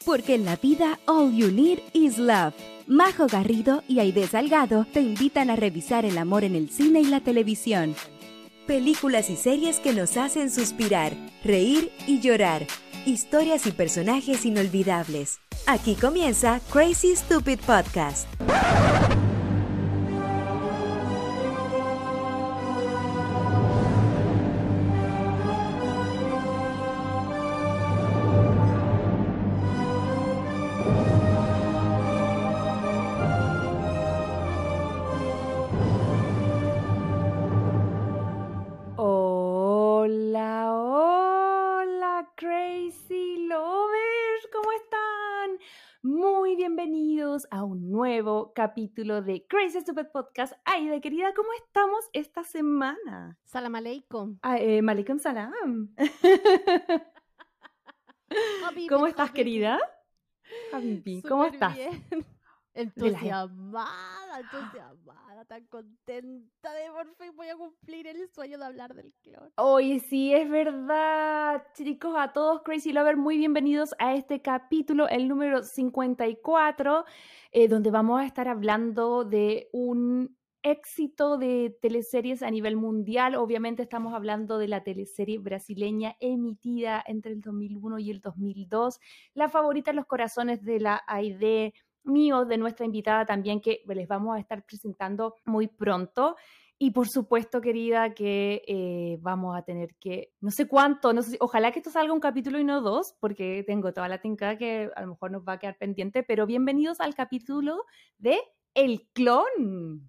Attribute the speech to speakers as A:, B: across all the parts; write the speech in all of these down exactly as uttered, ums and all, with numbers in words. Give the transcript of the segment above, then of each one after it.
A: Porque en la vida all you need is love. Majo Garrido y Aide Salgado te invitan a revisar el amor en el cine y la televisión. Películas y series que nos hacen suspirar, reír y llorar. Historias y personajes inolvidables. Aquí comienza Crazy Stupid Podcast.
B: Hola, hola, Crazy Lovers, ¿cómo están? Muy bienvenidos a un nuevo capítulo de Crazy Stupid Podcast. Aida, querida, ¿cómo estamos esta semana?
C: Salam aleikum.
B: Ah, eh, Malikum salam.
C: Habibi,
B: ¿Cómo estás,
C: habibi.
B: querida? Habibi, ¿cómo
C: Súper
B: estás?
C: bien. Entusiasmada, entusiasmada, tan contenta de por fin voy a cumplir el sueño de hablar del clon.
B: Oye, sí, es verdad. Chicos, a todos Crazy Lovers, muy bienvenidos a este capítulo, el número cincuenta y cuatro, eh, donde vamos a estar hablando de un éxito de teleseries a nivel mundial. Obviamente estamos hablando de la teleserie brasileña emitida entre el dos mil uno y el dos mil dos, la favorita en los corazones de la Aide, mío, de nuestra invitada también, que les vamos a estar presentando muy pronto. Y por supuesto, querida, que eh, vamos a tener que, no sé cuánto, no sé si, ojalá que esto salga un capítulo y no dos, porque tengo toda la tincada que a lo mejor nos va a quedar pendiente, pero bienvenidos al capítulo de El Clon.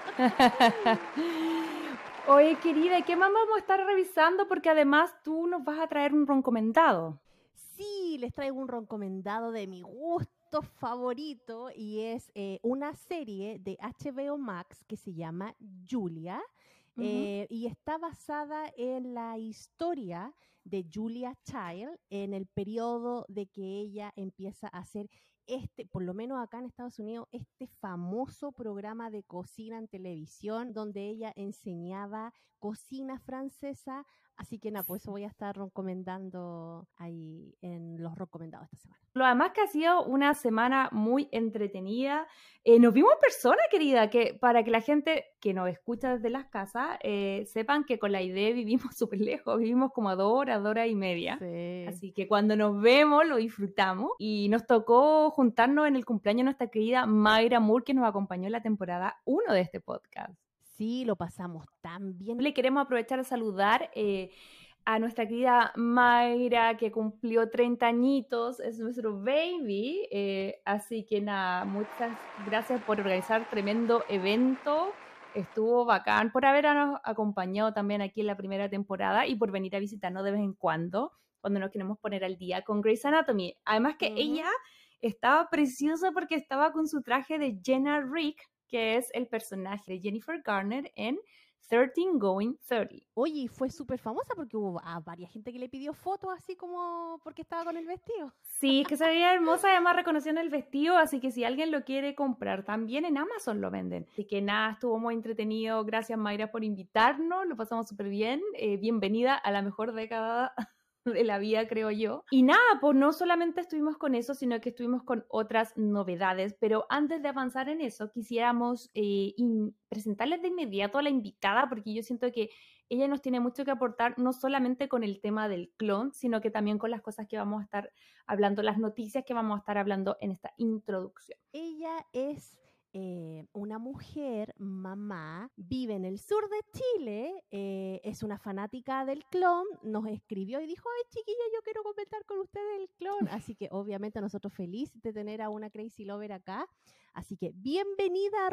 B: Oye, querida, ¿y qué más vamos a estar revisando? Porque además tú nos vas a traer un recomendado.
C: Sí, les traigo un recomendado de mi gusto favorito y es eh, una serie de H B O Max que se llama Julia.
B: Uh-huh.
C: eh, y está basada en la historia de Julia Child en el periodo de que ella empieza a hacer este, por lo menos acá en Estados Unidos, este famoso programa de cocina en televisión donde ella enseñaba cocina francesa. Así que nada, por eso voy a estar recomendando ahí en los recomendados esta semana.
B: Lo además que ha sido una semana muy entretenida. Eh, nos vimos en persona, querida, que para que la gente que nos escucha desde las casas eh, sepan que con la idea vivimos súper lejos, vivimos como a dos horas, dos horas y media.
C: Sí.
B: Así que cuando nos vemos lo disfrutamos y nos tocó juntarnos en el cumpleaños de nuestra querida Mayra Moore, que nos acompañó en la temporada uno de este podcast.
C: Sí, lo pasamos tan bien.
B: Le queremos aprovechar a saludar eh, a nuestra querida Mayra, que cumplió treinta añitos, es nuestro baby, eh, así que nada, muchas gracias por organizar tremendo evento, estuvo bacán, por habernos acompañado también aquí en la primera temporada y por venir a visitarnos de vez en cuando, cuando nos queremos poner al día con Grey's Anatomy. Además que uh-huh. ella estaba preciosa porque estaba con su traje de Jenna Rick, que es el personaje de Jennifer Garner en thirteen going thirty.
C: Oye, fue súper famosa porque hubo a varias gente que le pidió fotos así como porque estaba con el vestido.
B: Sí, es que se veía hermosa, además reconocían el vestido, así que si alguien lo quiere comprar, también en Amazon lo venden. Así que nada, estuvo muy entretenido. Gracias, Mayra, por invitarnos, lo pasamos súper bien. Eh, bienvenida a la mejor década de la vida, creo yo. Y nada, pues no solamente estuvimos con eso, sino que estuvimos con otras novedades, pero antes de avanzar en eso, quisiéramos eh, in- presentarles de inmediato a la invitada, porque yo siento que ella nos tiene mucho que aportar, no solamente con el tema del clon, sino que también con las cosas que vamos a estar hablando, las noticias que vamos a estar hablando en esta introducción.
C: Ella es Eh, una mujer, mamá, vive en el sur de Chile, eh, es una fanática del clon, nos escribió y dijo, ay chiquilla, yo quiero comentar con ustedes el clon, así que obviamente nosotros felices de tener a una Crazy Lover acá, así que bienvenida,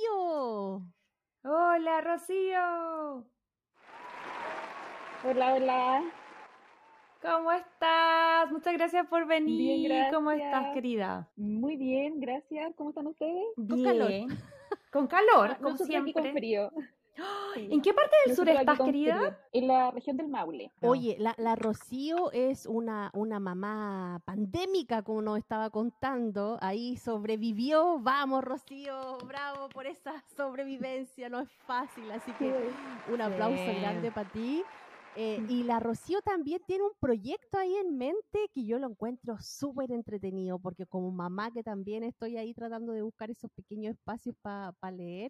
C: Rocío.
B: Hola, Rocío.
D: Hola, hola.
B: ¿Cómo estás? Muchas gracias por venir.
D: Bien, gracias.
B: ¿Cómo estás, querida?
D: Muy bien, gracias. ¿Cómo están ustedes?
B: Bien.
C: Con calor.
B: Con calor,
D: Ah,
B: como
D: nosotros
B: siempre.
D: aquí con frío.
B: Sí. ¿En qué parte del
D: nosotros
B: sur estás,
D: con
B: querida?
D: Frío. En la región del Maule.
C: Oye, la, la Rocío es una, una mamá pandémica, como nos estaba contando. Ahí sobrevivió. Vamos, Rocío, bravo por esa sobrevivencia. No es fácil, así que un aplauso
B: sí.
C: grande para ti. Eh, y la Rocío también tiene un proyecto ahí en mente que yo lo encuentro súper entretenido, porque como mamá que también estoy ahí tratando de buscar esos pequeños espacios para pa leer.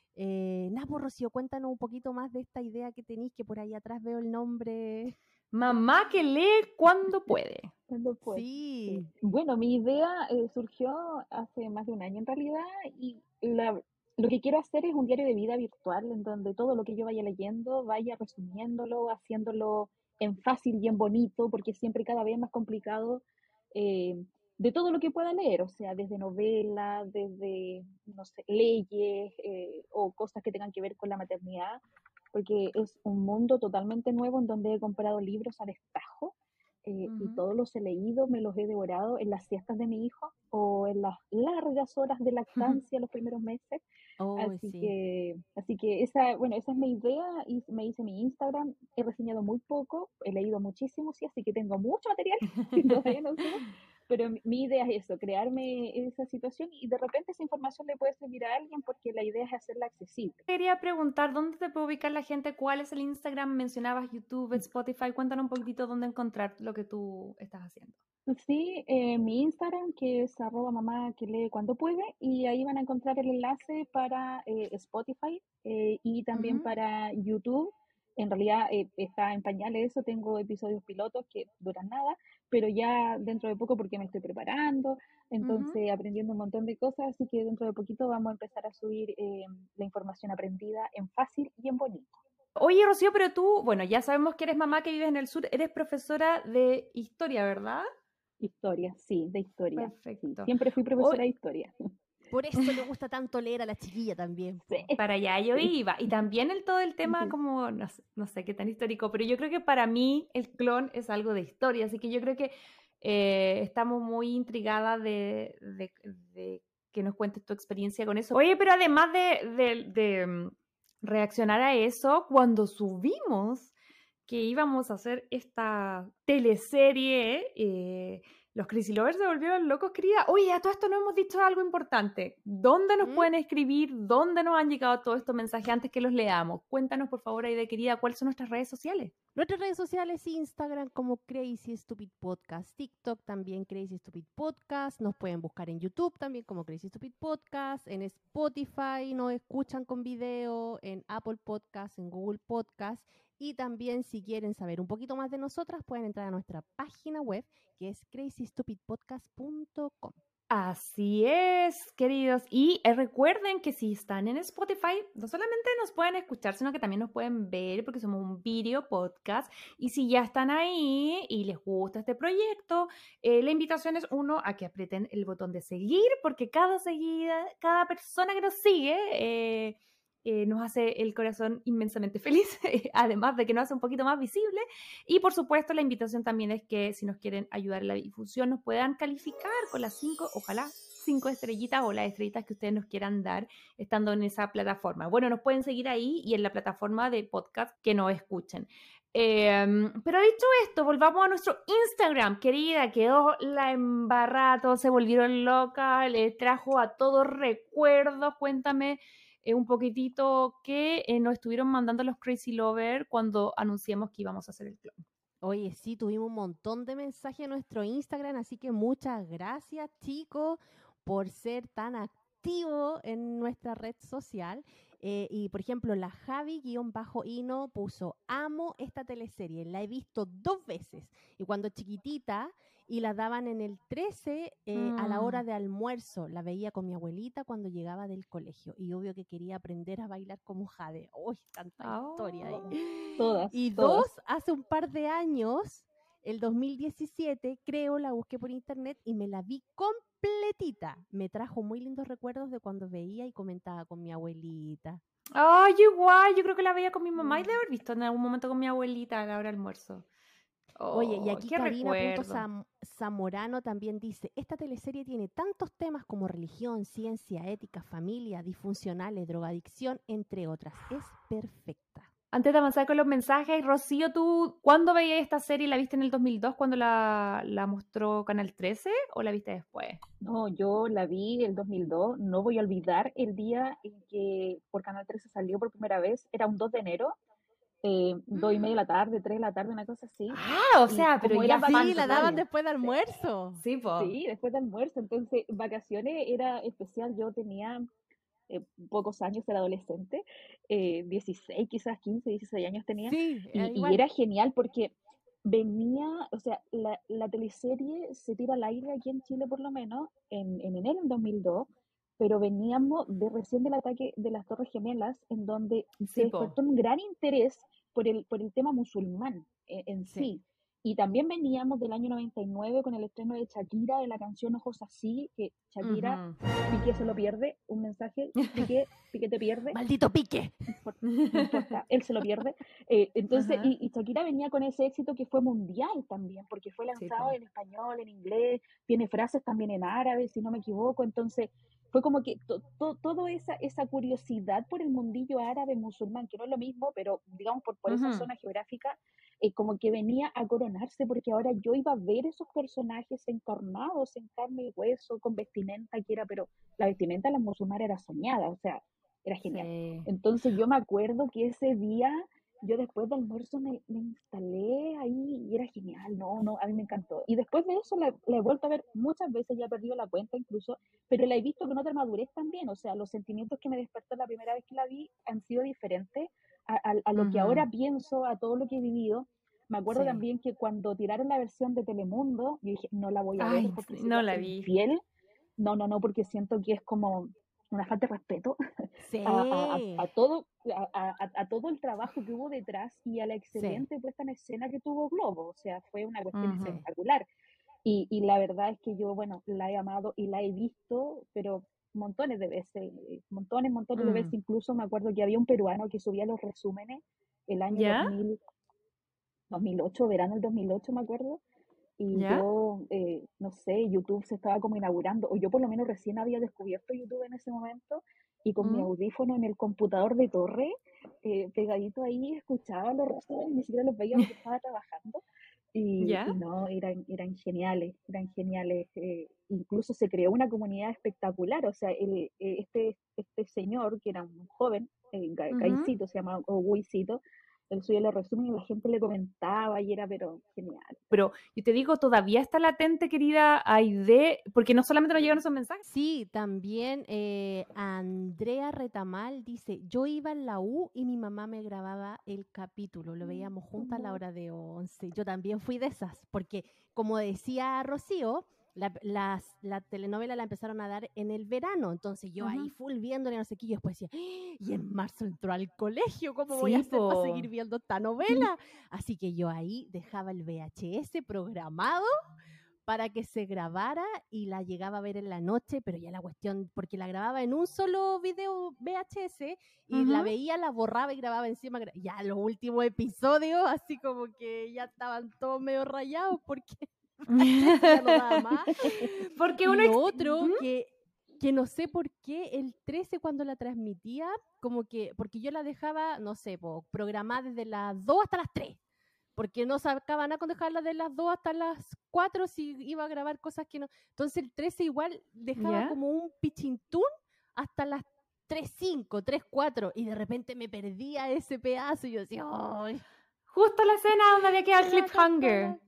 C: Eh, nada, pues, Rocío, cuéntanos un poquito más de esta idea que tenéis, que por ahí atrás veo el nombre.
B: Mamá que lee cuando puede.
D: Cuando pueda.
C: Sí.
D: Sí. Bueno, mi idea eh, surgió hace más de un año en realidad y la- lo que quiero hacer es un diario de vida virtual en donde todo lo que yo vaya leyendo vaya resumiéndolo, haciéndolo en fácil y en bonito, porque siempre cada vez es más complicado eh, de todo lo que pueda leer, o sea, desde novelas, desde, no sé, leyes eh, o cosas que tengan que ver con la maternidad, porque es un mundo totalmente nuevo en donde he comprado libros a destajo eh, y
B: Ujú.
D: todos los he leído, me los he devorado en las siestas de mi hijo o en las largas horas de lactancia los primeros meses.
C: Oh,
D: Así
C: sí.
D: que, así que esa, bueno, esa es mi idea y me hice mi Instagram. He reseñado muy poco, he leído muchísimo, sí, así que tengo mucho material que todavía no subo. Pero mi, mi idea es eso, crearme esa situación y de repente esa información le puede servir a alguien porque la idea es hacerla accesible.
B: Quería preguntar, ¿dónde te puede ubicar la gente? ¿Cuál es el Instagram? Mencionabas YouTube, Spotify. Cuéntanos un poquitito dónde encontrar lo que tú estás haciendo.
D: Sí, eh, mi Instagram, que es arroba mamá que lee cuando puede, y ahí van a encontrar el enlace para eh, Spotify eh, y también
B: Ujú.
D: para YouTube. En realidad eh, está en pañales eso, tengo episodios pilotos que duran nada, pero ya dentro de poco porque me estoy preparando, entonces aprendiendo un montón de cosas, así que dentro de poquito vamos a empezar a subir eh, la información aprendida en fácil y en bonito.
B: Oye, Rocío, pero tú, bueno, ya sabemos que eres mamá que vives en el sur, eres profesora de historia, ¿verdad?
D: Historia, sí, de historia. Sí,
B: Perfecto.
D: siempre fui profesora de historia.
C: Por eso le gusta tanto leer a la chiquilla también. po.
D: Sí.
B: Para allá yo
D: Sí.
B: iba. Y también el todo el tema
D: Ujú.
B: como, no sé, no sé qué tan histórico, pero yo creo que para mí el clon es algo de historia, así que yo creo que eh, estamos muy intrigadas de, de- de que nos cuentes tu experiencia con eso. Oye, pero además de, de- de, mm, reaccionar a eso, cuando subimos que íbamos a hacer esta teleserie, eh, los Crazy Lovers se volvieron locos, querida. Oye, a todo esto no hemos dicho algo importante. ¿Dónde nos
C: ¿Mm?
B: pueden escribir? ¿Dónde nos han llegado todos estos mensajes antes que los leamos? Cuéntanos, por favor, Aide, querida, ¿cuáles son nuestras redes sociales?
C: Nuestras redes sociales, Instagram como Crazy Stupid Podcast, TikTok también Crazy Stupid Podcast, nos pueden buscar en YouTube también como Crazy Stupid Podcast, en Spotify nos escuchan con video, en Apple Podcast, en Google Podcast, y también si quieren saber un poquito más de nosotras pueden entrar a nuestra página web que es crazy stupid podcast punto com.
B: Así es, queridos. Y eh, recuerden que si están en Spotify, no solamente nos pueden escuchar, sino que también nos pueden ver porque somos un video podcast. Y si ya están ahí y les gusta este proyecto, eh, la invitación es uno a que aprieten el botón de seguir, porque cada seguida, cada persona que nos sigue eh, eh, nos hace el corazón inmensamente feliz, además de que nos hace un poquito más visible. Y por supuesto, la invitación también es que si nos quieren ayudar en la difusión, nos puedan calificar con las cinco, ojalá, cinco estrellitas o las estrellitas que ustedes nos quieran dar estando en esa plataforma. Bueno, nos pueden seguir ahí y en la plataforma de podcast que nos escuchen. Eh, pero dicho esto, volvamos a nuestro Instagram, querida, quedó la embarrada, todos se volvieron locas, le trajo a todos recuerdos. Cuéntame eh, un poquitito que eh, nos estuvieron mandando los Crazy Lovers cuando anunciamos que íbamos a hacer el clon.
C: Oye, sí, tuvimos un montón de mensajes en nuestro Instagram, así que muchas gracias, chicos, por ser tan activos en nuestra red social. Eh, y, por ejemplo, la Javi-Hino puso, amo esta teleserie, la he visto dos veces. Y cuando chiquitita, y la daban en el trece eh, a la hora
B: Mm.
C: de almuerzo, la veía con mi abuelita cuando llegaba del colegio. Y obvio que quería aprender a bailar como Jade. Uy, tanta historia
B: Oh.
C: ahí.
D: Todas,
C: Y
D: todas.
C: dos, hace un par de años, el dos mil diecisiete, creo, la busqué por internet y me la vi completita. Me trajo muy lindos recuerdos de cuando veía y comentaba con mi abuelita.
B: Ay, igual, yo creo que la veía con mi mamá y de haber visto en algún momento con mi abuelita a la hora del almuerzo.
C: Oye, y
B: Oh,
C: aquí
B: qué recuerdo.
C: Karina.zamorano también dice, esta teleserie tiene tantos temas como religión, ciencia, ética, familia, disfuncionales, drogadicción, entre otras. Es perfecta.
B: Antes de avanzar con los mensajes, Rocío, ¿tú cuándo veías esta serie? ¿La viste en el dos mil dos cuando la, la mostró Canal trece o la viste después?
D: No, yo la vi el dos mil dos, no voy a olvidar el día en que por Canal trece salió por primera vez, era un dos de enero, eh, dos y media de la tarde, tres de la tarde, una cosa así.
B: Ah, o
D: Y
B: sea, pero
D: como
B: ya
D: eran
C: Sí,
B: fan
C: la
B: total.
C: daban después de almuerzo.
B: Sí, po.
D: Sí, después de almuerzo. Entonces, vacaciones era especial. Yo tenía eh, pocos años, era adolescente, eh, dieciséis, quizás quince, dieciséis años tenía.
C: Sí, era
D: Y, y
C: igual.
D: era genial porque venía, o sea, la, la teleserie se tira al aire aquí en Chile por lo menos en, en enero del dos mil dos, pero veníamos de recién del ataque de las Torres Gemelas, en donde se
B: Sí, po.
D: despertó un gran interés por el, por el tema musulmán eh, en
C: Sí.
D: sí. Y también veníamos del año noventa y nueve con el estreno de Shakira, de la canción Ojos Así, que Shakira,
B: Ujú.
D: Piqué se lo pierde, un mensaje, Piqué, Piqué te pierde,
C: Maldito Pique.
D: no importa, no importa, él se lo pierde. Eh, entonces,
B: Ajá.
D: y, y Shakira venía con ese éxito que fue mundial también, porque fue
B: Sí,
D: lanzado
B: po.
D: en español, en inglés, tiene frases también en árabe, si no me equivoco. Entonces, fue como que to, to, toda esa, esa curiosidad por el mundillo árabe musulmán, que no es lo mismo, pero digamos por, por esa
B: Ujú.
D: zona geográfica, eh, como que venía a coronarse, porque ahora yo iba a ver esos personajes encarnados en carne y hueso, con vestimenta que era, pero la vestimenta de las musulmanas era soñada, o sea, era genial.
B: Sí.
D: Entonces yo me acuerdo que ese día, yo después del almuerzo me, me instalé ahí y era genial, no, no, a mí me encantó. Y después de eso la, la he vuelto a ver muchas veces, ya he perdido la cuenta incluso, pero la he visto con otra madurez también, o sea, los sentimientos que me despertó la primera vez que la vi han sido diferentes a, a, a lo que
B: Ujú.
D: ahora pienso, a todo lo que he vivido. Me acuerdo
C: Sí.
D: también que cuando tiraron la versión de Telemundo, yo dije, no la voy a ver
B: Ay,
D: porque
B: sí,
D: si
B: no
D: voy a
B: la
D: ser
B: vi.
D: infiel. No, no, no, porque siento que es como una falta de respeto
C: Sí.
D: a, a, a, a todo, a, a, a todo el trabajo que hubo detrás y a la
C: Sí.
D: excelente puesta en escena que tuvo Globo. O sea, fue una cuestión
B: Ujú.
C: Sí.
D: espectacular. Y, y la verdad es que yo, bueno, la he amado y la he visto, pero montones de veces, montones, montones de veces.
B: Mm.
D: Incluso me acuerdo que había un peruano que subía los resúmenes el año
B: ¿Ya?
D: dos mil, dos mil ocho, verano del dos mil ocho, me acuerdo. Y
B: ¿Ya?
D: yo, eh, no sé, YouTube se estaba como inaugurando, o yo por lo menos recién había descubierto YouTube en ese momento, y con mi
B: Mm.
D: audífono en el computador de torre, eh, pegadito ahí, escuchaba los resúmenes, ni siquiera los veía porque estaba trabajando, y,
B: ¿Ya?
D: y no, eran, eran geniales, eran geniales. Eh, incluso se creó una comunidad espectacular, o sea, el, eh, este, este señor, que era un joven, eh, Ga-
B: Ujú.
D: Gaisito, se llama, o Guisito, él subía los resúmenes y la gente le comentaba y era, pero genial.
B: Pero yo te digo, todavía está latente, querida Aide, porque no solamente nos llegaron esos mensajes.
C: Sí, también eh, Andrea Retamal dice, yo iba en la U y mi mamá me grababa el capítulo, lo veíamos juntas a la hora de once. Yo también fui de esas, porque como decía Rocío, la, las- la telenovela la empezaron a dar en el verano, entonces yo ahí
B: Ujú.
C: full viéndole, no sé qué, y después decía, "¡Ah! Y en marzo entró al colegio, ¿cómo voy
B: Sí,
C: a hacer para
B: po.
C: seguir viendo esta novela? Así que yo ahí dejaba el V H S programado para que se grabara y la llegaba a ver en la noche, pero ya la cuestión, porque la grababa en un solo video V H S y la
B: Ujú.
C: veía, la borraba y grababa encima. gra- Ya los últimos episodios, así como que ya estaban todos medio rayados porque V H S ya no daba más.
B: Porque
C: Y
B: uno...
C: lo
B: ex-
C: otro
B: ¿Mm?
C: que, que no sé por qué el trece cuando la transmitía, como que, porque yo la dejaba, no sé, po, programada desde las dos hasta las tres. Porque no sacaba nada con dejarla de las dos hasta las cuatro si iba a grabar cosas que no. Entonces el trece igual dejaba
B: ¿Ya?
C: como un pichintún hasta las tres cinco, tres cuatro y de repente me perdía ese pedazo y yo decía, ¡ay!
B: Justo la escena donde había quedado el
C: la
B: cliffhanger.
C: campana.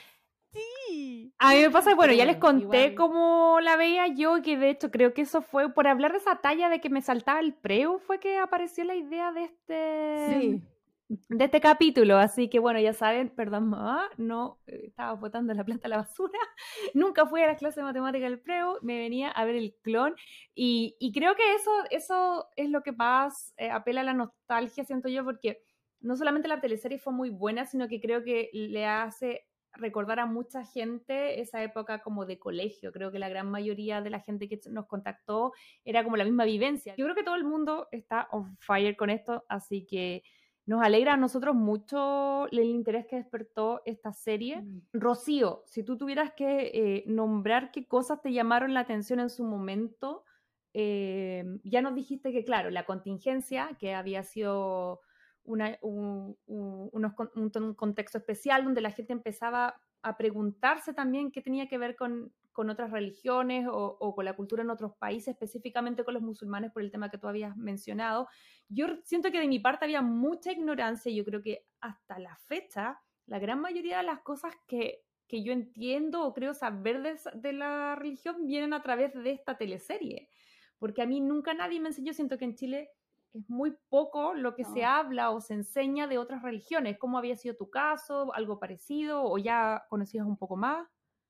C: Sí.
B: A mí me pasa, bueno,
C: Pero
B: ya les
C: bueno,
B: conté
C: igual.
B: cómo la veía yo, que de hecho creo que eso fue por hablar de esa talla de que me saltaba el preu, fue que apareció la idea de este,
C: Sí.
B: de este capítulo. Así que bueno, ya saben, perdón, mamá, no eh, estaba botando la planta a la basura. Nunca fui a las clases de matemática del preu, me venía a ver el clon. Y, y creo que eso, eso es lo que más eh, apela a la nostalgia, siento yo, porque no solamente la teleserie fue muy buena, sino que creo que le hace recordar a mucha gente esa época como de colegio. Creo que la gran mayoría de la gente que nos contactó era como la misma vivencia. Yo creo que todo el mundo está on fire con esto, así que nos alegra a nosotros mucho el interés que despertó esta serie.
D: Mm.
B: Rocío, si tú tuvieras que eh, nombrar qué cosas te llamaron la atención en su momento, eh, ya nos dijiste que, claro, la contingencia, que había sido una, un, un, unos, un, un contexto especial donde la gente empezaba a preguntarse también qué tenía que ver con, con otras religiones o, o con la cultura en otros países, específicamente con los musulmanes por el tema que tú habías mencionado. Yo siento que de mi parte había mucha ignorancia y yo creo que hasta la fecha la gran mayoría de las cosas que, que yo entiendo o creo saber de, de la religión vienen a través de esta teleserie, porque a mí nunca nadie me enseñó, siento que en Chile es muy poco lo que no. se habla o se enseña de otras religiones. ¿Cómo había sido tu caso? ¿Algo parecido? ¿O ya conocías un poco más?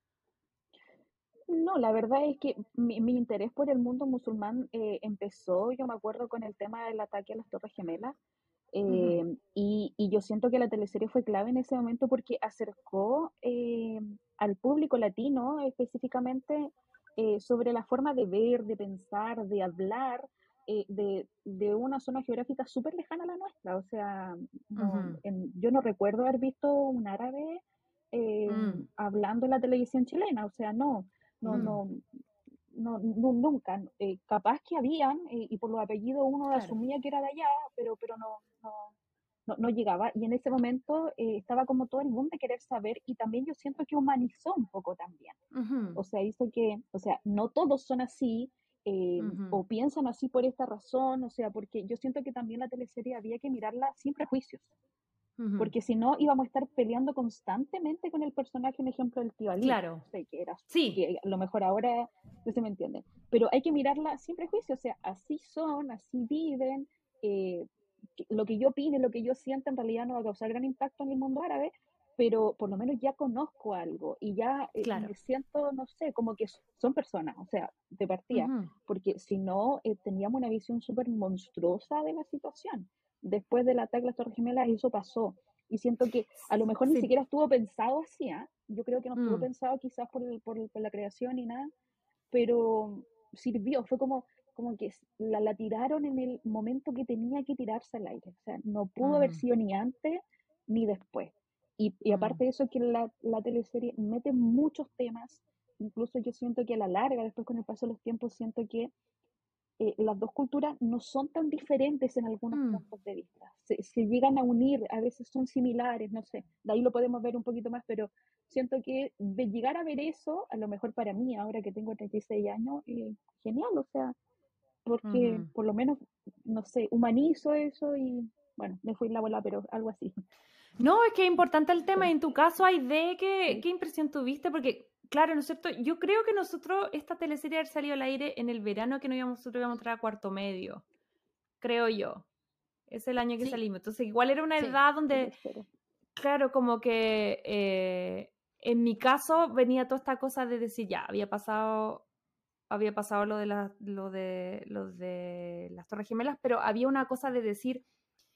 D: No, la verdad es que mi, mi interés por el mundo musulmán eh, empezó, yo me acuerdo, con el tema del ataque a las Torres Gemelas. Eh, uh-huh. y, y yo siento que la teleserie fue clave en ese momento porque acercó eh, al público latino específicamente eh, sobre la forma de ver, de pensar, de hablar, eh, de, de una zona geográfica súper lejana a la nuestra. O sea, no, uh-huh. en, yo no recuerdo haber visto un árabe eh, uh-huh. hablando en la televisión chilena. O sea, no, no, uh-huh. no. No, no, nunca, eh, capaz que habían, eh, y por los apellidos uno claro. asumía que era de allá, pero, pero no, no, no, no llegaba, y en ese momento eh, estaba como todo el mundo de querer saber, y también yo siento que humanizó un poco también, uh-huh. o sea, hizo que, o sea, no todos son así, eh, uh-huh. o piensan así por esta razón, o sea, porque yo siento que también la teleserie había que mirarla sin prejuicios, uh-huh. porque si no íbamos a estar peleando constantemente con el personaje, un ejemplo del tío Ali,
B: claro.
D: o sea, que era,
B: sí.
D: que a lo mejor ahora no se me entiende, pero hay que mirarla sin prejuicio, o sea, así son, así viven, eh, lo que yo opine, lo que yo sienta en realidad no va a causar gran impacto en el mundo árabe, pero por lo menos ya conozco algo y ya eh, claro. me siento, no sé, como que son personas, o sea, de partida, uh-huh. porque si no, eh, teníamos una visión súper monstruosa de la situación. Después del ataque a las Torres Gemelas eso pasó, y siento que a lo mejor sí. ni siquiera estuvo pensado así, ¿eh? Yo creo que no estuvo mm. pensado quizás por, el, por, el, por la creación ni nada, pero sirvió, fue como, como que la, la tiraron en el momento que tenía que tirarse al aire, o sea, no pudo mm. haber sido ni antes ni después, y, y aparte mm. de eso que la, la teleserie mete muchos temas, incluso yo siento que a la larga, después con el paso de los tiempos, siento que Eh, las dos culturas no son tan diferentes en algunos mm. puntos de vista. Se, se llegan a unir, a veces son similares, no sé, de ahí lo podemos ver un poquito más, pero siento que de llegar a ver eso, a lo mejor para mí, ahora que tengo treinta y seis años, eh, genial, o sea, porque uh-huh. por lo menos, no sé, humanizo eso y, bueno, me fui la bola, pero algo así.
B: No, es que es importante el tema, y en tu caso, Aide, ¿qué, ¿qué impresión tuviste? Porque claro, ¿no es cierto? Yo creo que nosotros, esta teleserie haber salido al aire en el verano que no íbamos, nosotros íbamos a entrar a cuarto medio, creo yo. Es el año que sí. salimos. Entonces, igual era una sí. edad donde, claro, como que eh, en mi caso venía toda esta cosa de decir, ya, había pasado, había pasado lo de, la, lo de, lo de las Torres Gemelas, pero había una cosa de decir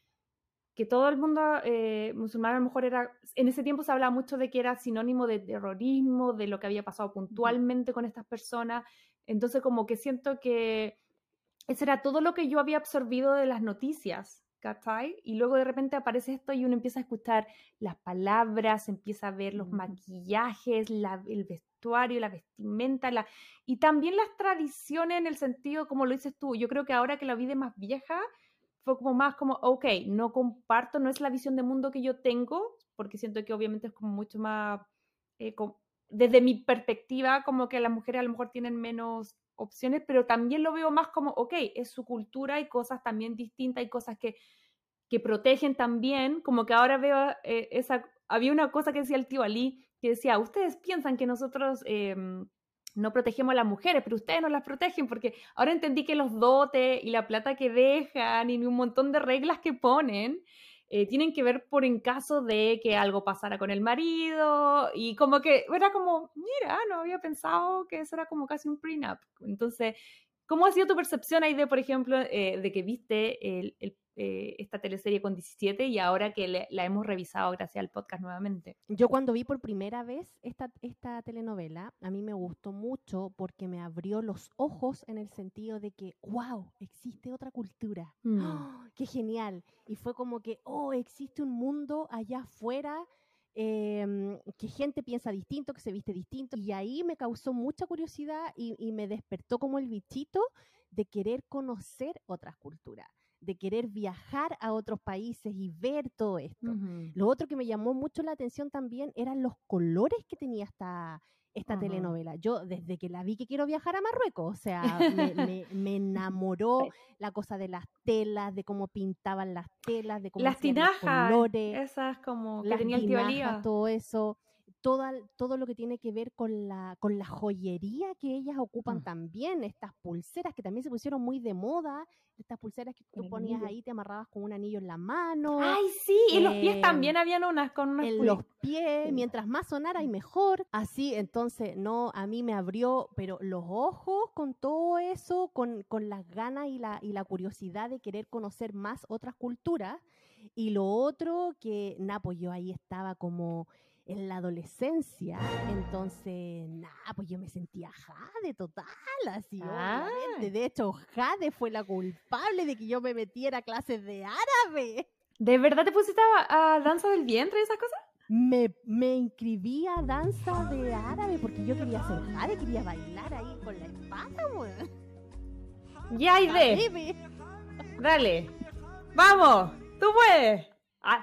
B: que todo el mundo eh, musulmán a lo mejor era, en ese tiempo se hablaba mucho de que era sinónimo de terrorismo, de lo que había pasado puntualmente con estas personas, entonces como que siento que eso era todo lo que yo había absorbido de las noticias, ¿cachai? Y luego de repente aparece esto y uno empieza a escuchar las palabras, empieza a ver los uh-huh. maquillajes, la, el vestuario, la vestimenta, la, y también las tradiciones en el sentido, como lo dices tú, yo creo que ahora que la vida es más vieja, fue como más como, ok, no comparto, no es la visión de mundo que yo tengo, porque siento que obviamente es como mucho más, eh, como, desde mi perspectiva, como que las mujeres a lo mejor tienen menos opciones, pero también lo veo más como, ok, es su cultura, hay cosas también distintas, hay cosas que, que protegen también, como que ahora veo eh, esa, había una cosa que decía el tío Ali, que decía, ustedes piensan que nosotros... Eh, no protegemos a las mujeres, pero ustedes no las protegen, porque ahora entendí que los dotes y la plata que dejan y un montón de reglas que ponen eh, tienen que ver por en caso de que algo pasara con el marido, y como que era como, mira, no había pensado que eso era como casi un prenup. Entonces, ¿cómo ha sido tu percepción ahí de, por ejemplo, eh, de que viste el, el, eh, esta teleserie con diecisiete y ahora que le, la hemos revisado gracias al podcast nuevamente?
C: Yo cuando vi por primera vez esta, esta telenovela, a mí me gustó mucho porque me abrió los ojos en el sentido de que, wow, existe otra cultura. Mm. ¡Oh, qué genial! Y fue como que, oh, existe un mundo allá afuera, Eh, que gente piensa distinto, que se viste distinto, y ahí me causó mucha curiosidad y, y me despertó como el bichito de querer conocer otras culturas. de querer viajar a otros países y ver todo esto.
B: Ujú.
C: Lo otro que me llamó mucho la atención también eran los colores que tenía esta, esta
B: Ujú.
C: telenovela. Yo desde que la vi que quiero viajar a Marruecos, o sea, me, me, me enamoró
D: Sí.
C: la cosa de las telas, de cómo pintaban las telas, de cómo
B: Las
C: hacían los
B: tinajas,
C: colores,
B: esas como que
C: las
B: tenía el tío
C: tinajas,
B: Elías.
C: todo eso, toda, todo lo que tiene que ver con la, con la joyería que ellas ocupan
B: Mm.
C: también, estas pulseras que también se pusieron muy de moda, estas pulseras que
D: Con
C: tú
D: el
C: ponías
D: anillo.
C: ahí, te amarrabas con un anillo en la mano,
B: Ay, sí, y los pies
C: em,
B: también habían unas con unas
C: en los
B: puli-
C: pies,
D: Sí.
C: mientras más sonara y mejor, así, entonces, no, a mí me abrió, pero los ojos con todo eso, con, con las ganas y la, y la curiosidad de querer conocer más otras culturas, y lo otro que, nada, pues yo ahí estaba como en la adolescencia, entonces, nada, pues yo me sentía Jade total, así, obviamente,
B: Ay,
C: de hecho, Jade fue la culpable de que yo me metiera a clases de árabe.
B: ¿de verdad te pusiste a, a danza del vientre y esas cosas?
C: Me, me inscribí a danza de árabe porque yo quería ser jade, quería bailar ahí con la espada, weón.
B: Ya, Aide,
C: Habibi.
B: dale, vamos, tú puedes. Ah,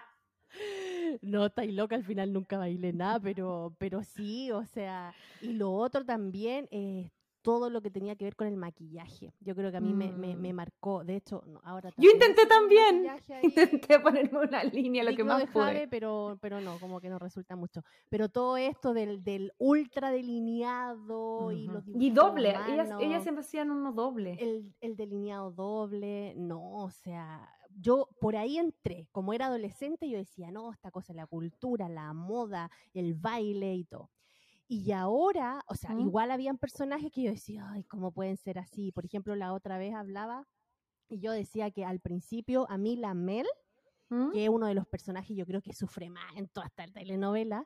C: No, estáis loca, al final nunca bailé nada, pero, pero sí, o sea, y lo otro también es todo lo que tenía que ver con el maquillaje. Yo creo que a mí me, me, me
B: mm.
C: marcó, de hecho, no, ahora
B: Yo
C: también
B: intenté
C: hacerme un
B: también,
C: maquillaje ahí.
B: intenté ponerme una línea lo que
C: Digno de
B: más pude.
C: Jade, pero, pero no, como que no resulta mucho. Pero todo esto del, del ultra delineado y los
B: Ujú. Y
C: dibujitos en las
B: doble, ellas, ellas
C: manos,
B: siempre hacían uno doble.
C: el, el delineado doble, no, o sea, yo por ahí entré, como era adolescente, yo decía, no, esta cosa, la cultura, la moda, el baile y todo. Y ahora, o sea,
B: ¿Mm?
C: igual habían personajes que yo decía, ay, ¿cómo pueden ser así? Por ejemplo, la otra vez hablaba y yo decía que al principio a mí la Mel,
B: ¿Mm?
C: que es uno de los personajes yo creo que sufre más en toda esta telenovela,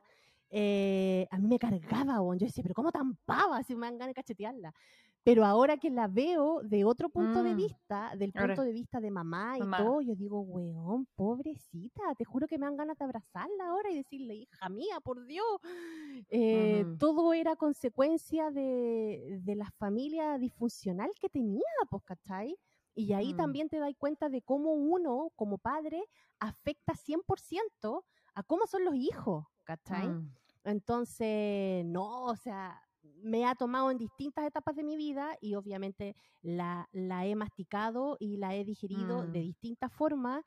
C: eh, a mí me cargaba, bon. Yo decía, pero ¿cómo tan pava? Si me dan ganas de cachetearla. Pero ahora que la veo de otro punto de
B: Mm.
C: vista, del
B: Ahora,
C: punto de vista de mamá y
B: mamá.
C: todo, yo digo, weón, pobrecita, te juro que me dan ganas de abrazarla ahora y decirle, hija mía, por Dios. Eh,
B: Ujú.
C: todo era consecuencia de, de la familia disfuncional que tenía, pues, ¿cachai? Y ahí
B: Mm.
C: también te das cuenta de cómo uno, como padre, afecta cien por ciento a cómo son los hijos, ¿cachai?
B: Mm.
C: Entonces, no, o sea, me ha tomado en distintas etapas de mi vida y obviamente la, la he masticado y la he digerido de
B: Mm.
C: distintas formas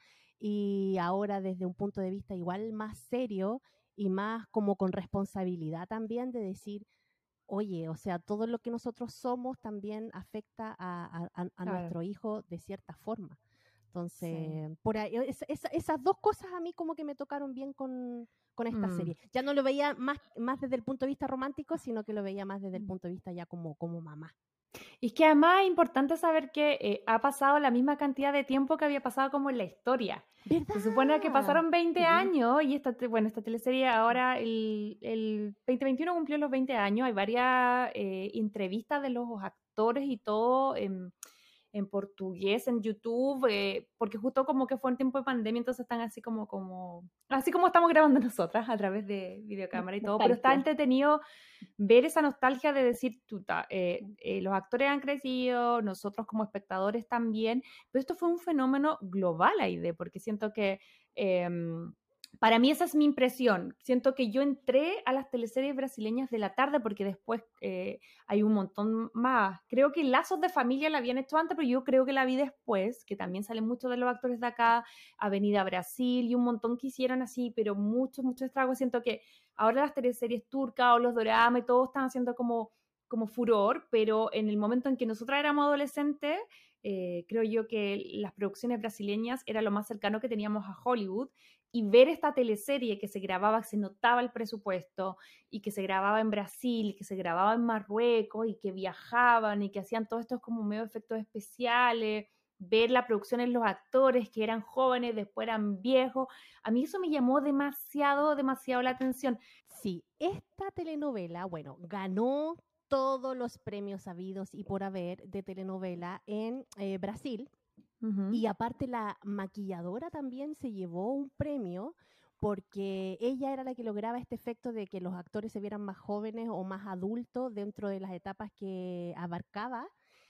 C: y ahora desde un punto de vista igual más serio y más como con responsabilidad también de decir, oye, o sea, todo lo que nosotros somos también afecta a, a, a- a
B: Claro,
C: nuestro hijo de cierta forma.
B: sí.
C: Entonces, por ahí, es- es- esas dos cosas a mí como que me tocaron bien con, con esta
B: Mm.
C: serie. Ya no lo veía más, más desde el punto de vista romántico, sino que lo veía más desde el
B: Mm.
C: punto de vista ya como, como mamá.
B: Y es que además es importante saber que eh, ha pasado la misma cantidad de tiempo que había pasado como en la historia.
C: ¿Verdad?
B: Se supone que pasaron veinte
C: Sí.
B: años y esta, te- bueno, esta teleserie ahora el, el veinte veintiuno cumplió los veinte años. Hay varias eh, entrevistas de los actores y todo en, en portugués en YouTube, eh, porque justo como que fue en tiempo de pandemia, entonces están así como, como, así como estamos grabando nosotras a través de videocámara y todo, pero está
D: Nostalgia.
B: entretenido ver esa nostalgia de decir, tuta, eh, eh, los actores han crecido, nosotros como espectadores también, pero esto fue un fenómeno global, Aide, porque siento que eh, para mí esa es mi impresión. Siento que yo entré a las teleseries brasileñas de la tarde porque después eh, hay un montón más. Creo que Lazos de Familia la habían hecho antes, pero yo creo que la vi después, que también salen muchos de los actores de acá, Avenida Brasil y un montón que hicieron así, pero muchos, muchos estragos. Siento que ahora las teleseries turcas o los doramas y todo están haciendo como, como furor, pero en el momento en que nosotras éramos adolescentes, eh, creo yo que las producciones brasileñas era lo más cercano que teníamos a Hollywood, y ver esta teleserie que se grababa, que se notaba el presupuesto, y que se grababa en Brasil, y que se grababa en Marruecos, y que viajaban, y que hacían todos estos como medio efectos especiales, ver la producción en los actores que eran jóvenes, después eran viejos, a mí eso me llamó demasiado, demasiado la atención.
C: Sí, esta telenovela, bueno, ganó todos los premios habidos y por haber de telenovela en eh, Brasil.
B: Uh-huh.
C: Y aparte la maquilladora también se llevó un premio porque ella era la que lograba este efecto de que los actores se vieran más jóvenes o más adultos dentro de las etapas que abarcaba.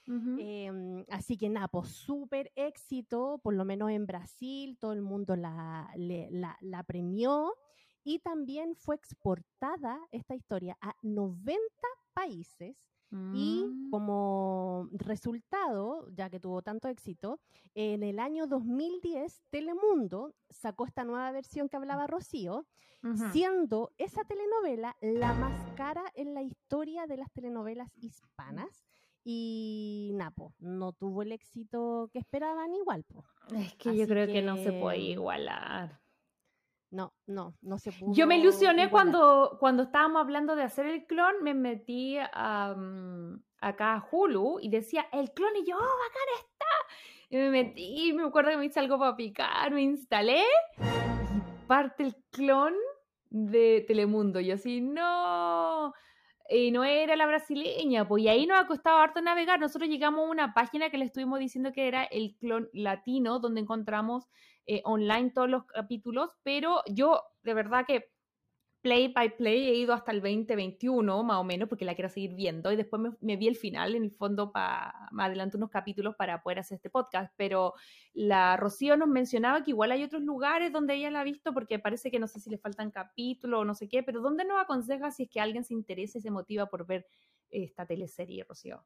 B: Ujú.
C: Eh, así que nada, pues súper éxito, por lo menos en Brasil, todo el mundo la, le- la, la premió y también fue exportada esta historia a noventa países y
B: Mm.
C: como resultado, ya que tuvo tanto éxito, en el año dos mil diez Telemundo sacó esta nueva versión que hablaba Rocío,
B: Ujú.
C: siendo esa telenovela la más cara en la historia de las telenovelas hispanas. Y Napo no tuvo el éxito que esperaban igual, po.
B: Es que yo
C: Así
B: creo que no se puede
C: que
B: igualar.
C: no, no, no se
B: Yo me
C: pudo
B: ilusioné
C: igualar.
B: cuando, cuando estábamos hablando de hacer el clon, me metí a, mm, acá a Hulu y decía, el clon, y yo, ¡oh, bacán está! Y me metí, me acuerdo que me hice algo para picar, me instalé y parte el clon de Telemundo. Y yo así, no. Y no era la brasileña, pues, y ahí nos ha costado harto navegar. Nosotros llegamos a una página que le estuvimos diciendo que era el clon latino, donde encontramos eh, online todos los capítulos, pero yo de verdad que play by play he ido hasta el veinte veintiuno, más o menos, porque la quiero seguir viendo, y después me, me vi el final, en el fondo, pa, me adelanto unos capítulos para poder hacer este podcast, pero la Rocío nos mencionaba que igual hay otros lugares donde ella la ha visto, porque parece que no sé si le faltan capítulos o no sé qué, pero ¿dónde nos aconseja si es que alguien se interesa y se motiva por ver esta teleserie, Rocío?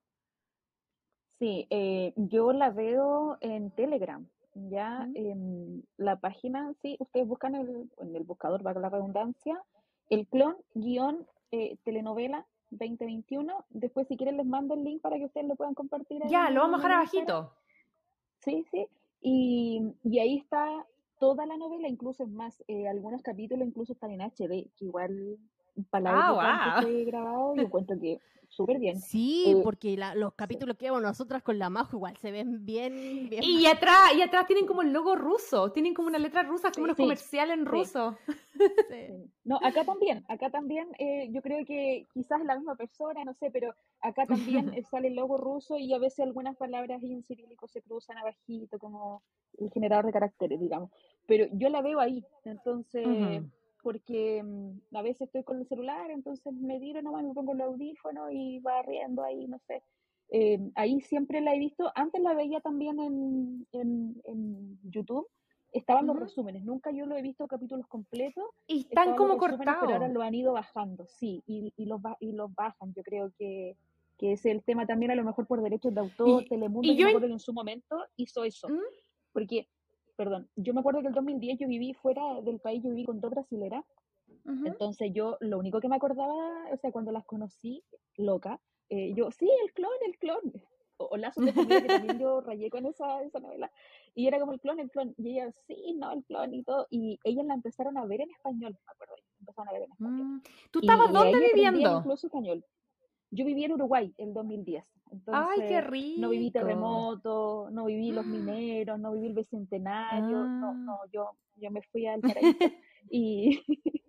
D: Sí, eh, yo la veo en Telegram, ya
C: ¿Mm?
D: en la página, sí, ustedes buscan el, en el buscador, valga la redundancia, el clon guión eh, telenovela veinte veintiuno. Después, si quieren, les mando el link para que ustedes lo puedan compartir
B: Ya, lo vamos a
D: en
B: dejar
D: el Instagram.
B: abajito.
D: Sí, sí. Y, y ahí está toda la novela, incluso es más, eh, algunos capítulos incluso están en H D, que igual para la época en que
B: Ah, wow.
D: fue grabado, yo encuentro que súper bien.
C: Sí,
D: Eh,
C: porque la- los
D: sí.
C: capítulos que vemos nosotras con la Majo igual se ven bien, bien.
B: Y atrás, y atrás tienen como el logo ruso, tienen como una letra rusa, como
C: Sí,
B: unos
D: Sí,
B: comerciales en
D: sí.
B: ruso.
C: sí.
D: Sí. No, acá también, acá también, eh, yo creo que quizás es la misma persona, no sé, pero acá también eh, sale el logo ruso y a veces algunas palabras en cirílico se cruzan abajito, como el generador de caracteres, digamos. Pero yo la veo ahí, entonces,
B: Ujú.
D: porque mm, a veces estoy con el celular, entonces me tiro nomás, me pongo el audífono y va riendo ahí, no sé. Eh, ahí siempre la he visto, antes la veía también en, en, en YouTube, estaban los
B: Ujú.
D: resúmenes, nunca yo lo he visto capítulos completos,
B: Y están
D: estaban los
B: como
D: resúmenes, pero ahora
B: cortados.
D: lo han ido bajando, sí, y, y, los, ba- y los bajan. Yo creo que, que es el tema también, a lo mejor por derechos de autor,
B: Y,
D: Telemundo,
B: y
D: yo
B: yo...
D: me
B: en-
D: acuerdo que en su momento hizo eso,
B: ¿Mm?
D: porque, perdón, yo me acuerdo que el dos mil diez yo viví fuera del país, yo viví con dos brasileras,
B: Ujú.
D: entonces yo lo único que me acordaba, o sea, cuando las conocí, loca, eh, yo, sí, el clon, el clon, o, o Lazos de Familia, que también yo rayé con esa, esa novela, y era como el clon, el clon, y ella, sí, no, el clon y todo, y ellas la empezaron a ver en español, me acuerdo, empezaron a ver en español,
B: Mm. ¿Tú estabas
D: y, y
B: dónde
D: ahí aprendían
B: viviendo?
D: incluso español. Yo viví en Uruguay el dos mil diez,
B: Ay, qué
D: entonces no viví
B: rico.
D: terremotos, no viví los mineros, no viví el bicentenario, no,
B: Ah.
D: no, yo, yo me fui al paraíso y,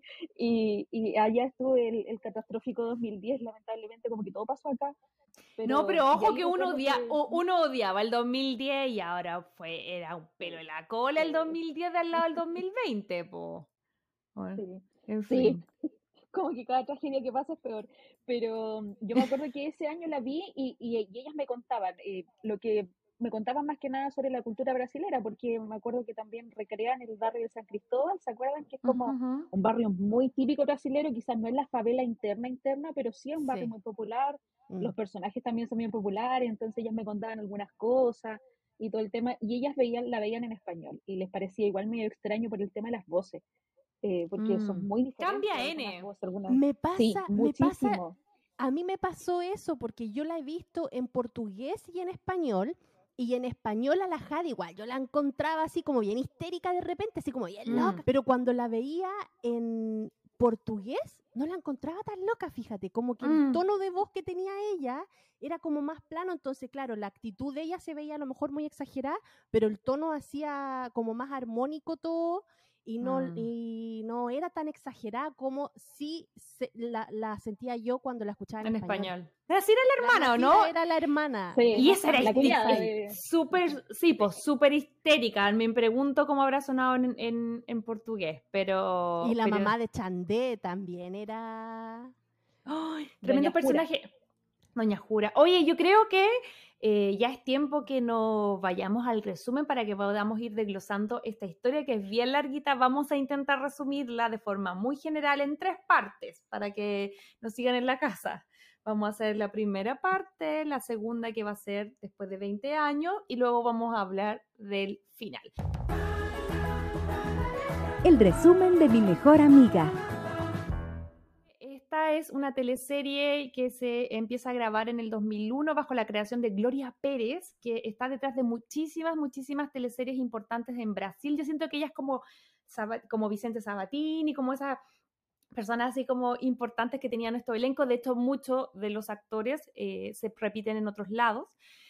D: y, y allá estuve el, el catastrófico dos mil diez, lamentablemente, como que todo pasó acá,
B: No,
D: pero
B: pero
D: y
B: ojo
D: ahí
B: que uno,
D: recuerdo
B: odia,
D: que
B: o- uno odiaba el dos mil diez y ahora fue, era un pelo
D: sí,
B: en la cola el
D: sí,
B: dos mil diez de al lado del dos mil veinte, po. Bueno,
D: sí,
B: en
D: sí,
B: fin.
D: como que cada tragedia que pasa es peor. Pero mm, yo me acuerdo que ese año la vi y, y- y ellas me contaban, eh, lo que me contaban más que nada sobre la cultura brasilera, porque me acuerdo que también recrean el barrio de San Cristóbal, ¿se acuerdan? Que es como
B: Ujú.
D: un barrio muy típico brasilero, quizás no es la favela interna interna, pero sí es un barrio
C: Sí.
D: muy popular,
C: Mm.
D: los personajes también son muy populares, entonces ellas me contaban algunas cosas y todo el tema, y ellas veían, la veían en español, y les parecía igual medio extraño por el tema de las voces, eh, porque son
B: Mm.
D: muy diferentes
B: Cambia
D: algunas
B: N.
D: voces, algunas,
C: Me
D: sí,
C: pasa, me pasa,
D: muchísimo.
C: a mí me pasó eso porque yo la he visto en portugués y en español. Y en español a la Jade igual, yo la encontraba así como bien histérica de repente, así como bien loca.
B: Mm.
C: Pero cuando la veía en portugués, no la encontraba tan loca, fíjate, como que el
B: Mm.
C: tono de voz que tenía ella era como más plano, entonces claro, la actitud de ella se veía a lo mejor muy exagerada, pero el tono hacía como más armónico todo y no,
B: Mm.
C: y no era tan exagerada como si se- la, la sentía yo cuando la escuchaba en,
B: En
C: español.
B: español. Así era la
C: La
B: hermana, ¿o
C: Rafira
B: no?
C: era la hermana
D: Sí,
C: de
B: Y esa era
D: la
C: Natalie.
D: cuñada
B: histérica.
D: de...
B: Súper, sí, pues súper histérica. Me pregunto cómo habrá sonado en, en, en portugués, pero...
C: Y la
B: pero...
C: mamá de Chandé también era...
B: ¡Ay!
D: Doña
B: Tremendo
D: Jura.
B: personaje. Doña Jura. Oye, yo creo que eh, ya es tiempo que nos vayamos al resumen para que podamos ir desglosando esta historia que es bien larguita. Vamos a intentar resumirla de forma muy general en tres partes para que nos sigan en la casa. Vamos a hacer la primera parte, la segunda que va a ser después de veinte años y luego vamos a hablar del final.
A: El resumen de Mi Mejor Amiga.
B: Esta es una teleserie que se empieza a grabar en el dos mil uno bajo la creación de Gloria Pérez, que está detrás de muchísimas, muchísimas teleseries importantes en Brasil. Yo siento que ella es como, como Vicente Sabatini, como esas personas así como importantes que tenían nuestro elenco. De hecho, muchos de los actores eh, se repiten en otros lados.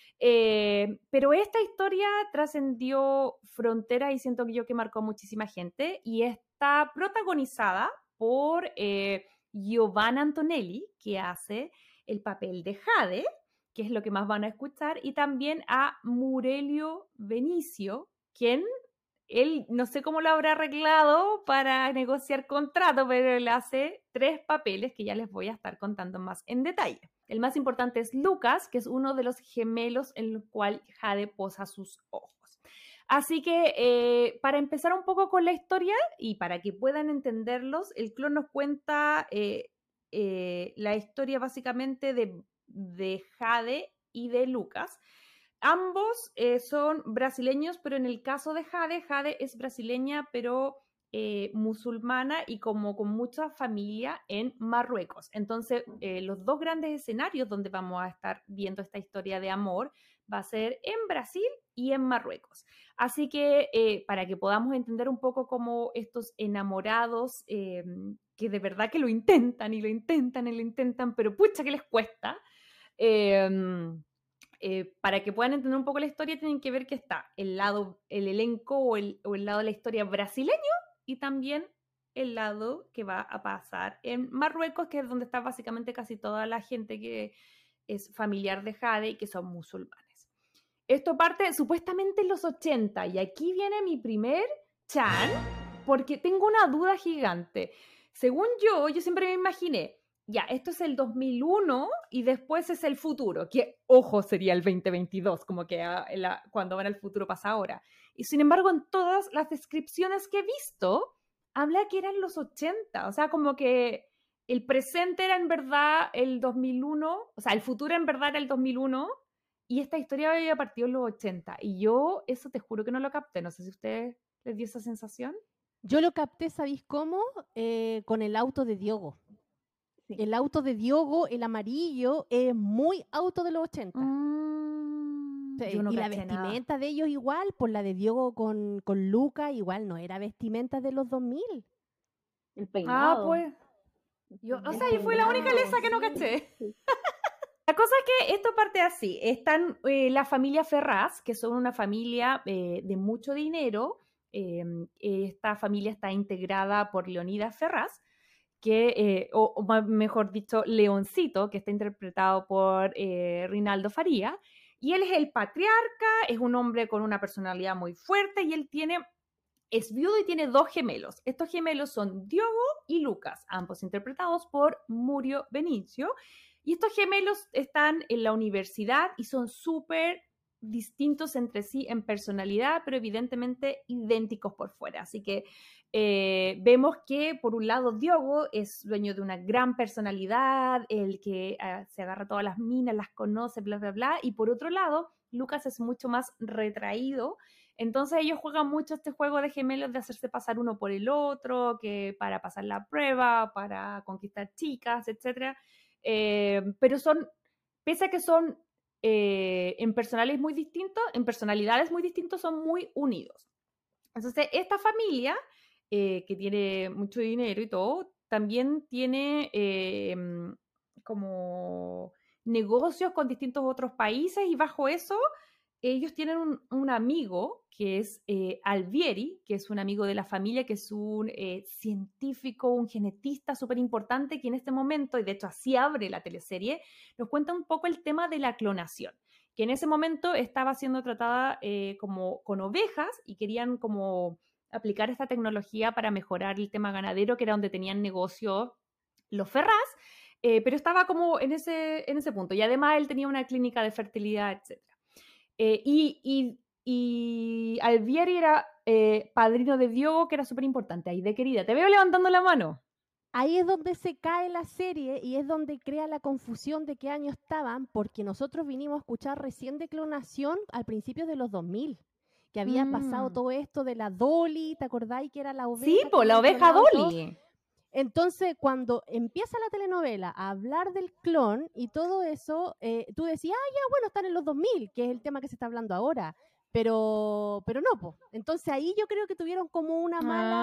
B: Eh, pero esta historia trascendió fronteras y siento que yo que marcó a muchísima gente y está protagonizada por... Eh, Giovanna Antonelli, que hace el papel de Jade, que es lo que más van a escuchar, y también a Murelio Benicio, quien él no sé cómo lo habrá arreglado para negociar contrato, pero él hace tres papeles que ya les voy a estar contando más en detalle. El más importante es Lucas, que es uno de los gemelos en el cual Jade posa sus ojos. Así que eh, para empezar un poco con la historia y para que puedan entenderlos, el clon nos cuenta eh, eh, la historia básicamente de, de Jade y de Lucas. Ambos eh, son brasileños, pero en el caso de Jade, Jade es brasileña, pero eh, musulmana y como con mucha familia en Marruecos. Entonces, eh, los dos grandes escenarios donde vamos a estar viendo esta historia de amor va a ser en Brasil y en Marruecos. Así que eh, para que podamos entender un poco cómo estos enamorados, eh, que de verdad que lo intentan y lo intentan y lo intentan, pero pucha que les cuesta, eh, eh, para que puedan entender un poco la historia tienen que ver que está el lado, el elenco o el, o el lado de la historia brasileño y también el lado que va a pasar en Marruecos, que es donde está básicamente casi toda la gente que es familiar de Jade y que son musulmanes. Esto parte supuestamente en los ochenta y aquí viene mi primer chan porque tengo una duda gigante. Según yo, yo siempre me imaginé, ya, esto es el dos mil uno y después es el futuro, que ojo sería el veinte veintidós, como que la, cuando van al futuro pasa ahora. Y sin embargo, en todas las descripciones que he visto, habla que eran los ochenta, o sea, como que el presente era en verdad el dos mil uno, o sea, el futuro en verdad era el dos mil uno, y esta historia había partido en los ochenta. Y yo, eso te juro que no lo capté. No sé si a ustedes les dio esa sensación.
C: Yo lo capté, ¿sabéis cómo? Eh, con el auto de Diogo. Sí. El auto de Diogo, el amarillo, es muy auto de los ochenta. Mm, sí, no y la vestimenta nada. De ellos igual, por la de Diogo con, con Luca, igual no era vestimenta de los dos mil.
D: El peinado.
B: Ah, pues. Yo, o sea, yo fui la única lesa que no caché. Sí. La cosa es que esto parte así. Están eh, la familia Ferraz, que son una familia eh, de mucho dinero. Eh, esta familia está integrada por Leonidas Ferraz, que, eh, o, o mejor dicho, Leoncito, que está interpretado por eh, Rinaldo Faría. Y él es el patriarca, es un hombre con una personalidad muy fuerte y él tiene, es viudo y tiene dos gemelos. Estos gemelos son Diogo y Lucas, ambos interpretados por Murelio Benicio. Y estos gemelos están en la universidad y son súper distintos entre sí en personalidad, pero evidentemente idénticos por fuera. Así que eh, vemos que, por un lado, Diogo es dueño de una gran personalidad, el que eh, se agarra todas las minas, las conoce, bla, bla, bla. Y por otro lado, Lucas es mucho más retraído. Entonces ellos juegan mucho este juego de gemelos de hacerse pasar uno por el otro, que para pasar la prueba, para conquistar chicas, etcétera. Eh, pero son, pese a que son eh, en personalidades muy distintos, en personalidades muy distintos, son muy unidos. Entonces, esta familia, eh, que tiene mucho dinero y todo, también tiene eh, como negocios con distintos otros países y bajo eso ellos tienen un, un amigo que es eh, Alvieri, que es un amigo de la familia, que es un eh, científico, un genetista súper importante que en este momento, y de hecho así abre la teleserie, nos cuenta un poco el tema de la clonación, que en ese momento estaba siendo tratada eh, como con ovejas y querían como aplicar esta tecnología para mejorar el tema ganadero, que era donde tenían negocio los Ferraz. eh, pero estaba como en ese, en ese punto. Y además él tenía una clínica de fertilidad, etcétera. Eh, y, y, y Alvieri era eh, padrino de Diogo, que era súper importante. Ahí de querida, te veo levantando la mano.
C: Ahí es donde se cae la serie y es donde crea la confusión de qué año estaban, porque nosotros vinimos a escuchar recién de clonación al principio de los dos mil, que había
B: Mm.
C: pasado todo esto de la Dolly, ¿te acordáis que era la oveja?
B: Sí,
C: que
B: po, la
C: habían
B: oveja
C: clonado y todo?
B: Dolly.
C: Entonces, cuando empieza la telenovela a hablar del clon y todo eso, eh, tú decías, ah, ya, bueno, están en los dos mil, que es el tema que se está hablando ahora. Pero, pero no, pues. Entonces ahí yo creo que tuvieron como una mala,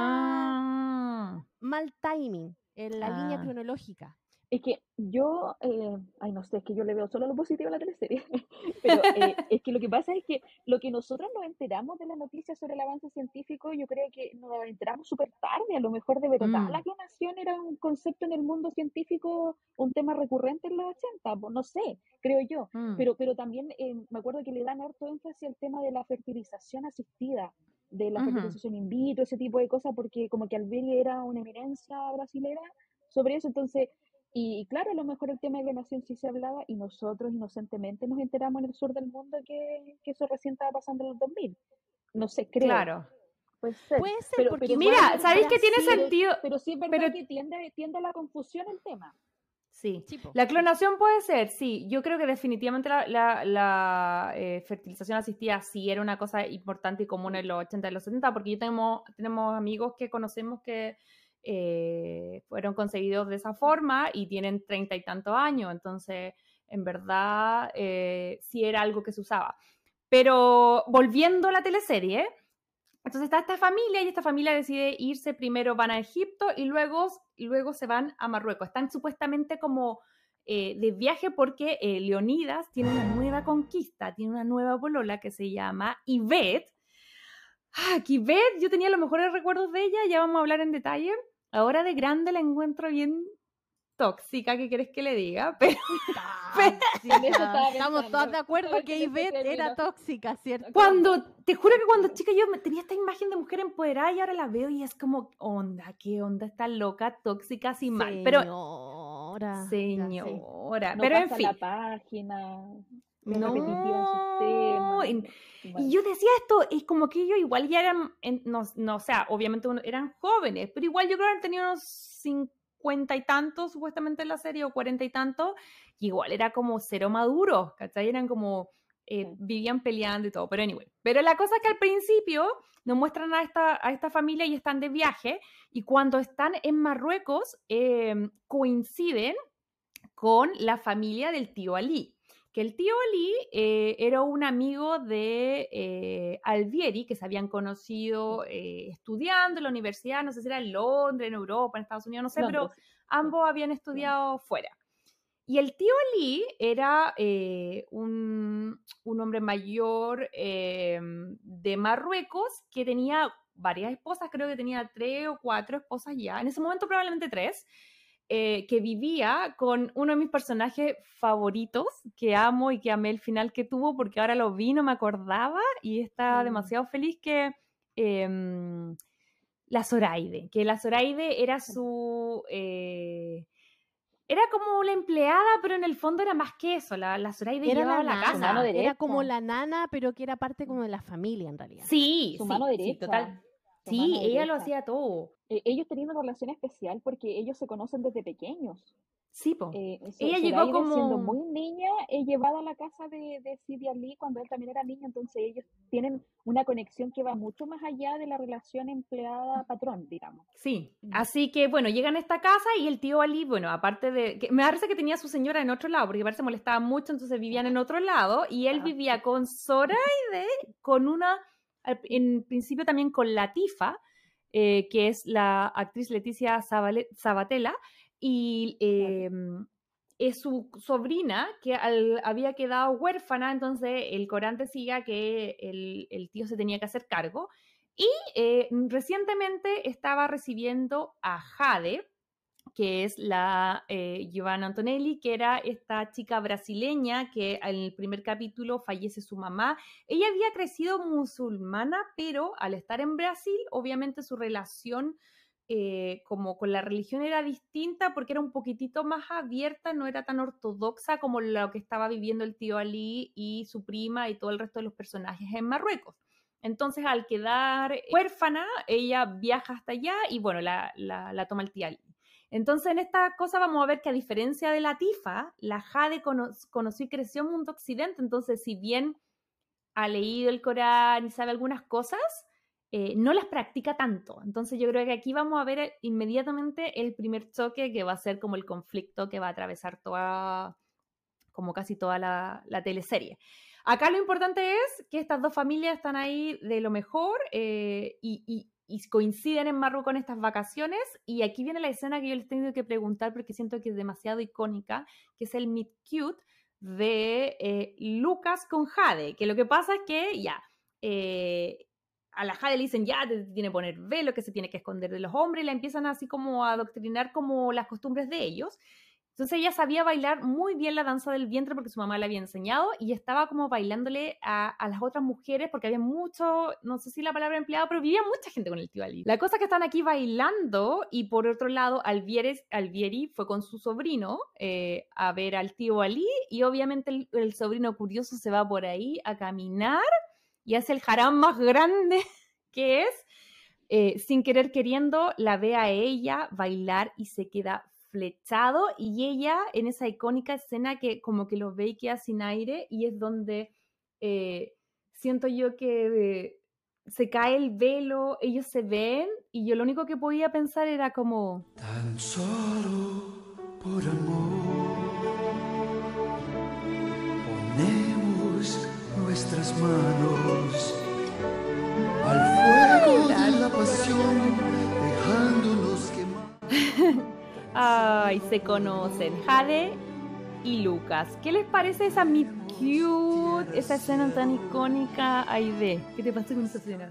B: Ah.
C: mal timing en la línea
B: Ah.
C: cronológica.
D: Es que yo, eh, ay, no sé, es que yo le veo solo lo positivo a la teleserie. Pero eh, es que lo que pasa es que lo que nosotros nos enteramos de las noticias sobre el avance científico, yo creo que nos enteramos súper tarde. A lo mejor de verdad
B: Mm.
D: la clonación era un concepto en el mundo científico, un tema recurrente en los ochenta, pues, no sé, creo yo.
B: Mm.
D: Pero, pero también eh, me acuerdo que le dan harto énfasis al tema de la fertilización asistida, de la
B: Ujú.
D: fertilización in vitro, ese tipo de cosas, porque como que Alberio era una eminencia brasilera sobre eso. Entonces, y, y claro, a lo mejor el tema de clonación sí se hablaba y nosotros inocentemente nos enteramos en el sur del mundo que, que eso recién estaba pasando en los dos mil. No sé, creo.
B: Claro.
D: Puede ser.
C: Puede ser,
D: Pero,
C: porque
D: pero
C: igual
D: sí
B: Mira,
D: es
B: ¿sabéis
D: verdad-
B: que tiene
C: Brasil-
B: sentido?
D: Pero sí es verdad
B: Pero-
D: que tiende, tiende a la confusión el tema.
B: Sí.
C: Sí, po.
B: La clonación puede ser, sí. Yo creo que definitivamente la, la- la, eh, fertilización asistida sí era una cosa importante y común en los ochenta y los setenta, porque yo tenemos, tenemos amigos que conocemos que eh, fueron concebidos de esa forma y tienen treinta y tantos años, entonces en verdad eh, sí era algo que se usaba. Pero volviendo a la teleserie, entonces está esta familia y esta familia decide irse, primero van a Egipto y luego, luego se van a Marruecos. Están supuestamente como eh, de viaje porque eh, Leonidas tiene una nueva conquista, tiene una nueva polola que se llama Yvette. Ah, que Yvette, yo tenía los mejores recuerdos de ella, ya vamos a hablar en detalle. Ahora de grande la encuentro bien tóxica, ¿qué quieres que le diga? Pero
C: Tóxica.
D: En eso estaba
C: Estamos
D: pensando.
C: todos de acuerdo
D: Estaba
C: que
D: en ese
C: Ivette era
D: término.
C: tóxica, ¿cierto?
B: cuando, te juro que cuando chica yo me- tenía esta imagen de mujer empoderada y ahora la veo y es como, onda, qué onda, está loca, tóxica, así mal. Pero,
C: Señora. ya, sí.
B: señora,
D: No
B: pero en
D: pasa
B: fin.
D: la página. Es
B: No,
D: repetitiva en sus temas.
B: y-
D: Bueno.
B: Y yo decía esto, es como que ellos igual ya eran, en- no, no, o sea, obviamente uno- eran jóvenes, pero igual yo creo que han tenido unos cincuenta y tantos supuestamente en la serie, o cuarenta y tantos, y igual era como cero maduros, ¿cachai? Eran como, eh,
D: Sí.
B: vivían peleando y todo, pero anyway. Pero la cosa es que al principio nos muestran a esta, a esta familia y están de viaje, y cuando están en Marruecos, eh, coinciden con la familia del tío Ali. Que el tío Ali eh, era un amigo de eh, Alvieri, que se habían conocido eh, estudiando en la universidad, no sé si era en Londres, en Europa, en Estados Unidos, no sé,
D: Londres.
B: pero ambos habían estudiado fuera. Y el tío Ali era eh, un, un hombre mayor eh, de Marruecos que tenía varias esposas, creo que tenía tres o cuatro esposas ya, en ese momento probablemente tres, eh, que vivía con uno de mis personajes favoritos, que amo y que amé el final que tuvo, porque ahora lo vi, no me acordaba, y está
C: Mm.
B: demasiado feliz que... eh, la Zoraide, que la Zoraide era su... eh, era como la empleada, pero en el fondo era más que eso, la, la Zoraide
C: Era
B: llevaba
C: la
B: la,
C: nana,
D: Su mano
B: casa.
D: derecha.
C: era como la nana, pero que era parte como de la familia en realidad.
B: Sí,
D: Su
B: sí,
D: mano
B: sí,
D: derecha.
B: total.
D: Su
B: Sí,
D: mano
B: ella lo
D: derecha.
B: hacía todo.
D: Eh, ellos tenían una relación especial porque ellos se conocen desde pequeños.
B: Sí, po.
D: Eh, so-
B: Ella llegó
D: Zoraide,
B: como...
D: siendo muy niña, es llevada a la casa de, de Sidi Ali cuando él también era niño, entonces ellos tienen una conexión que va mucho más allá de la relación empleada-patrón, digamos.
B: Sí, así que bueno, llegan a esta casa y el tío Ali, bueno, aparte de... que me parece que tenía a su señora en otro lado, porque parece que molestaba mucho, entonces vivían en otro lado, y él
D: Ah,
B: vivía con Zoraide, con una... al- en principio también con Latifa, eh, que es la actriz Leticia Zabale- Sabatella, y eh, es su sobrina que al- había quedado huérfana, entonces el Corán decía que el, el tío se tenía que hacer cargo. Y eh, recientemente estaba recibiendo a Jade, que es la eh, Giovanna Antonelli, que era esta chica brasileña que en el primer capítulo fallece su mamá. Ella había crecido musulmana, pero al estar en Brasil, obviamente su relación eh, como con la religión era distinta porque era un poquitito más abierta, no era tan ortodoxa como lo que estaba viviendo el tío Ali y su prima y todo el resto de los personajes en Marruecos. Entonces, al quedar huérfana, ella viaja hasta allá y, bueno, la, la, la toma el tío Ali. Entonces, en esta cosa vamos a ver que, a diferencia de Latifa, la Jade cono- conoció y creció en mundo occidente. Entonces, si bien ha leído el Corán y sabe algunas cosas, eh, no las practica tanto. Entonces, yo creo que aquí vamos a ver inmediatamente el primer choque, que va a ser como el conflicto que va a atravesar toda, como casi toda la, la teleserie. Acá lo importante es que estas dos familias están ahí de lo mejor eh, y, y, y coinciden en Marruecos en estas vacaciones, y aquí viene la escena que yo les tengo que preguntar porque siento que es demasiado icónica, que es el meet cute de eh, Lucas con Jade, que lo que pasa es que ya, eh, a la Jade le dicen ya, te tiene que poner velo, que se tiene que esconder de los hombres, y la empiezan así como a adoctrinar como las costumbres de ellos. Entonces ella sabía bailar muy bien la danza del vientre porque su mamá le había enseñado, y estaba como bailándole a, a las otras mujeres porque había mucho, no sé si la palabra empleada, pero vivía mucha gente con el tío Ali. La cosa es que están aquí bailando, y por otro lado Alvieri, Alvieri fue con su sobrino eh, a ver al tío Ali, y obviamente el, el sobrino curioso se va por ahí a caminar y hace el haram más grande que es, eh, sin querer queriendo, la ve a ella bailar y se queda flechado, y ella en esa icónica escena que como que los ve y queda sin aire, y es donde eh, siento yo que eh, se cae el velo, ellos se ven, y yo lo único que podía pensar era como
E: tan solo por amor ponemos nuestras manos al fuego de la pasión, dejándonos quemar.
B: ay, se conocen, Jade y Lucas. ¿Qué les parece esa meet cute, esa escena tan icónica, Aide? ¿Qué te pasa con esa escena?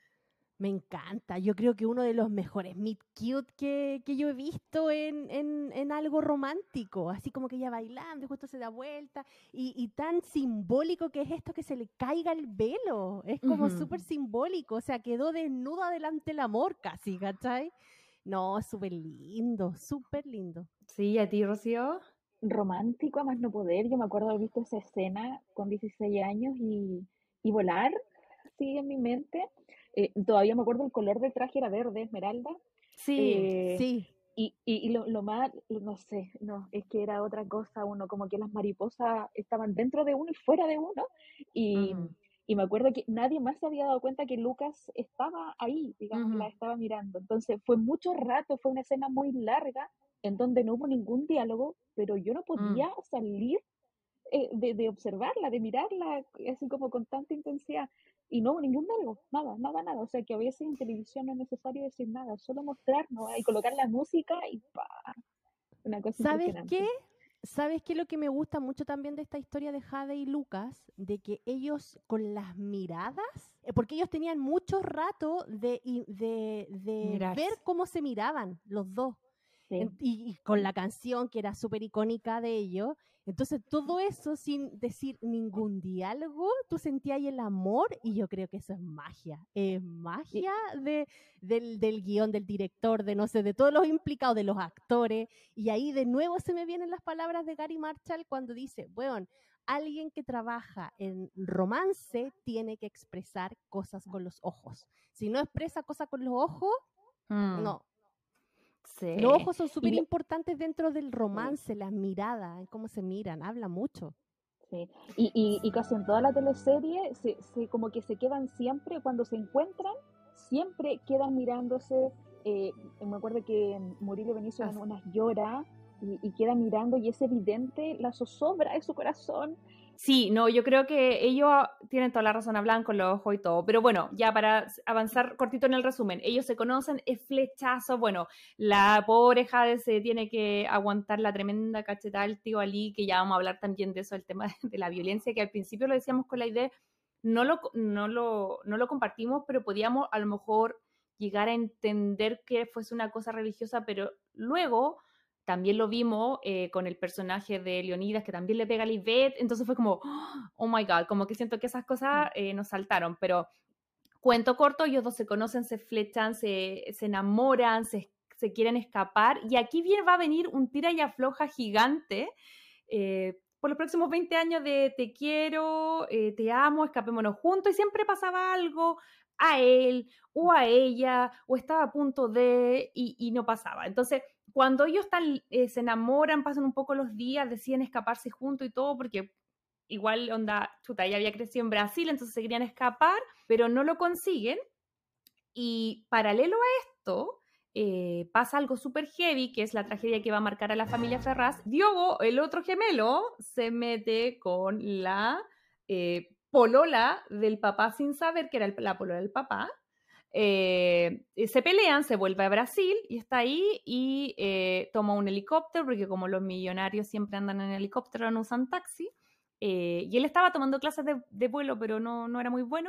C: Me encanta. Yo creo que uno de los mejores meet cute que, que yo he visto en, en, en algo romántico. Así como que ella bailando y justo se da vuelta. Y, y tan simbólico que es esto, que se le caiga el velo. Es como
B: Ujú.
C: súper simbólico. O sea, quedó desnuda delante del amor casi, ¿cachai? No, súper lindo, súper lindo.
B: Sí, ¿a ti, Rocío?
D: Romántico a más no poder. Yo me acuerdo haber visto esa escena con dieciséis años y, y volar, sigue en mi mente. Eh, todavía me acuerdo el color del traje era verde, esmeralda.
B: Sí.
D: Eh,
C: Sí.
D: y y, y lo, lo más, no sé, no, es que era otra cosa, uno, como que las mariposas estaban dentro de uno y fuera de uno. Y,
B: Ujú.
D: y me acuerdo que nadie más se había dado cuenta que Lucas estaba ahí, digamos,
B: Ujú.
D: la estaba mirando. Entonces fue mucho rato, fue una escena muy larga en donde no hubo ningún diálogo, pero yo no
B: Mm.
D: podía salir eh, de, de observarla, de mirarla, así como con tanta intensidad. Y no hubo ningún diálogo, nada, nada, nada. O sea, que a veces en televisión no es necesario decir nada, solo mostrarnos y colocar la música y ¡pa! Una cosa
C: ¿Sabes qué?
D: impresionante.
C: ¿Sabes qué? Lo que me gusta mucho también de esta historia de Jade y Lucas, de que ellos con las miradas, eh, porque ellos tenían mucho rato de, y- de, de
B: Mirarse.
C: ver cómo se miraban los dos. En-
D: Sí.
C: y, y con la canción que era súper icónica de ellos. Entonces, todo eso sin decir ningún diálogo, tú sentías ahí el amor, y yo creo que eso es magia. Es
D: Y,
C: magia de, del, del guión, del director, de no sé, de todos los implicados, de los actores. Y ahí de nuevo se me vienen las palabras de Gary Marshall cuando dice, bueno, alguien que trabaja en romance tiene que expresar cosas con los ojos. Si no expresa cosas con los ojos,
B: Mm.
C: no.
B: Sí.
C: Los ojos son
D: y
C: súper
D: lo-
C: importantes dentro del
D: sí,
C: romance, las miradas, en cómo se miran, habla mucho.
D: sí. Y, y, y casi en toda la teleserie, se, se, como que se quedan siempre, cuando se encuentran, siempre quedan mirándose. Eh, me acuerdo que Murillo Benicio en
B: As-
D: unas llora y, y queda mirando, y es evidente la zozobra de su corazón.
B: Sí, no, yo creo que ellos tienen toda la razón, hablan con los ojos y todo. Pero bueno, ya para avanzar cortito en el resumen, ellos se conocen, es flechazo. Bueno, la pobre Jade se tiene que aguantar la tremenda cachetada del tío Ali, que ya vamos a hablar también de eso, el tema de la violencia, que al principio lo decíamos con la idea, no lo, no lo, no lo compartimos, pero podíamos a lo mejor llegar a entender que fuese una cosa religiosa, pero luego también lo vimos eh, con el personaje de Leonidas, que también le pega a Lisbeth, entonces fue como, oh my God, como que siento que esas cosas eh, nos saltaron, pero cuento corto, ellos dos se conocen, se flechan, se, se enamoran, se, se quieren escapar, y aquí bien va a venir un tira y afloja gigante, eh, por los próximos veinte años de te quiero, eh, te amo, escapémonos juntos, y siempre pasaba algo a él o a ella, o estaba a punto de, y, y no pasaba. Entonces, cuando ellos están, eh, se enamoran, pasan un poco los días, deciden escaparse juntos y todo, porque igual, onda, chuta, ella había crecido en Brasil, entonces se querían escapar, pero no lo consiguen. Y paralelo a esto, eh, pasa algo súper heavy, que es la tragedia que va a marcar a la familia Ferraz. Diogo, el otro gemelo, se mete con la eh, polola del papá sin saber que era el, la polola del papá. Eh, se pelean, se vuelve a Brasil y está ahí, y eh, toma un helicóptero, porque como los millonarios siempre andan en helicóptero, no usan taxi. Eh, y él estaba tomando clases de, de vuelo, pero no, no era muy bueno,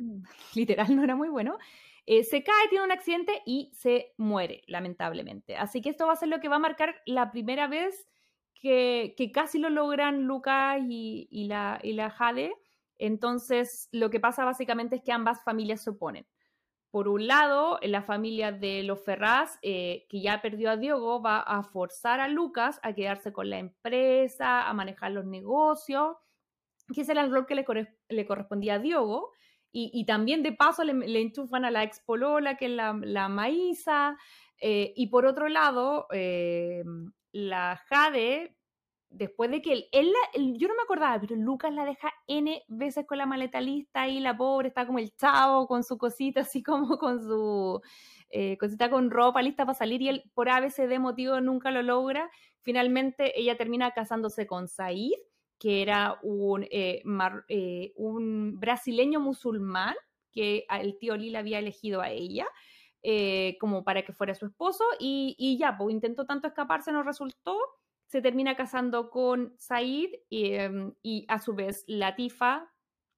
B: literal no era muy bueno. Eh, se cae, tiene un accidente y se muere, lamentablemente. Así que esto va a ser lo que va a marcar la primera vez que, que casi lo logran Lucas y, y, la, y la Jade. Entonces, lo que pasa básicamente es que ambas familias se oponen. Por un lado, la familia de los Ferraz, eh, que ya perdió a Diogo, va a forzar a Lucas a quedarse con la empresa, a manejar los negocios, que ese era el rol que le, corre- le correspondía a Diogo. Y, y también de paso le, le enchufan a la ex polola, que es la, la Maísa. Eh, y por otro lado, eh, la Jade, después de que él, él, él, yo no me acordaba, pero Lucas la deja N veces con la maleta lista, y la pobre está como el chavo con su cosita, así como con su eh, cosita con ropa lista para salir, y él por A B C D motivo nunca lo logra. Finalmente ella termina casándose con Said, que era un, eh, mar, eh, un brasileño musulmán que el tío Lila había elegido a ella eh, como para que fuera su esposo, y, y ya, pues intentó tanto escaparse, no resultó. Se termina casando con Said y, um, y a su vez Latifa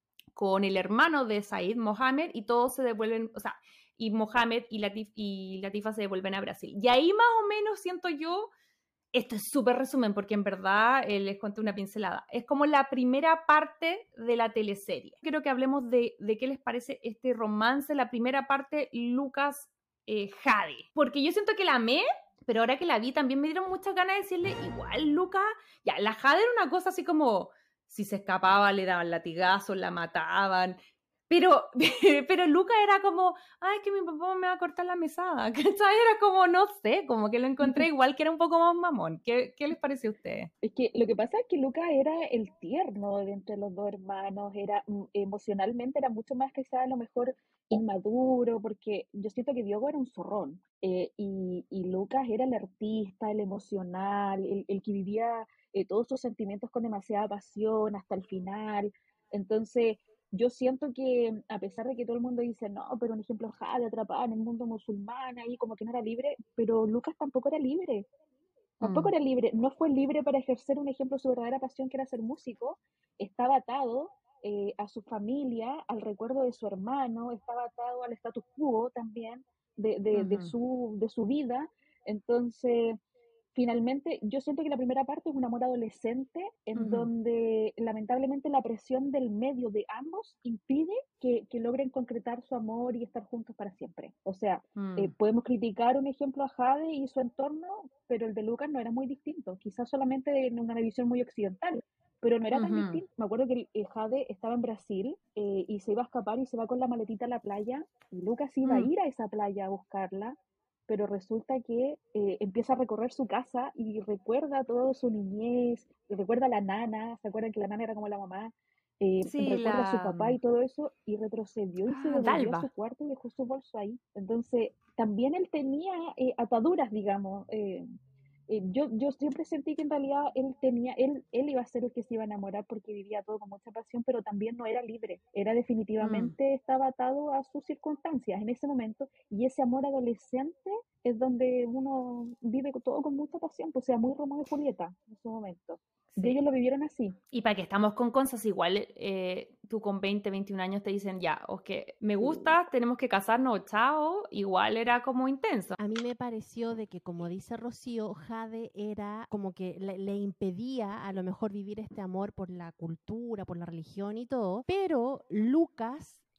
B: con el hermano de Said, Mohamed, y todos se devuelven, o sea, y Mohamed y, Latif, y Latifa se devuelven a Brasil. Y ahí más o menos siento yo, esto es súper resumen porque en verdad eh, les cuento una pincelada, es como la primera parte de la teleserie. Quiero que hablemos de, de qué les parece este romance, la primera parte, Lucas eh, Jade, porque yo siento que la amé, pero ahora que la vi también me dieron muchas ganas de decirle, igual Lucas, ya, la Jade era una cosa así como, si se escapaba le daban latigazos, la mataban, pero, pero Lucas era como, ay, que mi papá me va a cortar la mesada, ¿cachai? Era como, no sé, como que lo encontré igual, que era un poco más mamón. ¿Qué, qué les parece a ustedes?
D: Es que lo que pasa es que Lucas era el tierno de entre los dos hermanos, era mm, emocionalmente era mucho más quizás a lo mejor inmaduro, porque yo siento que Diogo era un zorrón, eh, y, y Lucas era el artista, el emocional, el, el que vivía eh, todos sus sentimientos con demasiada pasión hasta el final. Entonces, yo siento que a pesar de que todo el mundo dice, no, pero un ejemplo, Jade atrapada en el mundo musulmán, ahí como que no era libre, pero Lucas tampoco era libre. Tampoco
B: Mm.
D: era libre, no fue libre para ejercer un ejemplo de su verdadera pasión, que era ser músico. Estaba atado eh, a su familia, al recuerdo de su hermano, estaba atado al status quo también de, de, de
B: Ujú.
D: su, de su vida. Entonces, finalmente, yo siento que la primera parte es un amor adolescente en
B: Ujú.
D: donde lamentablemente la presión del medio de ambos impide que, que logren concretar su amor y estar juntos para siempre. O sea, eh,
B: Mm.
D: podemos criticar un ejemplo a Jade y su entorno, pero el de Lucas no era muy distinto, quizás solamente en una visión muy occidental, pero no era tan
B: Ujú.
D: distinto. Me acuerdo que el Jade estaba en Brasil eh, y se iba a escapar y se va con la maletita a la playa, y Lucas iba a
B: Mm.
D: ir a esa playa a buscarla, pero resulta que eh, empieza a recorrer su casa y recuerda toda su niñez, y recuerda a la nana, ¿se acuerdan que la nana era como la mamá? Eh,
B: Sí,
D: recuerda a su
B: la...
D: papá y todo eso, y retrocedió y se
B: Ah,
D: devolvió a su
B: Dalva.
D: cuarto y dejó su bolso ahí. Entonces, también él tenía eh, ataduras, digamos. Eh, eh, yo, yo siempre sentí que en realidad él tenía, él, él iba a ser el que se iba a enamorar porque vivía todo con mucha pasión, pero también no era libre, era
B: Mm.
D: definitivamente, estaba atado a sus circunstancias en ese momento, y ese amor adolescente es donde uno vive todo con mucha pasión, pues, o sea, muy Romeo y Julieta en su momento. Y
B: Sí.
D: ellos lo vivieron así.
B: Y para que estamos con cosas, igual eh, tú con veinte, veintiún años te dicen, ya, o que me gusta, tenemos que casarnos, chao, igual era como intenso.
C: A mí me pareció de que, como dice Rocío, Jade era como que le, le impedía a lo mejor vivir este amor por la cultura, por la religión y todo, pero Lucas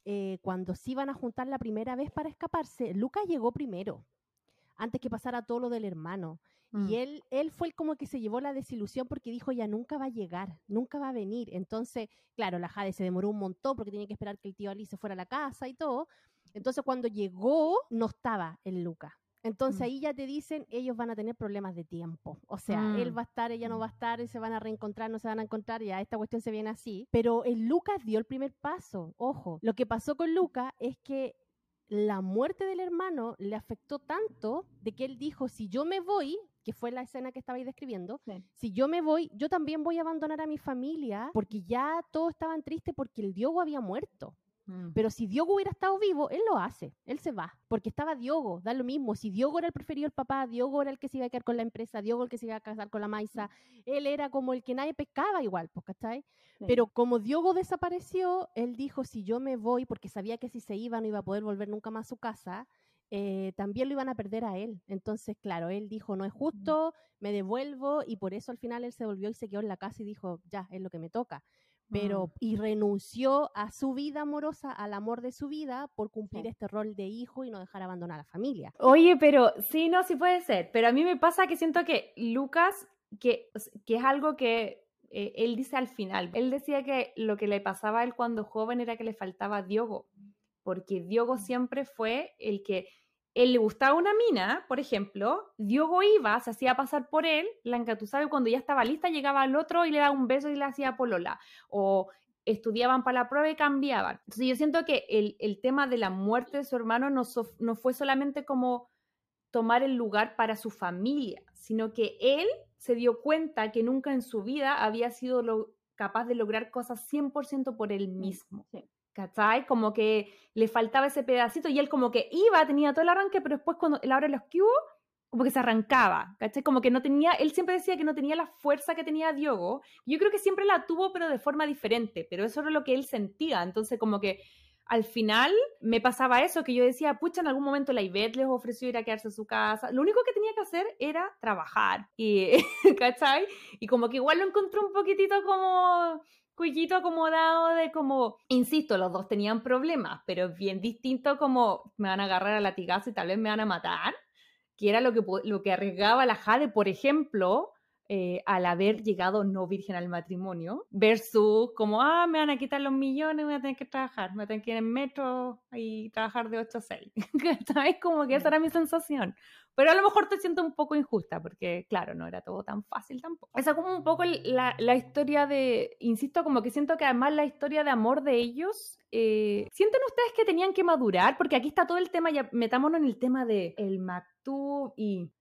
C: eh, cuando se iban a juntar la primera vez para escaparse, Lucas llegó primero, antes que pasara todo lo del hermano.
B: Mm.
C: Y él, él fue el como que se llevó la desilusión porque dijo, ya nunca va a llegar, nunca va a venir. Entonces, claro, la Jade se demoró un montón porque tenía que esperar que el tío Ali se fuera a la casa y todo. Entonces, cuando llegó, no estaba el Lucas. Entonces
B: Mm.
C: ahí ya te dicen, ellos van a tener problemas de tiempo. O sea,
B: Mm.
C: él va a estar, ella no va a estar, y se van a reencontrar, no se van a encontrar, ya esta cuestión se viene así. Pero el Lucas dio el primer paso, ojo. Lo que pasó con Lucas es que la muerte del hermano le afectó tanto de que él dijo, si yo me voy, que fue la escena que estabais describiendo,
D: Sí.
C: si yo me voy, yo también voy a abandonar a mi familia, porque ya todos estaban tristes porque el Diogo había muerto.
B: Mm.
C: Pero si Diogo hubiera estado vivo, él lo hace, él se va, porque estaba Diogo, da lo mismo. Si Diogo era el preferido del papá, Diogo era el que se iba a quedar con la empresa, Diogo el que se iba a casar con la Maisa, él era como el que nadie pescaba igual, pues, ¿cachai?
D: Sí.
C: Pero como Diogo desapareció, él dijo, si yo me voy, porque sabía que si se iba no iba a poder volver nunca más a su casa, eh, también lo iban a perder a él. Entonces, claro, él dijo, no es justo, me devuelvo, y por eso al final él se volvió y se quedó en la casa y dijo, ya, es lo que me toca. Pero,
B: Mm.
C: y renunció a su vida amorosa, al amor de su vida, por cumplir
D: Sí.
C: este rol de hijo y no dejar abandonar a la familia.
B: Oye, pero sí, no, sí puede ser. Pero a mí me pasa que siento que Lucas, que, que es algo que eh, él dice al final. Él decía que lo que le pasaba a él cuando joven era que le faltaba Diogo. Porque Diogo siempre fue el que... Él le gustaba una mina, por ejemplo, Diogo iba, se hacía pasar por él, la engatusaba y cuando ya estaba lista llegaba al otro y le daba un beso y le hacía polola. O estudiaban para la prueba y cambiaban. Entonces yo siento que el, el tema de la muerte de su hermano no, so, no fue solamente como tomar el lugar para su familia, sino que él se dio cuenta que nunca en su vida había sido lo, capaz de lograr cosas cien por ciento por él mismo.
D: Sí.
B: ¿Cachai? Como que le faltaba ese pedacito y él como que iba, tenía todo el arranque, pero después cuando la hora de los que hubo, como que se arrancaba, ¿cachai? Como que no tenía, él siempre decía que no tenía la fuerza que tenía Diogo. Yo creo que siempre la tuvo, pero de forma diferente, pero eso era lo que él sentía. Entonces como que al final me pasaba eso, que yo decía, pucha, en algún momento la Ivette les ofreció ir a quedarse en su casa. Lo único que tenía que hacer era trabajar, y, ¿cachai? Y como que igual lo encontró un poquitito como... cuellito acomodado de como, insisto, los dos tenían problemas, pero es bien distinto como me van a agarrar a latigazo y tal vez me van a matar, que era lo que, lo que arriesgaba la Jade, por ejemplo, eh, al haber llegado no virgen al matrimonio, versus como, ah, me van a quitar los millones, voy a tener que trabajar, me voy a tener que ir en metro y trabajar de ocho a seis. ¿Sabes? Como que esa era mi sensación. Pero a lo mejor te siento un poco injusta, porque claro, no era todo tan fácil tampoco. Esa es como un poco la, la historia de, insisto, como que siento que además la historia de amor de ellos, eh, ¿sienten ustedes que tenían que madurar? Porque aquí está todo el tema, ya metámonos en el tema de el Maktub y...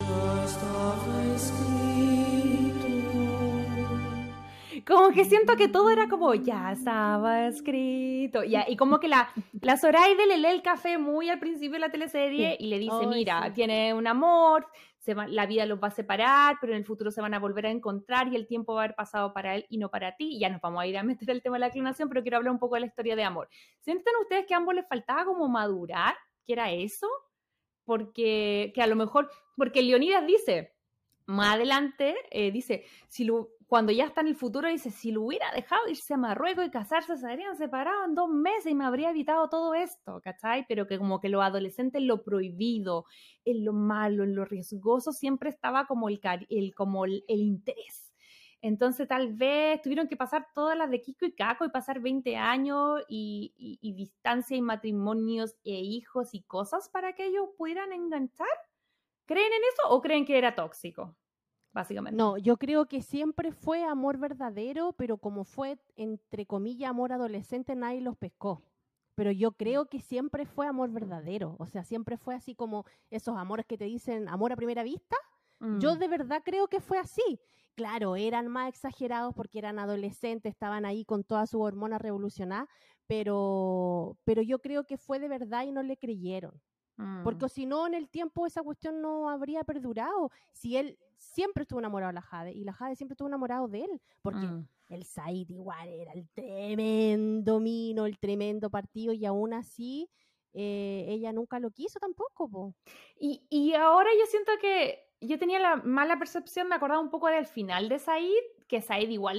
B: Como que siento que todo era como, ya estaba escrito. Ya, y como que la, la Zoraide le lee el café muy al principio de la teleserie
C: Sí.
B: y le dice,
C: Ay,
B: mira,
C: sí.
B: tiene un amor, se va, la vida los va a separar, pero en el futuro se van a volver a encontrar y el tiempo va a haber pasado para él y no para ti. Y ya nos vamos a ir a meter el tema de la clonación, pero quiero hablar un poco de la historia de amor. ¿Sienten ustedes que a ambos les faltaba como madurar? ¿Qué era eso? Porque, que a lo mejor, porque Leonidas dice, más adelante, eh, dice, si lo, cuando ya está en el futuro, dice, si lo hubiera dejado irse a Marruecos y casarse, se habrían separado en dos meses y me habría evitado todo esto, ¿cachai? Pero que como que los adolescentes, en lo prohibido, en lo malo, en lo riesgoso, siempre estaba como el, el, como el, el interés. Entonces tal vez tuvieron que pasar todas las de Kiko y Kako y pasar veinte años y, y, y distancia y matrimonios e hijos y cosas para que ellos pudieran enganchar. ¿Creen en eso o creen que era tóxico? Básicamente.
C: No, yo creo que siempre fue amor verdadero, pero como fue, entre comillas, amor adolescente, nadie los pescó. Pero yo creo que siempre fue amor verdadero. O sea, siempre fue así como esos amores que te dicen amor a primera vista.
B: Mm.
C: Yo de verdad creo que fue así. Claro, eran más exagerados porque eran adolescentes, estaban ahí con todas sus hormonas revolucionadas, pero, pero yo creo que fue de verdad y no le creyeron.
B: Mm.
C: Porque si no, en el tiempo esa cuestión no habría perdurado. Si él siempre estuvo enamorado de la Jade y la Jade siempre estuvo enamorado de él, porque
B: Mm.
C: el Said igual era el tremendo mino, el tremendo partido, y aún así eh, ella nunca lo quiso tampoco, po.
B: Y, y ahora yo siento que yo tenía la mala percepción, me acordaba un poco del final de Said, que Said igual le,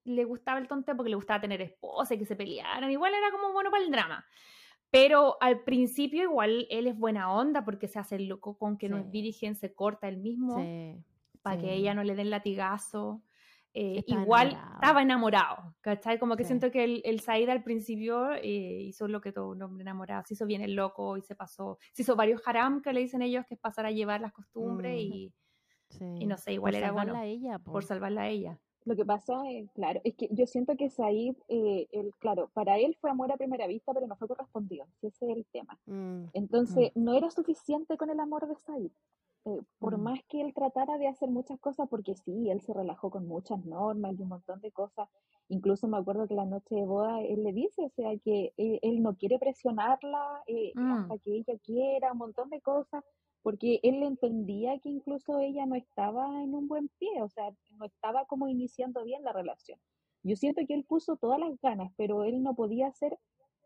B: le gustaba el tonteo porque le gustaba tener esposa y que se pelearan, igual era como bueno para el drama. Pero al principio igual él es buena onda porque se hace el loco con que
C: Sí.
B: no es virgen, se corta él mismo
C: Sí,
B: para
C: sí.
B: que ella no le den latigazo. Eh,
C: Estaba
B: igual
C: enamorado.
B: estaba enamorado, ¿cachai? Como que
C: Sí.
B: siento que el, el Said al principio eh, hizo lo que todo un hombre enamorado, se hizo bien el loco y se pasó, se hizo varios haram que le dicen ellos, que es pasar a llevar las costumbres
C: Mm,
B: y,
C: sí.
B: y no sé, igual
C: Por
B: era
C: salvarla
B: bueno
C: a ella, po.
B: por salvarla a ella.
D: Lo que pasa es, claro, es que yo siento que Said, eh, él, claro, para él fue amor a primera vista, pero no fue correspondido, si ese es el tema.
C: Mm,
D: Entonces, no era suficiente con el amor de Said. Eh, por
C: mm.
D: más que él tratara de hacer muchas cosas, porque sí, él se relajó con muchas normas y un montón de cosas. Incluso me acuerdo que la noche de boda él le dice, o sea, que él, él no quiere presionarla eh,
B: Mm,
D: hasta que ella quiera, un montón de cosas, porque él entendía que incluso ella no estaba en un buen pie, o sea, no estaba como iniciando bien la relación. Yo siento que él puso todas las ganas, pero él no podía ser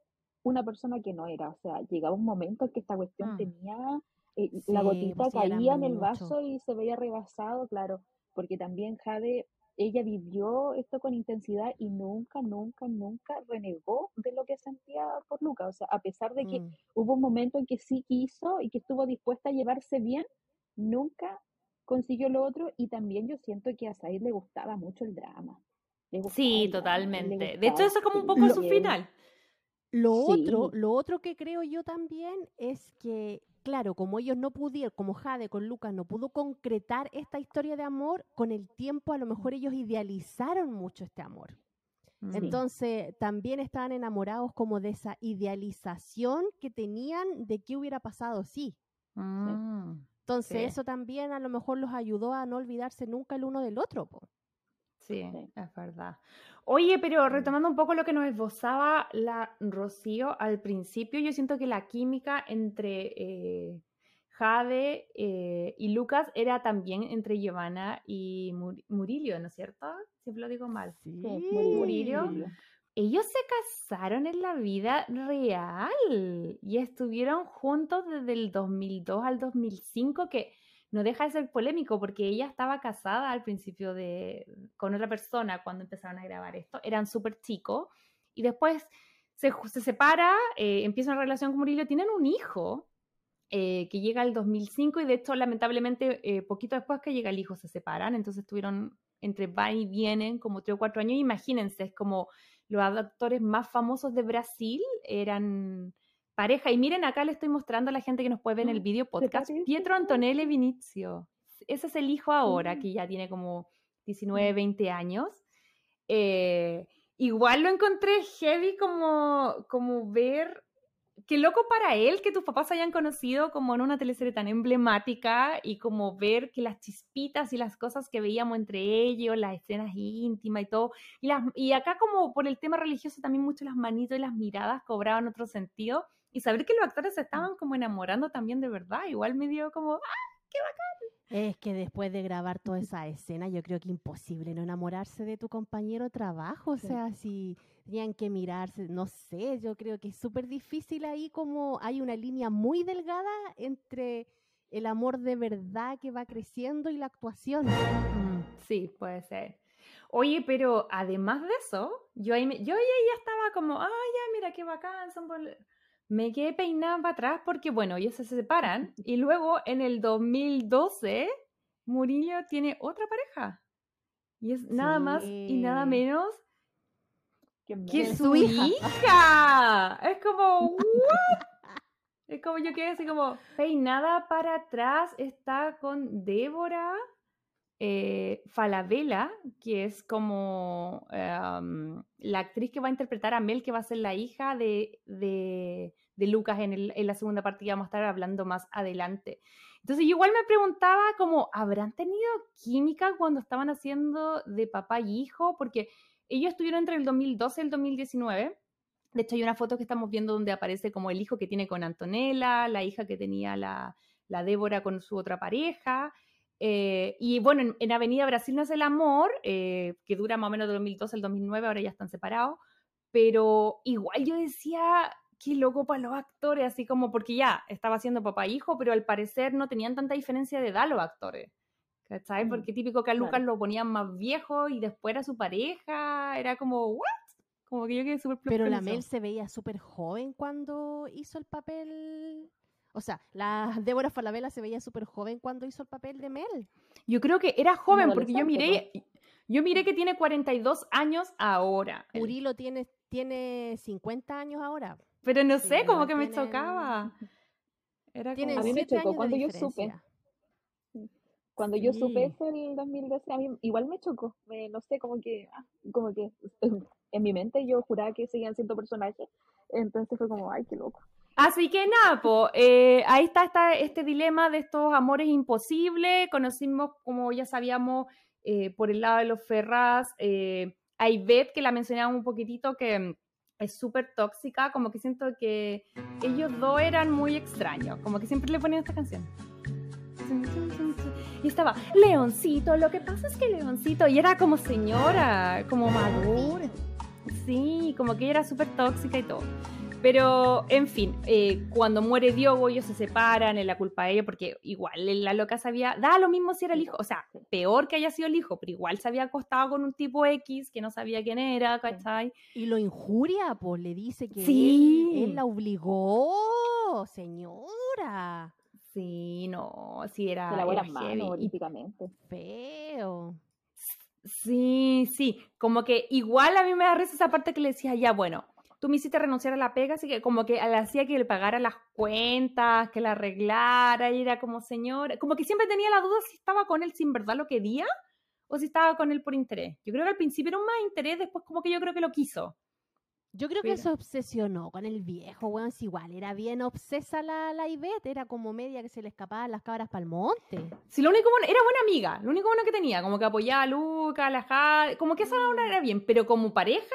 D: una persona que no era, o sea, llegaba un momento en que esta cuestión
B: mm.
D: tenía, eh, la
C: Sí,
D: gotita
C: pues sí, era
D: caía en el
C: mucho.
D: vaso y se veía rebasado, claro, porque también Jade, ella vivió esto con intensidad y nunca, nunca, nunca renegó de lo que sentía por Luca, o sea, a pesar de que
C: Mm.
D: hubo un momento en que sí quiso y que estuvo dispuesta a llevarse bien, nunca consiguió lo otro y también yo siento que a Said le gustaba mucho el drama, le gustaba
B: Sí,
D: el drama, a él le
B: totalmente. De hecho,
D: gustaba,
B: eso es como un
D: sí,
B: poco
C: Lo,
B: su
D: y él,
B: final.
C: lo otro,
D: sí,
C: lo otro que creo yo también es que, claro, como ellos no pudieron, como Jade con Lucas no pudo concretar esta historia de amor, con el tiempo a lo mejor ellos idealizaron mucho este amor.
B: Mm.
D: sí.
C: Entonces, también estaban enamorados como de esa idealización que tenían de qué hubiera pasado sí.
B: Mm,
C: Entonces,
B: sí.
C: eso también a lo mejor los ayudó a no olvidarse nunca el uno del otro, po.
B: Sí,
D: Sí.
B: es verdad. Oye, pero
C: Mm.
B: retomando un poco lo que nos esbozaba la Rocío al principio, yo siento que la química entre eh, Jade eh, y Lucas era también entre Giovanna y Mur- Murillo, ¿no es cierto? Siempre lo digo mal.
D: Sí, Murillo,
B: Murillo.
D: Murillo.
B: Ellos se casaron en la vida real y estuvieron juntos desde el dos mil dos al dos mil cinco, que no deja de ser polémico porque ella estaba casada al principio de, con otra persona cuando empezaron a grabar esto, eran súper chicos y después se, ju- se separa, eh, empieza una relación con Murillo, tienen un hijo eh, que llega al dos mil cinco y de hecho lamentablemente eh, poquito después que llega el hijo se separan, entonces estuvieron entre van y vienen como tres o cuatro años, imagínense, es como los actores más famosos de Brasil eran pareja. Y miren, acá le estoy mostrando a la gente que nos puede ver en el
D: Ah,
B: video
D: ¿se
B: podcast,
D: parece
B: Pietro Antonelli
D: mucho?
B: Vinizio. Ese es el hijo ahora,
D: Sí.
B: que ya tiene como diecinueve, veinte años. Eh, igual lo encontré heavy como, como ver, qué loco para él que tus papás se hayan conocido como en una teleserie tan emblemática y como ver que las chispitas y las cosas que veíamos entre ellos, las escenas íntimas y todo, y, las, y acá como por el tema religioso también mucho las manitos y las miradas cobraban otro sentido y saber que los actores se estaban como enamorando también de verdad, igual me dio como, ¡ah, qué bacán!
C: Es que después de grabar toda esa escena, yo creo que imposible no enamorarse de tu compañero de trabajo. O
D: Sí.
C: sea, si tenían que mirarse, no sé, yo creo que es súper difícil ahí, como hay una línea muy delgada entre el amor de verdad que va creciendo y la actuación.
B: Mm, sí, puede ser. Oye, pero además de eso, yo ahí, me- yo ahí ya estaba como, ah, ya, mira qué bacán, son bol-". Me quedé peinada para atrás porque, bueno, ellos se separan y luego en el dos mil doce Murillo tiene otra pareja y es nada más y nada
C: Sí.
B: menos
D: Qué
B: que
C: Que
D: mal.
C: su
B: su
C: hija.
B: hija. Es como, ¿what? Es como yo quedé así como peinada para atrás, está con Débora eh, Falabella, que es como em, la actriz que va a interpretar a Mel, que va a ser la hija de, de, de Lucas en, el- en la segunda parte que vamos a estar hablando más adelante. Entonces yo igual me preguntaba como, ¿habrán tenido química cuando estaban haciendo de papá y hijo? Porque ellos estuvieron entre el dos mil doce y el dos mil diecinueve. De hecho, hay una foto que estamos viendo donde aparece como el hijo que tiene con Antonella, la hija que tenía la, la Débora con su otra pareja. Eh, y bueno, en, en Avenida Brasil nace el amor, eh, que dura más o menos del dos mil doce al dos mil nueve, ahora ya están separados. Pero igual yo decía, qué loco para los actores, así como porque ya estaba haciendo papá e hijo, pero al parecer no tenían tanta diferencia de edad los actores. ¿cachai?
D: Mm,
B: Porque típico que a Lucas
D: claro.
B: lo ponían más viejo y después era su pareja, era como, ¿what? Como que yo quedé súper plop
C: Pero
B: con
C: la
B: eso.
C: Mel se veía súper joven cuando hizo el papel. O sea, la Débora Falabella se veía súper joven cuando hizo el papel de Mel.
B: Yo creo que era
D: Un
B: joven porque yo
D: adolescente,
B: miré, yo miré que tiene cuarenta y dos años ahora. él.
C: Murilo tiene, tiene cincuenta años ahora.
B: Pero no
C: Sí,
B: sé, como
C: igual
B: que me
C: tienen,
B: chocaba. Era
C: tienen
D: A mí
B: como...
D: me
C: siete
D: chocó
C: años de
D: cuando yo supe.
C: diferencia.
D: Cuando yo supe
C: Sí.
D: eso en el dos mil doce, a mí igual me chocó. Me- no sé, como que, ah, como que en, en mi mente yo juraba que seguían siendo personajes. Entonces fue como, ay, qué loco.
B: Así que nada, po, eh, ahí está, está este dilema de estos amores imposibles. Conocimos, como ya sabíamos, eh, por el lado de los Ferraz, eh, a Ivette, que la mencionamos un poquitito, que mm, es súper tóxica. Como que siento que ellos dos eran muy extraños. Como que siempre le ponían esta canción. Y estaba, Leoncito, lo que pasa es que Leoncito, y era como señora, como madura. Sí, como que ella era súper tóxica y todo. Pero, en fin, eh, cuando muere Diogo, ellos se separan, es la culpa de ella, porque igual la loca sabía, da lo mismo si era el hijo, o sea, peor que haya sido el hijo, pero igual se había acostado con un tipo X que no sabía quién era, ¿cachai?
C: Y lo injuria, pues le dice que
B: Sí.
C: él, él la obligó, señora.
B: Sí, no, sí, era,
D: Se lavó
B: era
D: las manos
B: heavy. Y
D: olímpicamente.
C: Feo.
B: sí, sí, como que igual a mí me da risa esa parte que le decía, ya, bueno, tú me hiciste renunciar a la pega, así que como que le hacía que le pagara las cuentas, que la arreglara, y era como señora, como que siempre tenía la duda si estaba con él sin verdad lo quería o si estaba con él por interés. Yo creo que al principio era un más interés, después como que yo creo que lo quiso.
C: Yo creo que
B: Pero-
C: se obsesionó con el viejo, weón. Si igual era bien obsesa la, la Ivette, era como media que se le escapaban las cabras pa'l monte.
B: Sí, lo único bueno, era buena amiga, lo único bueno que tenía, como que apoyaba a Luca, a la Jade, como que esa obra era bien, pero como pareja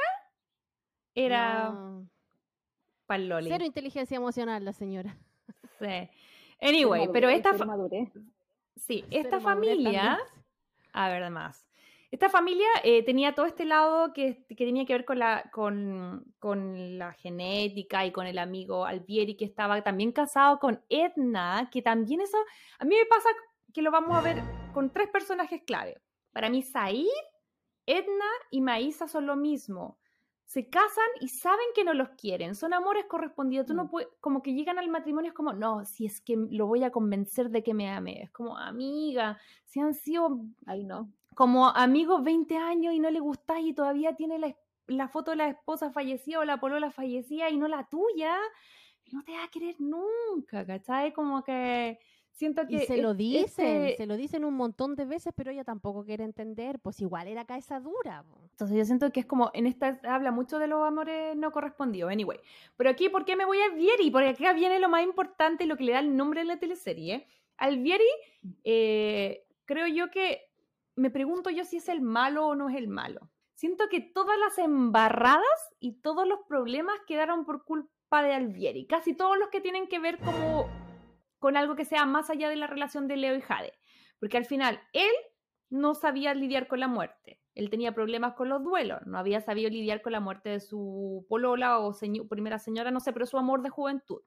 B: era
C: No.
B: pa'l loli.
C: Cero inteligencia emocional la señora.
B: Sí. Anyway,
D: Cero
B: pero
D: madurez,
B: esta,
D: cero
B: fa-
D: madurez.
B: sí,
C: Cero
B: esta
C: madurez
B: familia,
C: también.
B: a ver, más. Esta familia eh, tenía todo este lado que, que tenía que ver con la, con, con la genética y con el amigo Alvieri, que estaba también casado con Edna, que también eso, a mí me pasa que lo vamos a ver con tres personajes clave. Para mí, Said, Edna y Maísa son lo mismo. Se casan y saben que no los quieren, son amores correspondidos. Tú no
D: Mm.
B: puedes, como que llegan al matrimonio, es como, no, si es que lo voy a convencer de que me ame. Es como, amiga, si han sido
D: Ay, no.
B: como amigos veinte años y no le gustáis y todavía tiene la, es- la foto de la esposa fallecida o la polola fallecida y no la tuya, no te va a querer nunca, ¿cachai? Como que siento que...
C: Y se lo
B: es-
C: dicen,
B: este-
C: se lo dicen un montón de veces, pero ella tampoco quiere entender. Pues igual era cabeza dura. po.
B: Entonces yo siento que es como, en esta habla mucho de los amores no correspondidos, anyway. Pero aquí, ¿por qué me voy a Alvieri? Porque acá viene lo más importante y lo que le da el nombre de la teleserie. Alvieri, eh, creo yo que, me pregunto yo si es el malo o no es el malo. Siento que todas las embarradas y todos los problemas quedaron por culpa de Alvieri. Casi todos los que tienen que ver como con algo que sea más allá de la relación de Leo y Jade. Porque al final, él no sabía lidiar con la muerte. Él tenía problemas con los duelos. No había sabido lidiar con la muerte de su polola o seño- primera señora, no sé, pero su amor de juventud.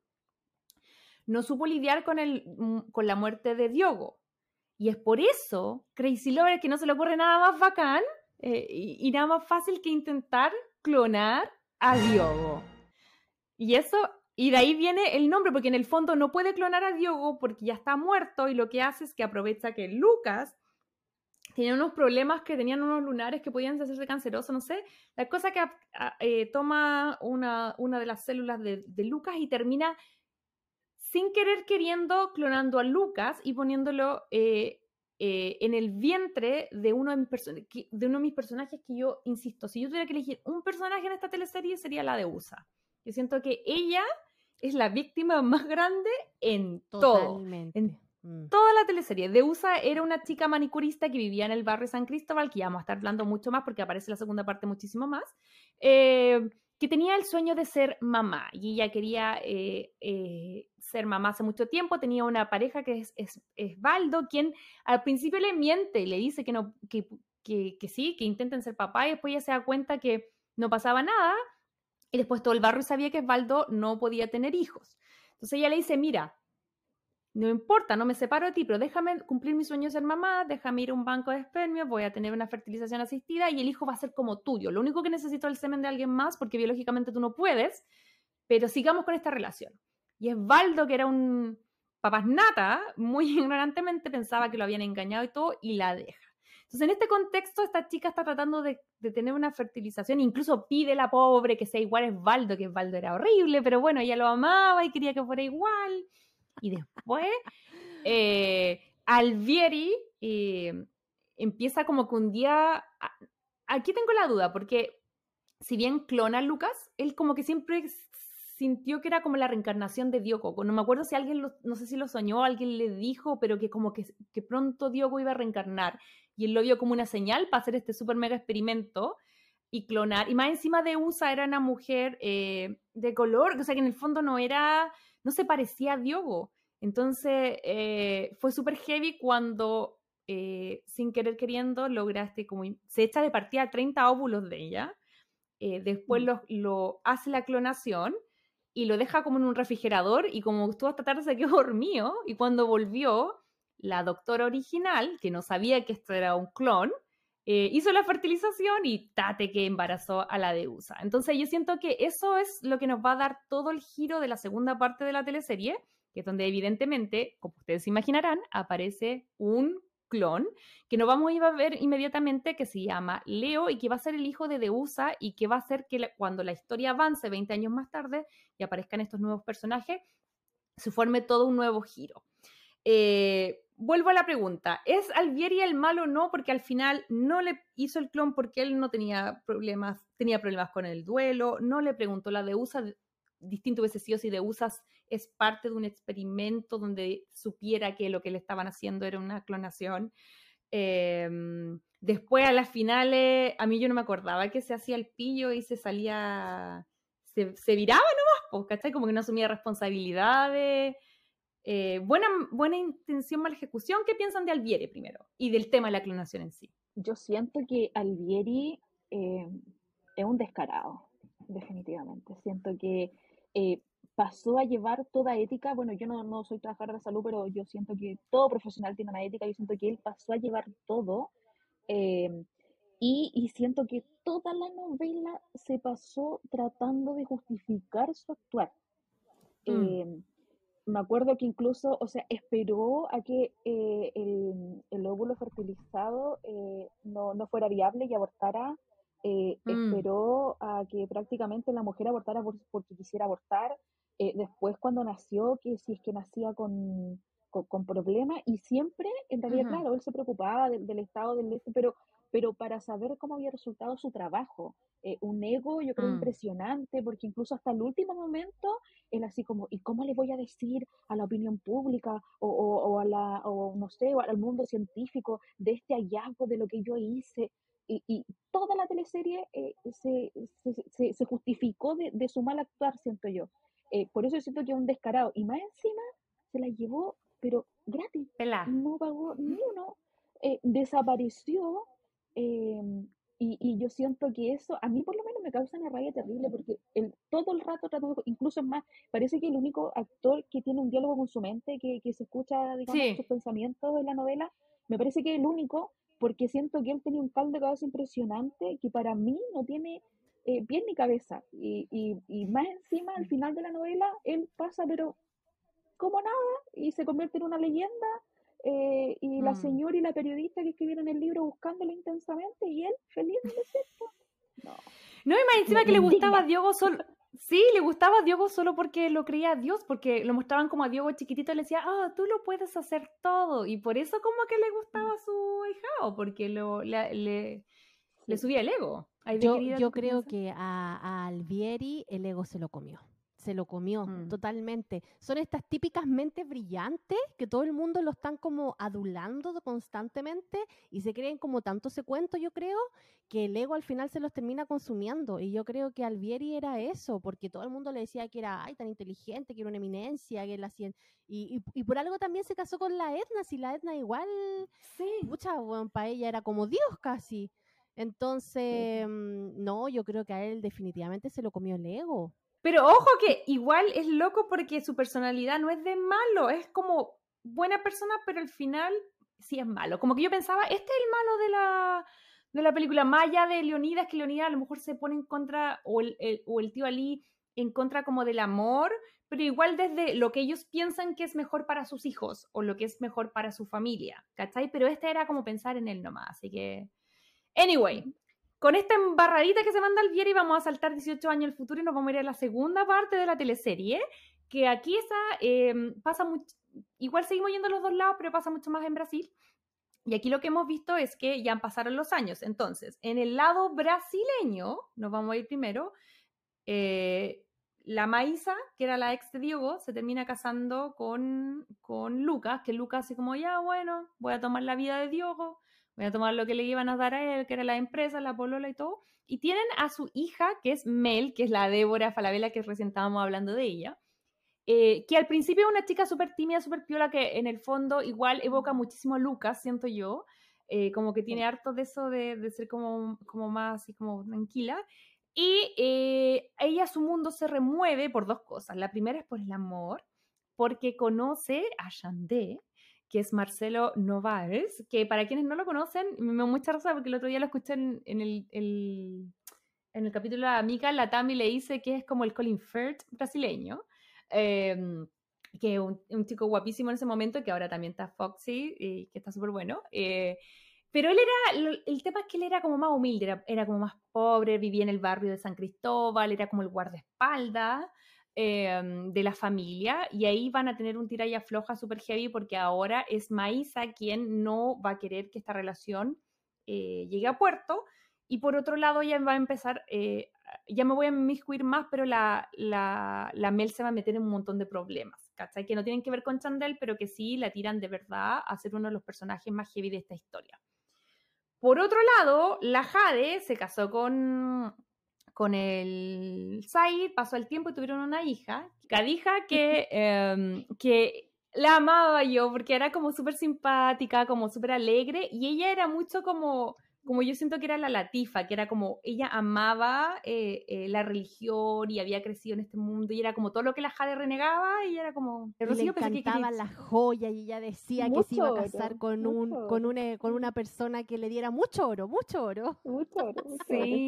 B: No supo lidiar con, el, mm, con la muerte de Diogo. Y es por eso, Crazy Lover, que no se le ocurre nada más bacán eh, y, y nada más fácil que intentar clonar a Diogo. Y eso, y de ahí viene el nombre, porque en el fondo no puede clonar a Diogo porque ya está muerto y lo que hace es que aprovecha que Lucas tenía unos problemas, que tenían unos lunares que podían hacerse cancerosos, no sé. La cosa que a- eh, toma una, una de las células de, de Lucas y termina sin querer queriendo clonando a Lucas y poniéndolo eh, eh, en el vientre de uno de, mis person- que- de uno de mis personajes que yo, insisto, si yo tuviera que elegir un personaje en esta teleserie sería la de Usa. Yo siento que ella es la víctima más grande en todo.
C: Totalmente.
B: En
C: Mm.
B: toda la teleserie. Deusa era una chica manicurista que vivía en el barrio San Cristóbal, que ya vamos a estar hablando mucho más porque aparece la segunda parte muchísimo más, eh, que tenía el sueño de ser mamá y ella quería eh, eh, ser mamá hace mucho tiempo. Tenía una pareja que es, es, es Baldo, quien al principio le miente y le dice que, no, que, que, que sí, que intenten ser papá, y después ella se da cuenta que no pasaba nada y después todo el barrio sabía que Baldo no podía tener hijos. Entonces ella le dice, mira, no importa, no me separo de ti, pero déjame cumplir mi sueño de ser mamá, déjame ir a un banco de espermios, voy a tener una fertilización asistida y el hijo va a ser como tuyo. Lo único que necesito es el semen de alguien más porque biológicamente tú no puedes, pero sigamos con esta relación. Y Osvaldo, que era un papasnata, muy ignorantemente pensaba que lo habían engañado y todo, y la deja. Entonces, en este contexto, esta chica está tratando de, de tener una fertilización, incluso pide a la pobre que sea igual a Osvaldo, que Osvaldo era horrible, pero bueno, ella lo amaba y quería que fuera igual. Y después, eh, Alvieri eh, empieza como que un día... Aquí tengo la duda, porque si bien clona a Lucas, él como que siempre sintió que era como la reencarnación de Diogo. No me acuerdo si alguien, lo, no sé si lo soñó, alguien le dijo, pero que como que, que pronto Diogo iba a reencarnar. Y él lo vio como una señal para hacer este super mega experimento y clonar. Y más encima de Usa era una mujer eh, de color, o sea que en el fondo no era, no se parecía a Diogo. Entonces eh, fue súper heavy cuando, eh, sin querer queriendo, lograste como, se echa de partida treinta óvulos de ella. Eh, después mm. lo, lo hace la clonación y lo deja como en un refrigerador y como estuvo hasta tarde se quedó dormido y cuando volvió, la doctora original, que no sabía que esto era un clon, eh, hizo la fertilización y tate que embarazó a la deusa. Entonces yo siento que eso es lo que nos va a dar todo el giro de la segunda parte de la teleserie, que es donde evidentemente, como ustedes se imaginarán, aparece un clon, que no vamos a ir a ver inmediatamente, que se llama Leo y que va a ser el hijo de Deusa y que va a hacer que la, cuando la historia avance veinte años más tarde y aparezcan estos nuevos personajes, se forme todo un nuevo giro. Eh, vuelvo a la pregunta, ¿es Alvieri el malo o no? Porque al final no le hizo el clon porque él no tenía problemas, tenía problemas con el duelo, no le preguntó la Deusa, distinto hubiese sido si Deusas es parte de un experimento donde supiera que lo que le estaban haciendo era una clonación. Eh, después a las finales, a mí yo no me acordaba que se hacía el pillo y se salía, se, se viraba nomás, pues, ¿cachai? Como que no asumía responsabilidades. Eh, buena, buena intención, mala ejecución. ¿Qué piensan de Alvieri primero? Y del tema de la clonación en sí.
D: Yo siento que Alvieri eh, es un descarado, definitivamente. Siento que eh, pasó a llevar toda ética. Bueno, yo no, no soy trabajadora de salud, pero yo siento que todo profesional tiene una ética. Yo siento que él pasó a llevar todo. Eh, y, y siento que toda la novela se pasó tratando de justificar su actuar. Mm. Eh, Me acuerdo que incluso, o sea, esperó a que eh, el, el óvulo fertilizado eh, no, no fuera viable y abortara. Eh, mm. Esperó a que prácticamente la mujer abortara por, porque quisiera abortar. Eh, después, cuando nació, que si es que nacía con, con, con problemas, y siempre, en realidad, uh-huh. claro, él se preocupaba de, del estado del este, pero, pero para saber cómo había resultado su trabajo. Eh, un ego, yo creo, mm. impresionante, porque incluso hasta el último momento, él así como, ¿y cómo le voy a decir a la opinión pública o, o, o a la, o no sé, o al mundo científico de este hallazgo de lo que yo hice? Y, y toda la teleserie eh, se, se, se, se justificó de, de su mal actuar, siento yo. Eh, por eso yo siento que es un descarado. Y más encima, se la llevó, pero gratis.
B: Pelá.
D: No pagó ni uno. Eh, desapareció. Eh, Y, y yo siento que eso, a mí por lo menos me causa una rabia terrible, porque el, todo el rato trató, incluso es más, parece que el único actor que tiene un diálogo con su mente, que, que se escucha, digamos, sí. sus pensamientos en la novela, me parece que es el único, porque siento que él tenía un caldo de cabeza impresionante, que para mí no tiene eh, pie ni cabeza, y, y, y más encima, al final de la novela, él pasa, pero como nada, y se convierte en una leyenda. Eh, y mm. la señora y la periodista que escribieron el libro buscándolo intensamente y él feliz de desierto. No,
B: no, y más encima me, que le gustaba a Diogo solo. Sí, le gustaba a Diogo solo porque lo creía a Dios, porque lo mostraban como a Diogo chiquitito y le decía, ah, oh, tú lo puedes hacer todo. Y por eso como que le gustaba a su hijao, porque lo, le, le, le subía el ego.
C: Ay, yo yo creo piensa? que a, a Alvieri el ego se lo comió. Se lo comió mm. totalmente. Son estas típicas mentes brillantes que todo el mundo lo están como adulando constantemente y se creen como tanto ese cuento, yo creo, que el ego al final se los termina consumiendo. Y yo creo que Alvieri era eso, porque todo el mundo le decía que era ay, tan inteligente, que era una eminencia, que él hacía... Y, y, y por algo también se casó con la Edna, si la Edna igual,
B: sí.
C: mucha, bueno, para ella era como Dios casi. Entonces, sí. no, yo creo que a él definitivamente se lo comió el ego.
B: Pero ojo que igual es loco porque su personalidad no es de malo, es como buena persona, pero al final sí es malo. Como que yo pensaba, este es el malo de la, de la película, más allá de Leonidas, que Leonidas a lo mejor se pone en contra, o el, el, o el tío Ali en contra como del amor, pero igual desde lo que ellos piensan que es mejor para sus hijos, o lo que es mejor para su familia, ¿cachai? Pero este era como pensar en él nomás, así que... Anyway, con esta embarradita que se manda el Vieri vamos a saltar dieciocho años al futuro y nos vamos a ir a la segunda parte de la teleserie, que aquí está, eh, pasa mucho, igual seguimos yendo a los dos lados, pero pasa mucho más en Brasil. Y aquí lo que hemos visto es que ya pasaron los años. Entonces, en el lado brasileño, nos vamos a ir primero, eh, la Maísa, que era la ex de Diogo, se termina casando con, con Lucas, que Lucas así como, ya, bueno, voy a tomar la vida de Diogo, voy a tomar lo que le iban a dar a él, que era la empresa, la polola y todo. Y tienen a su hija, que es Mel, que es la Débora Falabella, que recién estábamos hablando de ella, eh, que al principio es una chica súper tímida, súper piola, que en el fondo igual evoca muchísimo a Lucas, siento yo, eh, como que tiene harto de eso de, de ser como, como más así como tranquila. Y eh, ella, su mundo se remueve por dos cosas. La primera es por el amor, porque conoce a Xandé, que es Marcelo Novaes, que para quienes no lo conocen, me da mucha risa porque el otro día lo escuché en, en el, el, en el capítulo de Amiga, la Tami le dice que es como el Colin Firth brasileño, eh, que es un, un chico guapísimo en ese momento, que ahora también está Foxy, y que está súper bueno. Eh, pero él era, el tema es que él era como más humilde, era, era como más pobre, vivía en el barrio de San Cristóbal, era como el guardaespaldas eh, de la familia, y ahí van a tener un tira y afloja súper heavy porque ahora es Maísa quien no va a querer que esta relación eh, llegue a puerto, y por otro lado ya va a empezar, eh, ya me voy a inmiscuir más, pero la, la, la Mel se va a meter en un montón de problemas, ¿cachai? Que no tienen que ver con Chandel, pero que sí la tiran de verdad a ser uno de los personajes más heavy de esta historia. Por otro lado, la Jade se casó con, con el Said, pasó el tiempo y tuvieron una hija, Khadija, que, eh, que la amaba yo porque era como súper simpática, como súper alegre, y ella era mucho como, como yo siento que era la Latifa, que era como, ella amaba eh, eh, la religión y había crecido en este mundo, y era como todo lo que la Jade renegaba, y era como...
C: Y le encantaban las joyas y ella decía mucho que se iba a casar oro, con, un, con, una, con una persona que le diera mucho oro, mucho oro.
D: Mucho oro, mucho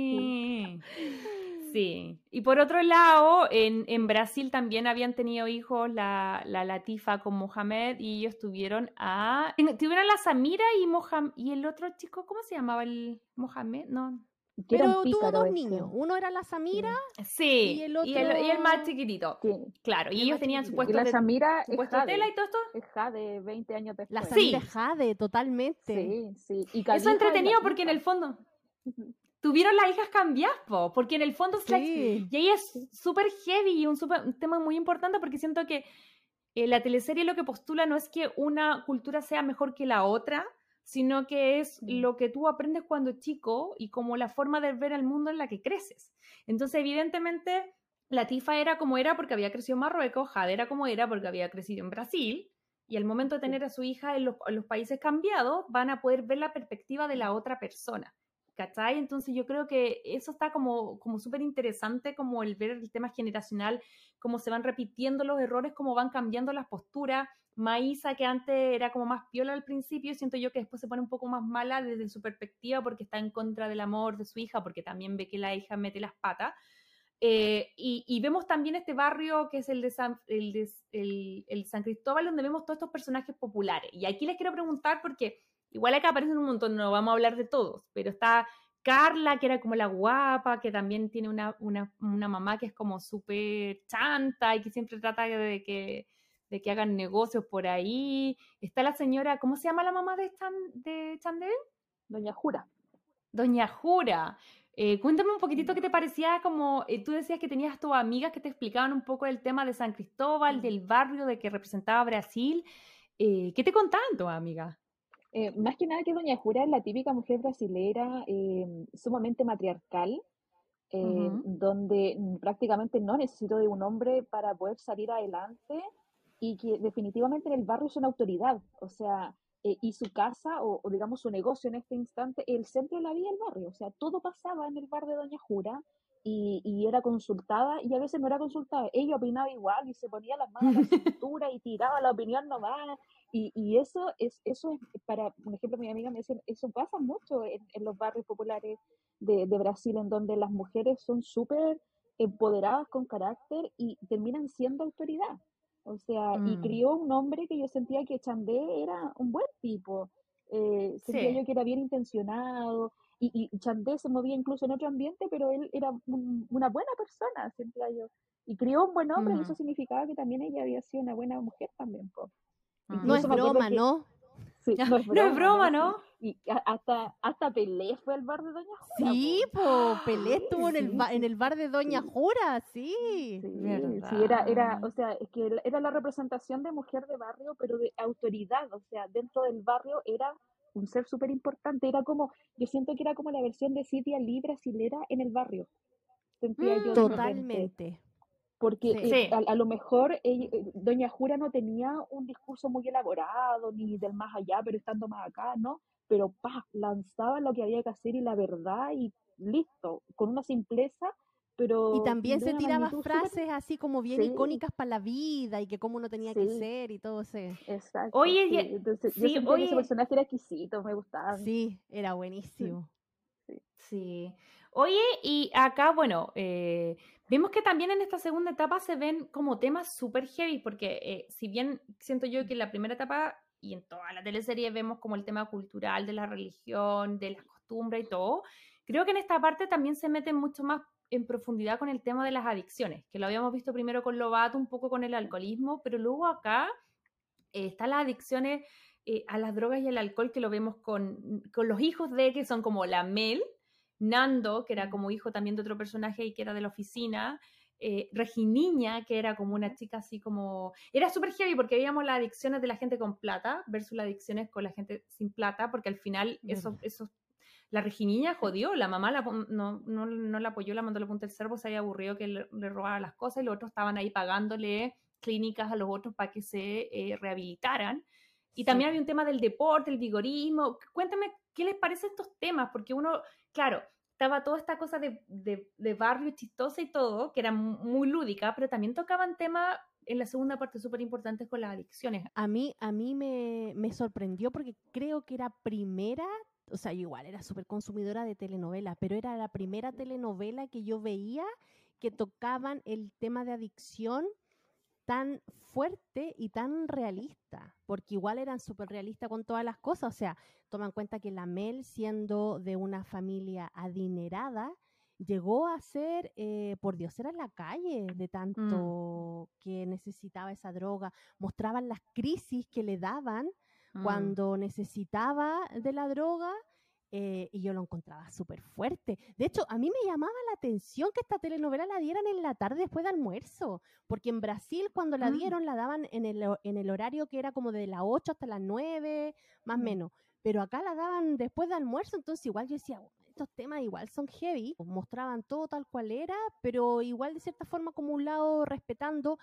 B: sí. oro, sí. Sí, y por otro lado, en, en Brasil también habían tenido hijos la, la Latifa con Mohamed, y ellos tuvieron a... Tuvieron a la Samira y Mohamed, y el otro chico, ¿cómo se llamaba el Mohamed? No.
C: Pero tuvo dos ese. niños, uno era la Samira
B: sí.
C: y, el otro...
B: y, el, y el más chiquitito. Sí. Claro, y, y ellos tenían su puesto
D: y la
B: de,
D: Samira
B: su puesto de tela y todo esto.
D: Es Jade, veinte años después.
C: La Samira es sí. Jade, totalmente.
D: Sí, sí. Y
B: eso es entretenido porque en el fondo... Tuvieron las hijas cambiadas, po, porque en el fondo sí. like, y ahí es súper heavy y un, super, un tema muy importante porque siento que eh, la teleserie lo que postula no es que una cultura sea mejor que la otra, sino que es mm. lo que tú aprendes cuando chico y como la forma de ver el mundo en la que creces. Entonces, evidentemente, Latifa era como era porque había crecido en Marruecos, Jade era como era porque había crecido en Brasil, y al momento de tener a su hija en los, en los países cambiados, van a poder ver la perspectiva de la otra persona. ¿Cachai? Entonces yo creo que eso está como, como súper interesante, como el ver el tema generacional, cómo se van repitiendo los errores, cómo van cambiando las posturas. Maísa, que antes era como más piola al principio, siento yo que después se pone un poco más mala desde su perspectiva porque está en contra del amor de su hija, porque también ve que la hija mete las patas. Eh, y, y vemos también este barrio que es el de, San, el, de el, el San Cristóbal, donde vemos todos estos personajes populares. Y aquí les quiero preguntar porque... Igual acá aparecen un montón, no vamos a hablar de todos, pero está Carla, que era como la guapa, que también tiene una, una, una mamá que es como súper chanta y que siempre trata de que, de que hagan negocios por ahí. Está la señora, ¿cómo se llama la mamá de, Chan, de Chandel?
D: Doña Jura.
B: Doña Jura. Eh, cuéntame un poquitito qué te parecía, como eh, tú decías que tenías tus amigas que te explicaban un poco el tema de San Cristóbal, del barrio, de que representaba Brasil. Eh, ¿Qué te contaban tus amigas?
D: Eh, más que nada que Doña Jura es la típica mujer brasilera eh, sumamente matriarcal, eh, uh-huh. donde prácticamente no necesitó de un hombre para poder salir adelante y que definitivamente en el barrio es una autoridad, o sea, eh, y su casa o, o digamos su negocio en este instante, el centro de la vida del barrio, o sea, todo pasaba en el bar de Doña Jura y, y era consultada, y a veces no era consultada, ella opinaba igual, y se ponía las manos a la cintura y tiraba la opinión nomás, y, y eso es, eso es, para, por ejemplo, mi amiga me decía, eso pasa mucho en, en los barrios populares de, de Brasil, en donde las mujeres son súper empoderadas, con carácter, y terminan siendo autoridad. O sea, y
B: Mm,
D: crió un hombre que yo sentía que Chandé era un buen tipo, eh, sentía
B: sí.
D: yo que era bien intencionado, y, y Chandé se movía incluso en otro ambiente, pero él era un- una buena persona, sentía yo. Y crió un buen hombre, y
B: Ujú,
D: eso significaba que también ella había sido una buena mujer también, po.
C: No
B: mm.
C: es
D: Incluso me acuerdo
C: broma,
D: que,
C: ¿no?
D: sí, no es
B: No es
D: broma,
B: broma,
D: ¿no?
B: ¿no?
D: Sí. Y a- hasta, hasta Pelé fue al bar de Doña Jura,
C: Sí,
D: po.
C: po, Pelé
D: Sí,
C: estuvo en el,
D: sí,
C: ba- en
D: sí,
C: el bar de Doña
D: sí.
C: Jura, sí.
D: Sí, sí, era, era,
B: ¿Verdad?
D: o sea, es que era la representación de mujer de barrio, pero de autoridad, o sea, dentro del barrio era un ser súper importante, era como, yo siento que era como la versión de City Ali brasilera en el barrio, sentía yo de
B: Mm,
D: repente,
C: Totalmente.
D: porque
C: Sí.
D: eh,
B: sí.
D: a, a lo mejor ella- eh, Doña Jura no tenía un discurso muy elaborado, ni del más allá, pero estando más acá, ¿no? Pero, pa, lanzaba lo que había que hacer y la verdad y listo, con una simpleza,
C: Y
D: pero
C: también
D: de
C: se
D: una
C: tiraba
D: magnitud súper,
C: frases así como bien
D: sí,
C: icónicas para la vida y que cómo uno tenía que
D: sí.
C: ser y todo ese.
D: Exacto,
B: Oye,
D: sí.
B: ya-
D: Entonces yo
B: sí,
D: sentía que ese
B: oye,
D: personaje era exquisito, me gustaba a mí.
C: Sí, era
D: Sí,
C: buenísimo.
D: sí.
B: sí. Oye, y acá, bueno, eh, vemos que también en esta segunda etapa se ven como temas súper heavy, porque eh, si bien siento yo que en la primera etapa y en toda la teleserie vemos como el tema cultural de la religión, de las costumbres y todo, creo que en esta parte también se meten mucho más en profundidad con el tema de las adicciones, que lo habíamos visto primero con Lovato, un poco con el alcoholismo, pero luego acá eh, están las adicciones eh, a las drogas y al alcohol, que lo vemos con, con los hijos de, que son como la Mel, Nando, que era
D: Mm.
B: como hijo también de otro personaje y que era de la oficina, eh, Reginiña, que era como una chica así como... Era súper heavy porque veíamos las adicciones de la gente con plata versus las adicciones con la gente sin plata, porque al final
C: ¿Verdad?
B: eso, eso la Reginiña jodió, la mamá la, no, no, no la apoyó, la mandó a la punta del cervo, se había aburrido que le, le robara las cosas y los otros estaban ahí pagándole clínicas a los otros para que se eh, rehabilitaran. Y
C: Sí.
B: también había un tema del deporte, el vigorismo. Cuéntame, ¿qué les parecen estos temas? Porque uno, claro, estaba toda esta cosa de, de, de barrio chistosa y todo, que era muy lúdica, pero también tocaban temas en la segunda parte súper importantes con las adicciones.
C: A mí, a mí me, me sorprendió porque creo que era primera, o sea, yo igual era súper consumidora de telenovelas, pero era la primera telenovela que yo veía que tocaban el tema de adicción tan fuerte y tan realista, porque igual eran súper realistas con todas las cosas, o sea, toma en cuenta que la Mel, siendo de una familia adinerada, llegó a ser, eh, por Dios, era en la calle de tanto mm. que necesitaba esa droga, mostraban las crisis que le daban mm. cuando necesitaba de la droga. Eh, y yo lo encontraba súper fuerte. De hecho, a mí me llamaba la atención que esta telenovela la dieran en la tarde después de almuerzo, porque en Brasil cuando la dieron la daban en el, en el horario que era como de las ocho hasta las nueve, más o menos, pero acá la daban después de almuerzo, entonces igual yo decía, oh, estos temas igual son heavy, mostraban todo tal cual era, pero igual de cierta forma como un lado respetando,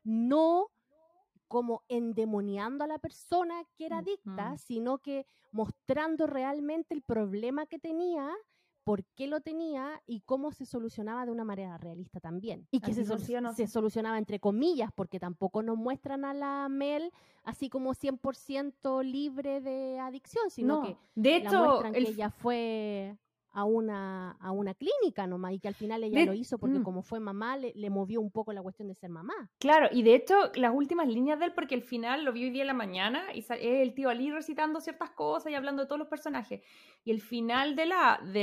C: no como endemoniando a la persona que era adicta, mm. sino que mostrando realmente el problema que tenía, por qué lo tenía y cómo se solucionaba de una manera realista también. Y que se, sol
B: no
C: se solucionaba entre comillas, porque tampoco nos muestran a la Mel así como cien por ciento libre de adicción, sino
B: no,
C: que
B: de hecho,
C: la muestran
B: el...
C: que ella fue a una, a una clínica nomás y que al final ella de... lo hizo porque mm. como fue mamá le, le movió un poco la cuestión de ser mamá.
B: Claro, y de hecho las últimas líneas de él, porque al final lo vi hoy día en la mañana y es el tío Ali recitando ciertas cosas y hablando de todos los personajes, y el final de la, de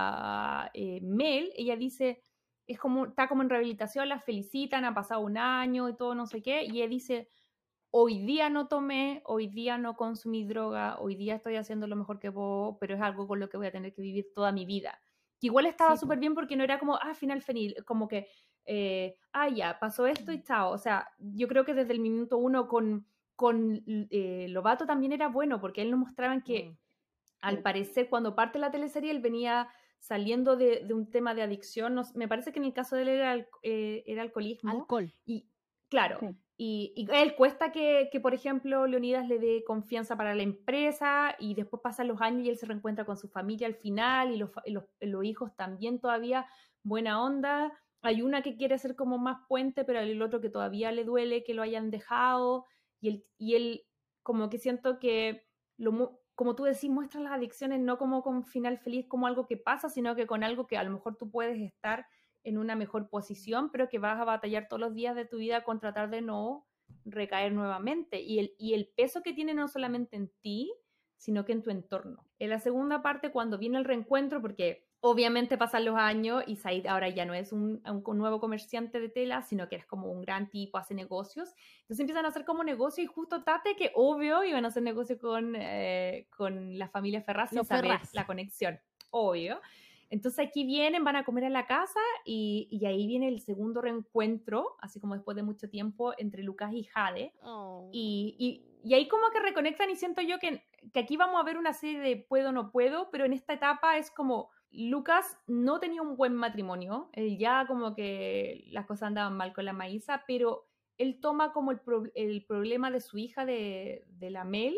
B: la eh, Mel, ella dice, es como, está como en rehabilitación, la felicitan, ha pasado un año y todo no sé qué, y ella dice, hoy día no tomé, hoy día no consumí droga, hoy día estoy haciendo lo mejor que puedo, pero es algo con lo que voy a tener que vivir toda mi vida. Que igual estaba súper sí, bien porque no era como, ah, final feliz, como que, eh, ah, ya, pasó esto y chao. O sea, yo creo que desde el minuto uno con, con eh, Lovato también era bueno, porque él nos mostraban que, mm. al parecer, cuando parte la teleserie, él venía saliendo de, de un tema de adicción. No, me parece que en el caso de él era, eh, era alcoholismo.
C: Alcohol.
B: Y, claro, sí. Y, y él cuesta que, que, por ejemplo, Leonidas le dé confianza para la empresa y después pasan los años y él se reencuentra con su familia al final y los, los, los hijos también todavía buena onda. Hay una que quiere ser como más puente, pero hay el otro que todavía le duele que lo hayan dejado y él, y él como que siento que, lo, como tú decís, muestra las adicciones no como con final feliz, como algo que pasa, sino que con algo que a lo mejor tú puedes estar en una mejor posición, pero que vas a batallar todos los días de tu vida con tratar de no recaer nuevamente. Y el, y el peso que tiene no solamente en ti, sino que en tu entorno. En la segunda parte, cuando viene el reencuentro, porque obviamente pasan los años y Said ahora ya no es un, un nuevo comerciante de tela, sino que es como un gran tipo, hace negocios. Entonces empiezan a hacer como negocio y justo Tate, que obvio iban a hacer negocio con, eh, con la familia Ferraz sin saber
C: Ferraz.
B: la conexión, obvio. Entonces aquí vienen, van a comer en la casa y, y ahí viene el segundo reencuentro, así como después de mucho tiempo, entre Lucas y Jade. Oh. Y, y, y ahí como que reconectan y siento yo que, que aquí vamos a ver una serie de puedo o no puedo, pero en esta etapa es como Lucas no tenía un buen matrimonio, él ya como que las cosas andaban mal con la Maísa, pero él toma como el, pro, el problema de su hija, de, de la Mel,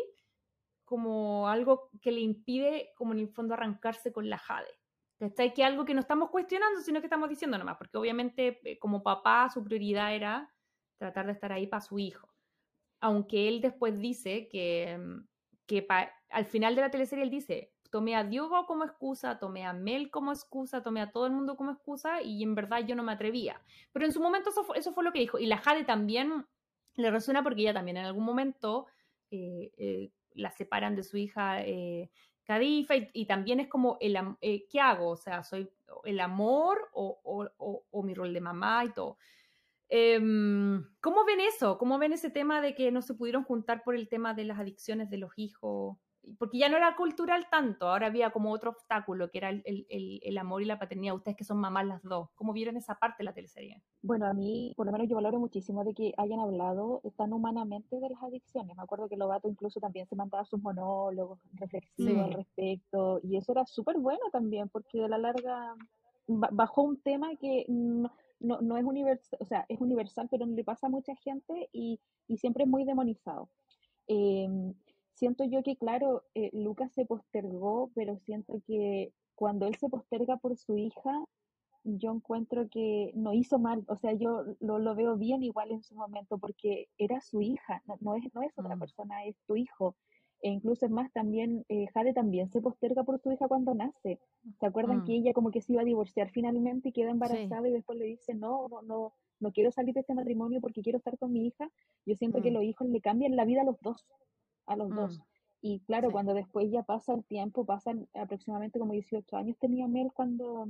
B: como algo que le impide, como en el fondo, arrancarse con la Jade. ¿Cachai? Que algo que no estamos cuestionando, sino que estamos diciendo nomás, porque obviamente como papá su prioridad era tratar de estar ahí para su hijo. Aunque él después dice que, que pa, al final de la teleserie él dice, tomé a Diogo como excusa, tomé a Mel como excusa, tomé a todo el mundo como excusa y en verdad yo no me atrevía. Pero en su momento eso fue, eso fue lo que dijo. Y la Jade también le resuena porque ella también en algún momento eh, eh, la separan de su hija eh, Cadifa y, y también es como, el, eh, ¿qué hago? O sea, ¿soy el amor o, o, o, o mi rol de mamá y todo? Eh, ¿Cómo ven eso? ¿Cómo ven ese tema de que no se pudieron juntar por el tema de las adicciones de los hijos? Porque ya no era cultural tanto, ahora había como otro obstáculo que era el, el, el amor y la paternidad. Ustedes que son mamás las dos, ¿cómo vieron esa parte de la teleserie?
D: Bueno, a mí, por lo menos yo valoro muchísimo de que hayan hablado tan humanamente de las adicciones. Me acuerdo que Lovato incluso también se mandaba sus monólogos reflexivos sí. al respecto, y eso era súper bueno también, porque a la larga bajó un tema que no, no, no es universal, o sea, es universal, pero no le pasa a mucha gente y, y siempre es muy demonizado. Eh, siento yo que, claro, eh, Lucas se postergó, pero siento que cuando él se posterga por su hija, yo encuentro que no hizo mal, o sea, yo lo, lo veo bien igual en su momento, porque era su hija, no, no, es, no es otra mm. persona, es tu hijo. E incluso es más, también, eh, Jade también se posterga por su hija cuando nace. ¿Se acuerdan mm. que ella como que se iba a divorciar finalmente y queda embarazada sí. y después le dice, no, no, no, no quiero salir de este matrimonio porque quiero estar con mi hija? Yo siento mm. que los hijos le cambian la vida a los dos, a los mm. dos. Y claro, sí. cuando después ya pasa el tiempo, pasan aproximadamente como dieciocho años tenía Mel cuando...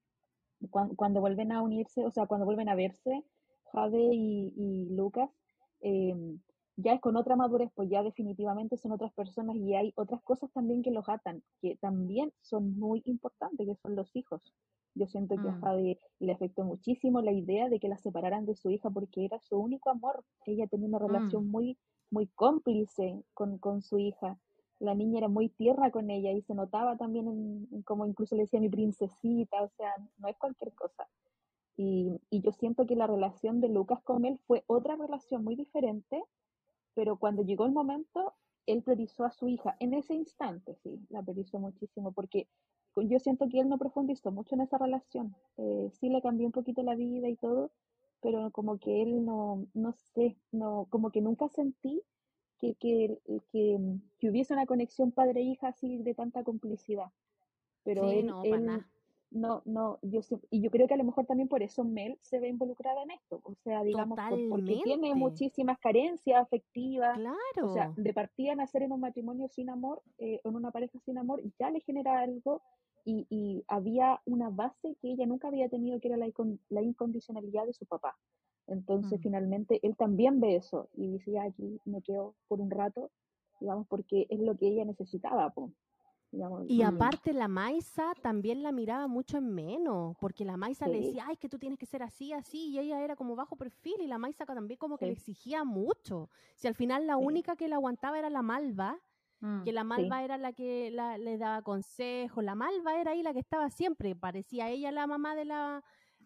D: Cuando, cuando vuelven a unirse, o sea, cuando vuelven a verse, Jade y, y Lucas, eh, ya es con otra madurez, pues ya definitivamente son otras personas y hay otras cosas también que los atan, que también son muy importantes, que son los hijos. Yo siento que mm. a Jade le afectó muchísimo la idea de que la separaran de su hija porque era su único amor. Ella tenía una relación mm. muy, muy cómplice con, con su hija. La niña era muy tierna con ella y se notaba también en, en como incluso le decía mi princesita, o sea, no es cualquier cosa. Y, y yo siento que la relación de Lucas con él fue otra relación muy diferente, pero cuando llegó el momento, él priorizó a su hija. En ese instante, sí, la priorizó muchísimo, porque yo siento que él no profundizó mucho en esa relación. Eh, sí le cambió un poquito la vida y todo, pero como que él no, no sé, no, como que nunca sentí Que, que, que, que hubiese una conexión padre-hija así de tanta complicidad. Pero
C: sí,
D: él,
C: no,
D: él no, no, yo sé, y yo creo que a lo mejor también por eso Mel se ve involucrada en esto, o sea, digamos, por, porque tiene muchísimas carencias afectivas,
C: claro.
D: O sea, de partida nacer en un matrimonio sin amor, eh, en una pareja sin amor, ya le genera algo, y, y había una base que ella nunca había tenido, que era la, la incondicionalidad de su papá. Entonces, mm. finalmente, él también ve eso y dice, ya aquí me quedo por un rato, digamos, porque es lo que ella necesitaba, po, digamos.
C: Y mm. aparte, la Maisa también la miraba mucho en menos, porque la Maisa sí. le decía, ay, que tú tienes que ser así, así, y ella era como bajo perfil, y la Maisa también como sí. que le exigía mucho. Si al final la sí. única que la aguantaba era la Malva, mm. que la Malva sí. era la que la, le daba consejos, la Malva era ahí la que estaba siempre, parecía ella la mamá de la...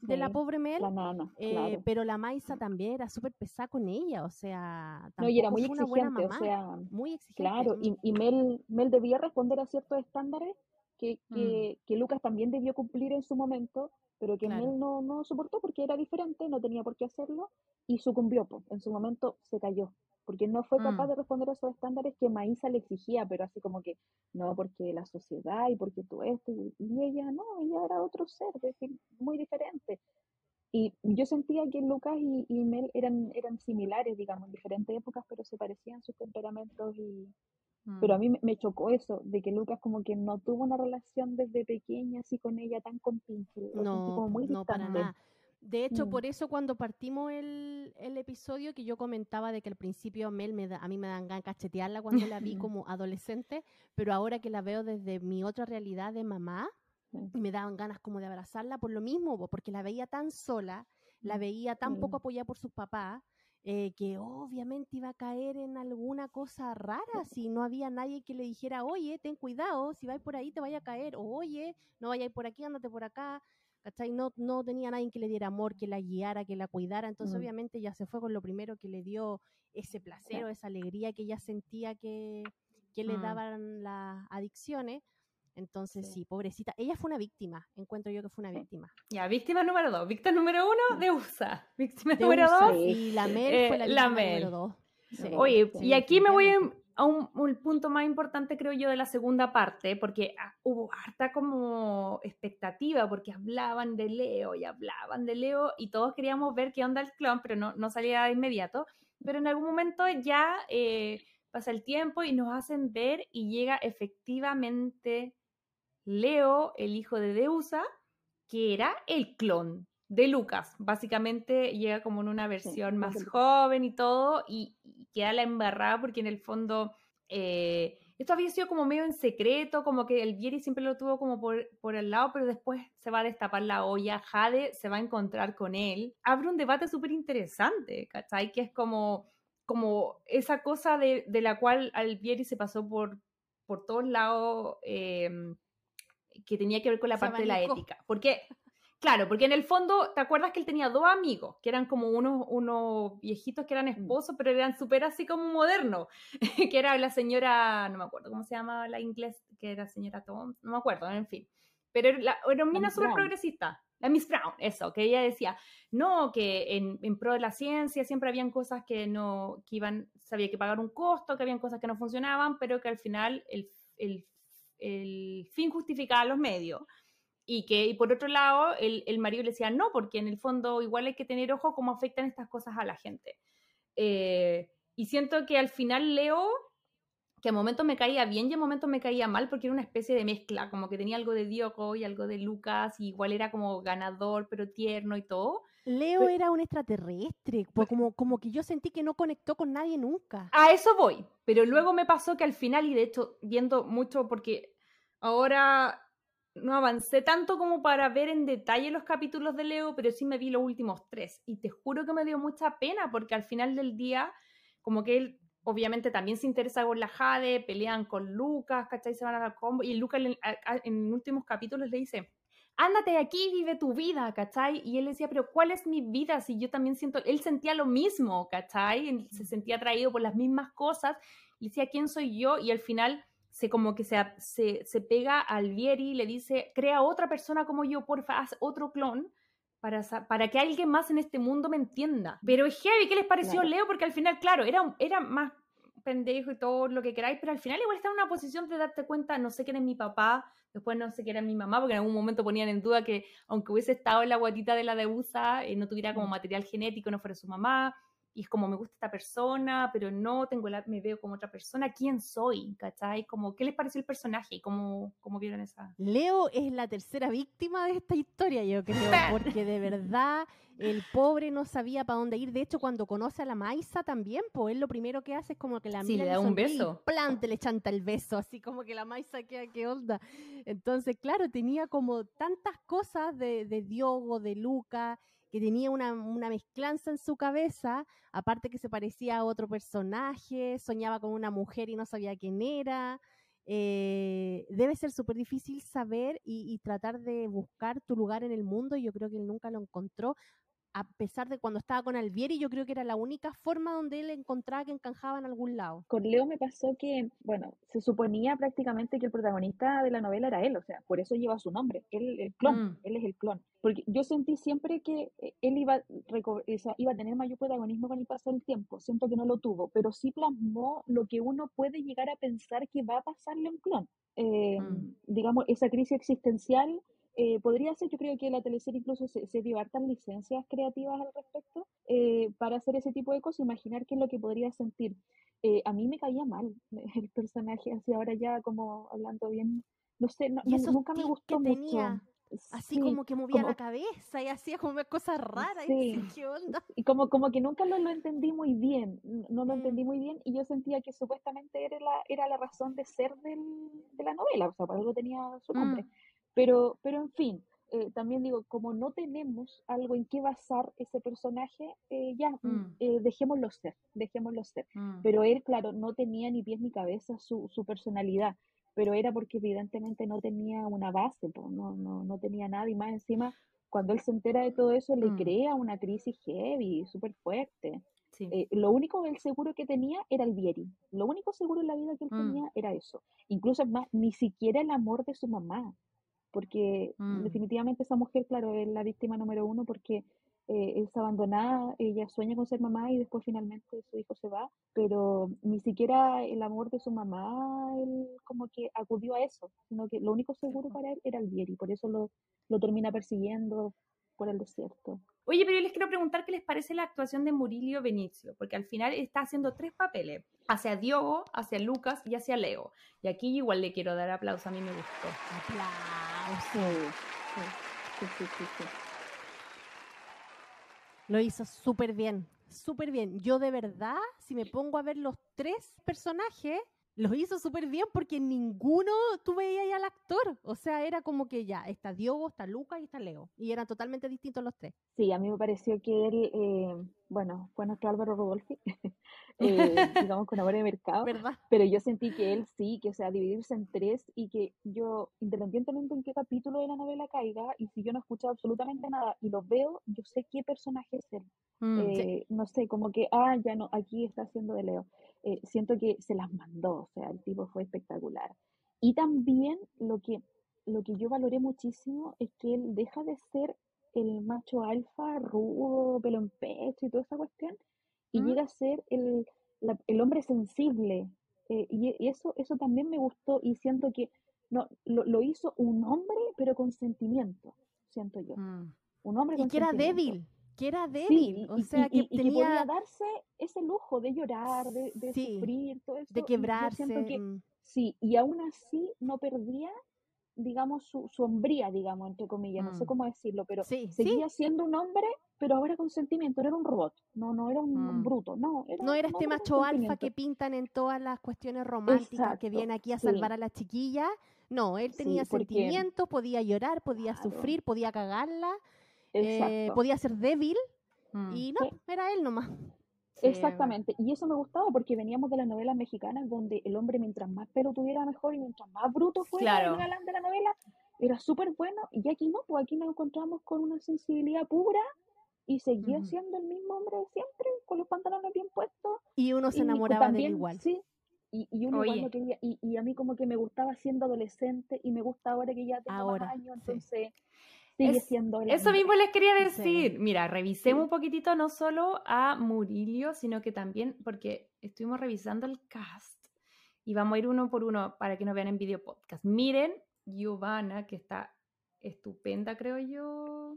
C: de la
D: Sí,
C: pobre Mel,
D: la nana,
C: eh,
D: claro.
C: pero la Maisa también era súper pesada con ella, o sea,
D: No, y era
C: tampoco
D: muy
C: fue una buena
D: exigente, o
C: mamá,
D: sea,
C: muy exigente.
D: claro,
C: mm,
D: y, y Mel, Mel debía responder a ciertos estándares que,
B: Mm.
D: que, que Lucas también debió cumplir en su momento, pero que
C: Claro.
D: Mel no, no soportó porque era diferente, no tenía por qué hacerlo, y sucumbió, pues, en su momento se cayó, porque no fue capaz
B: Mm.
D: de responder a esos estándares que Maísa le exigía, pero así como que, no, porque la sociedad y porque tú esto, y, y ella no, ella era otro ser, es decir, muy diferente. Y yo sentía que Lucas y, y Mel eran, eran similares, digamos, en diferentes épocas, pero se parecían sus temperamentos. Y... Pero a
B: Mm.
D: mí me, me chocó eso, de que Lucas como que no tuvo una relación desde pequeña así con ella tan compinche, lo sentí
C: No,
D: como muy
C: no para
D: distante.
C: nada. De hecho,
D: Mm,
C: por eso cuando partimos el, el episodio que yo comentaba de que al principio Mel me da, a mí me dan ganas de cachetearla cuando la vi como adolescente, pero ahora que la veo desde mi otra realidad de mamá,
D: sí,
C: me daban ganas como de abrazarla por lo mismo, po, porque la veía tan sola, la
B: Mm.
C: veía tan poco
D: sí,
C: apoyada por sus papás, eh, que obviamente iba a caer en alguna cosa rara si no había nadie que le dijera, oye, ten cuidado, si vas por ahí te vaya a caer, o oye, no vayas por aquí, ándate por acá, ¿cachai? No, no tenía nadie que le diera amor, que la guiara, que la cuidara, entonces
D: mm,
C: obviamente ella se fue con lo primero que le dio ese placer
D: sí.
C: o esa alegría que ella sentía que, que le
B: Mm.
C: daban las adicciones. Entonces,
D: Sí.
C: sí, pobrecita. Ella fue una víctima. Encuentro yo que fue una
D: Sí.
C: víctima.
B: Ya, víctima número dos. Víctima número uno,
D: Mm.
B: de U S A. Víctima
C: De
B: número
C: U S A.
B: dos,
D: Sí,
C: Y la Mel
B: eh,
C: fue la
B: la
C: víctima número
B: Mel.
C: dos. Sí,
D: sí,
B: Oye,
D: sí.
B: y aquí me voy
C: definitivamente.
B: a un, un punto más importante, creo yo, de la segunda parte, porque ah, hubo harta como expectativa, porque hablaban de Leo y hablaban de Leo y todos queríamos ver qué onda el clon, pero no, no salía de inmediato. Pero en algún momento ya eh, pasa el tiempo y nos hacen ver y llega efectivamente Leo, el hijo de Deusa, que era el clon de Lucas. Básicamente llega como en una
D: Sí,
B: versión
D: el clon
B: más
D: de Lucas.
B: joven y todo, y, y queda la embarrada porque en el fondo eh, esto había sido como medio en secreto, como que el Vieri siempre lo tuvo como por, por el lado, pero después se va a destapar la olla, Jade se va a encontrar con él. Abre un debate súper interesante, ¿cachai? Que es como, como esa cosa de, de la cual Alvieri se pasó por, por todos lados. Eh, que tenía que ver con la
C: Ese
B: parte de la
C: abanico.
B: ética. Porque, claro, porque en el fondo, ¿te acuerdas que él tenía dos amigos? Que eran como unos, unos viejitos que eran esposos, pero eran súper así como modernos. Que era la señora, no me acuerdo cómo se llamaba la inglés, que era señora Tom, no me acuerdo, en fin. Pero era, la, era una
D: La
B: mina
D: Miss
B: súper
D: Brown.
B: progresista. La Miss Brown, eso, que ella decía, no, que en, en pro de la ciencia siempre habían cosas que no, que iban, se había que pagar un costo, que habían cosas que no funcionaban, pero que al final el, el el fin justificaba los medios. Y que, y por otro lado, el, el marido le decía no, porque en el fondo igual hay que tener ojo cómo afectan estas cosas a la gente. Eh, y siento que al final Leo, que a momentos me caía bien y a momentos me caía mal, porque era una especie de mezcla, como que tenía algo de Diogo y algo de Lucas, y igual era como ganador, pero tierno y todo.
C: Leo
B: Pero,
C: era un extraterrestre, pues como, como que yo sentí que no conectó con nadie nunca.
B: a eso voy, pero luego me pasó que al final, y de hecho viendo mucho, porque ahora no avancé tanto como para ver en detalle los capítulos de Leo, pero sí me vi los últimos tres, y te juro que me dio mucha pena, porque al final del día, como que él obviamente también se interesa por la Jade, pelean con Lucas, ¿cachai? Se van a la combo, y Lucas en, en últimos capítulos le dice, ándate de aquí, vive tu vida, ¿cachai? Y él decía, pero ¿cuál es mi vida? Si yo también siento, él sentía lo mismo, ¿cachai? Él se sentía atraído por las mismas cosas, y decía, ¿quién soy yo? Y al final se como que se, se, se pega al Vieri y le dice, crea otra persona como yo, porfa, haz otro clon, para, para que alguien más en este mundo me entienda. Pero es heavy, ¿qué les pareció
D: Claro.
B: Leo? Porque al final, claro, era, era más pendejo y todo lo que queráis, pero al final igual está en una posición de darte cuenta, no sé quién es mi papá, después no sé quién era mi mamá, porque en algún momento ponían en duda que aunque hubiese estado en la guatita de la Deusa, eh, no tuviera como material genético, no fuera su mamá, y es como me gusta esta persona, pero no tengo la, me veo como otra persona, ¿quién soy? ¿Cachai? Como, ¿qué les pareció el personaje y cómo, cómo vieron esa?
C: Leo es la tercera víctima de esta historia, yo creo, porque de verdad el pobre no sabía para dónde ir. De hecho, cuando conoce a la Maisa también, pues él lo primero que hace es como que la
B: Sí,
C: mira,
B: le da un beso.
C: Y plante, le chanta el beso, así como que la Maisa queda, ¿qué onda? Entonces, claro, tenía como tantas cosas de, de Diogo, de Luca, que tenía una, una mezclanza en su cabeza, aparte que se parecía a otro personaje, soñaba con una mujer y no sabía quién era. eh, debe ser súper difícil saber y, y tratar de buscar tu lugar en el mundo. Yo creo que él nunca lo encontró, a pesar de cuando estaba con Alvieri, yo creo que era la única forma donde él encontraba que encajaba en algún lado.
D: Con Leo me pasó que, bueno, se suponía prácticamente que el protagonista de la novela era él, o sea, por eso lleva su nombre, él, el clon,
B: Mm.
D: él es el clon. Porque yo sentí siempre que eh, él iba, reco- o sea, iba a tener mayor protagonismo con el paso del tiempo, siento que no lo tuvo, pero sí plasmó lo que uno puede llegar a pensar que va a pasarle a un clon. Eh,
B: Mm.
D: digamos, esa crisis existencial. Eh, podría ser, yo creo que la teleserie incluso se, se dio hartas licencias creativas al respecto eh, para hacer ese tipo de cosas, imaginar qué es lo que podría sentir. Eh, a mí me caía mal el personaje, así ahora ya como hablando bien, no sé, no,
C: Y
D: no-
C: esos
D: nunca me
C: tics que
D: gustó mucho.
C: tenía, así
D: Sí,
C: como que movía la
D: como,
C: cabeza y hacía como cosas raras. Y
D: sí,
C: decía, ¿qué onda?
D: y como, como que nunca lo, lo entendí muy bien, n- no lo
C: Mm,
D: entendí muy bien y yo sentía que supuestamente era la, era la razón de ser del, de la novela, o sea, por algo tenía su nombre.
B: Mm.
D: Pero, pero en fin, eh, también digo, como no tenemos algo en qué basar ese personaje, eh, ya, mm,
B: Mm.
D: eh, dejémoslo ser, dejémoslo ser.
B: Mm.
D: Pero él, claro, no tenía ni pies ni cabeza su, su personalidad, pero era porque evidentemente no tenía una base, po, no, no, no tenía nada y más encima cuando él se entera de todo eso, le
B: Mm.
D: crea una crisis heavy, súper fuerte.
B: Sí.
D: Eh, lo único el seguro que tenía era el Vieri. Lo único seguro en la vida que él
B: Mm.
D: tenía era eso. Incluso es más, ni siquiera el amor de su mamá. Porque
B: Mm.
D: definitivamente esa mujer, claro, es la víctima número uno porque eh, es abandonada, ella sueña con ser mamá y después finalmente su hijo se va, pero ni siquiera el amor de su mamá, él como que acudió a eso, sino que lo único
B: Sí,
D: seguro
B: po.
D: para él era el Vieri, por eso lo, lo termina persiguiendo por el desierto.
B: Oye, pero yo les quiero preguntar qué les parece la actuación de Murillo Benicio, porque al final está haciendo tres papeles, hacia Diogo, hacia Lucas y hacia Leo. Y aquí igual le quiero dar aplauso, a mí me gustó.
C: aplauso.
D: Sí, sí, sí, sí, sí, sí.
C: Lo hizo súper bien, súper bien. Yo de verdad, si me pongo a ver los tres personajes, los hizo súper bien porque ninguno tú veías ahí al actor. O sea, era como que ya, está Diogo, está Lucas y está Leo. Y eran totalmente distintos los tres.
D: Sí, a mí me pareció que él, eh, bueno, fue nuestro Álvaro Rodolfi, eh, digamos con amor de mercado,
C: ¿Verdad?
D: pero yo sentí que él sí, que o sea, dividirse en tres y que yo, independientemente en qué capítulo de la novela caiga, y si yo no he escuchado absolutamente nada y lo veo, yo sé qué personaje es él.
B: Mm.
C: Sí.
D: Eh, no sé, como que, ah, ya no, aquí está haciendo de Leo. Eh, siento que se las mandó, o sea, el tipo fue espectacular. Y también lo que, lo que yo valoré muchísimo es que él deja de ser el macho alfa, rudo, pelo en pecho y toda esa cuestión, y
B: ¿Mm?
D: llega a ser el, la- el hombre sensible. Eh, y, y eso, eso también me gustó y siento que no, lo, lo hizo un hombre, pero con sentimiento, siento yo.
B: Mm.
D: Un hombre
C: Y
D: con
C: que era
D: sentimiento.
C: débil, que era débil.
D: Sí,
C: O
D: y, y,
C: sea, que
D: y, y que podía
C: tenía,
D: darse ese lujo de llorar, de, de
C: sí,
D: sufrir, todo
C: de
D: eso. Y yo siento
C: quebrarse.
D: que
C: mm,
D: sí, y aún así no perdía, digamos, su, su hombría, digamos, entre comillas, no sé
B: Mm.
D: cómo decirlo, pero
C: Sí, sí.
D: seguía siendo un hombre, pero ahora con sentimiento, no era un robot, no, no era un, un
B: Mm.
D: bruto, no, era
C: No era
D: un
C: este
D: hombre con
C: macho alfa
D: sentimiento.
C: que pintan en todas las cuestiones románticas, que
D: Exacto,
C: viene aquí a
D: sí,
C: salvar a la chiquilla. No, él tenía
D: sí, porque,
C: sentimientos, podía llorar, podía
D: claro,
C: sufrir, podía cagarla, eh,
D: exacto,
C: podía ser débil
B: Mm.
C: y no,
D: sí.
C: era él nomás.
B: Sí,
D: Exactamente, y eso me gustaba porque veníamos de las novelas mexicanas donde el hombre mientras más pelo tuviera mejor y mientras más bruto fuera el
B: claro.
D: galán de la novela, era súper bueno, y aquí no, pues aquí nos encontramos con una sensibilidad pura y seguía
B: Ujú.
D: siendo el mismo hombre de siempre, con los pantalones bien puestos,
C: Y uno se
D: y co-
C: enamoraba de él
D: también,
C: igual.
D: sí, y, y uno igual lo
B: Oye,
D: quería, y, y a mí como que me gustaba siendo adolescente y me gusta ahora que ya tengo más
C: Ahora,
D: años,
C: sí.
D: entonces sigue
B: es,
D: siendo el
B: eso mismo
D: hombre,
B: les quería
C: Sí.
B: decir. Mira, revisemos
D: sí.
B: un poquitito no solo a Murillo, sino que también, porque estuvimos revisando el cast y vamos a ir uno por uno para que nos vean en video podcast. Miren, Giovanna, que está estupenda, creo yo.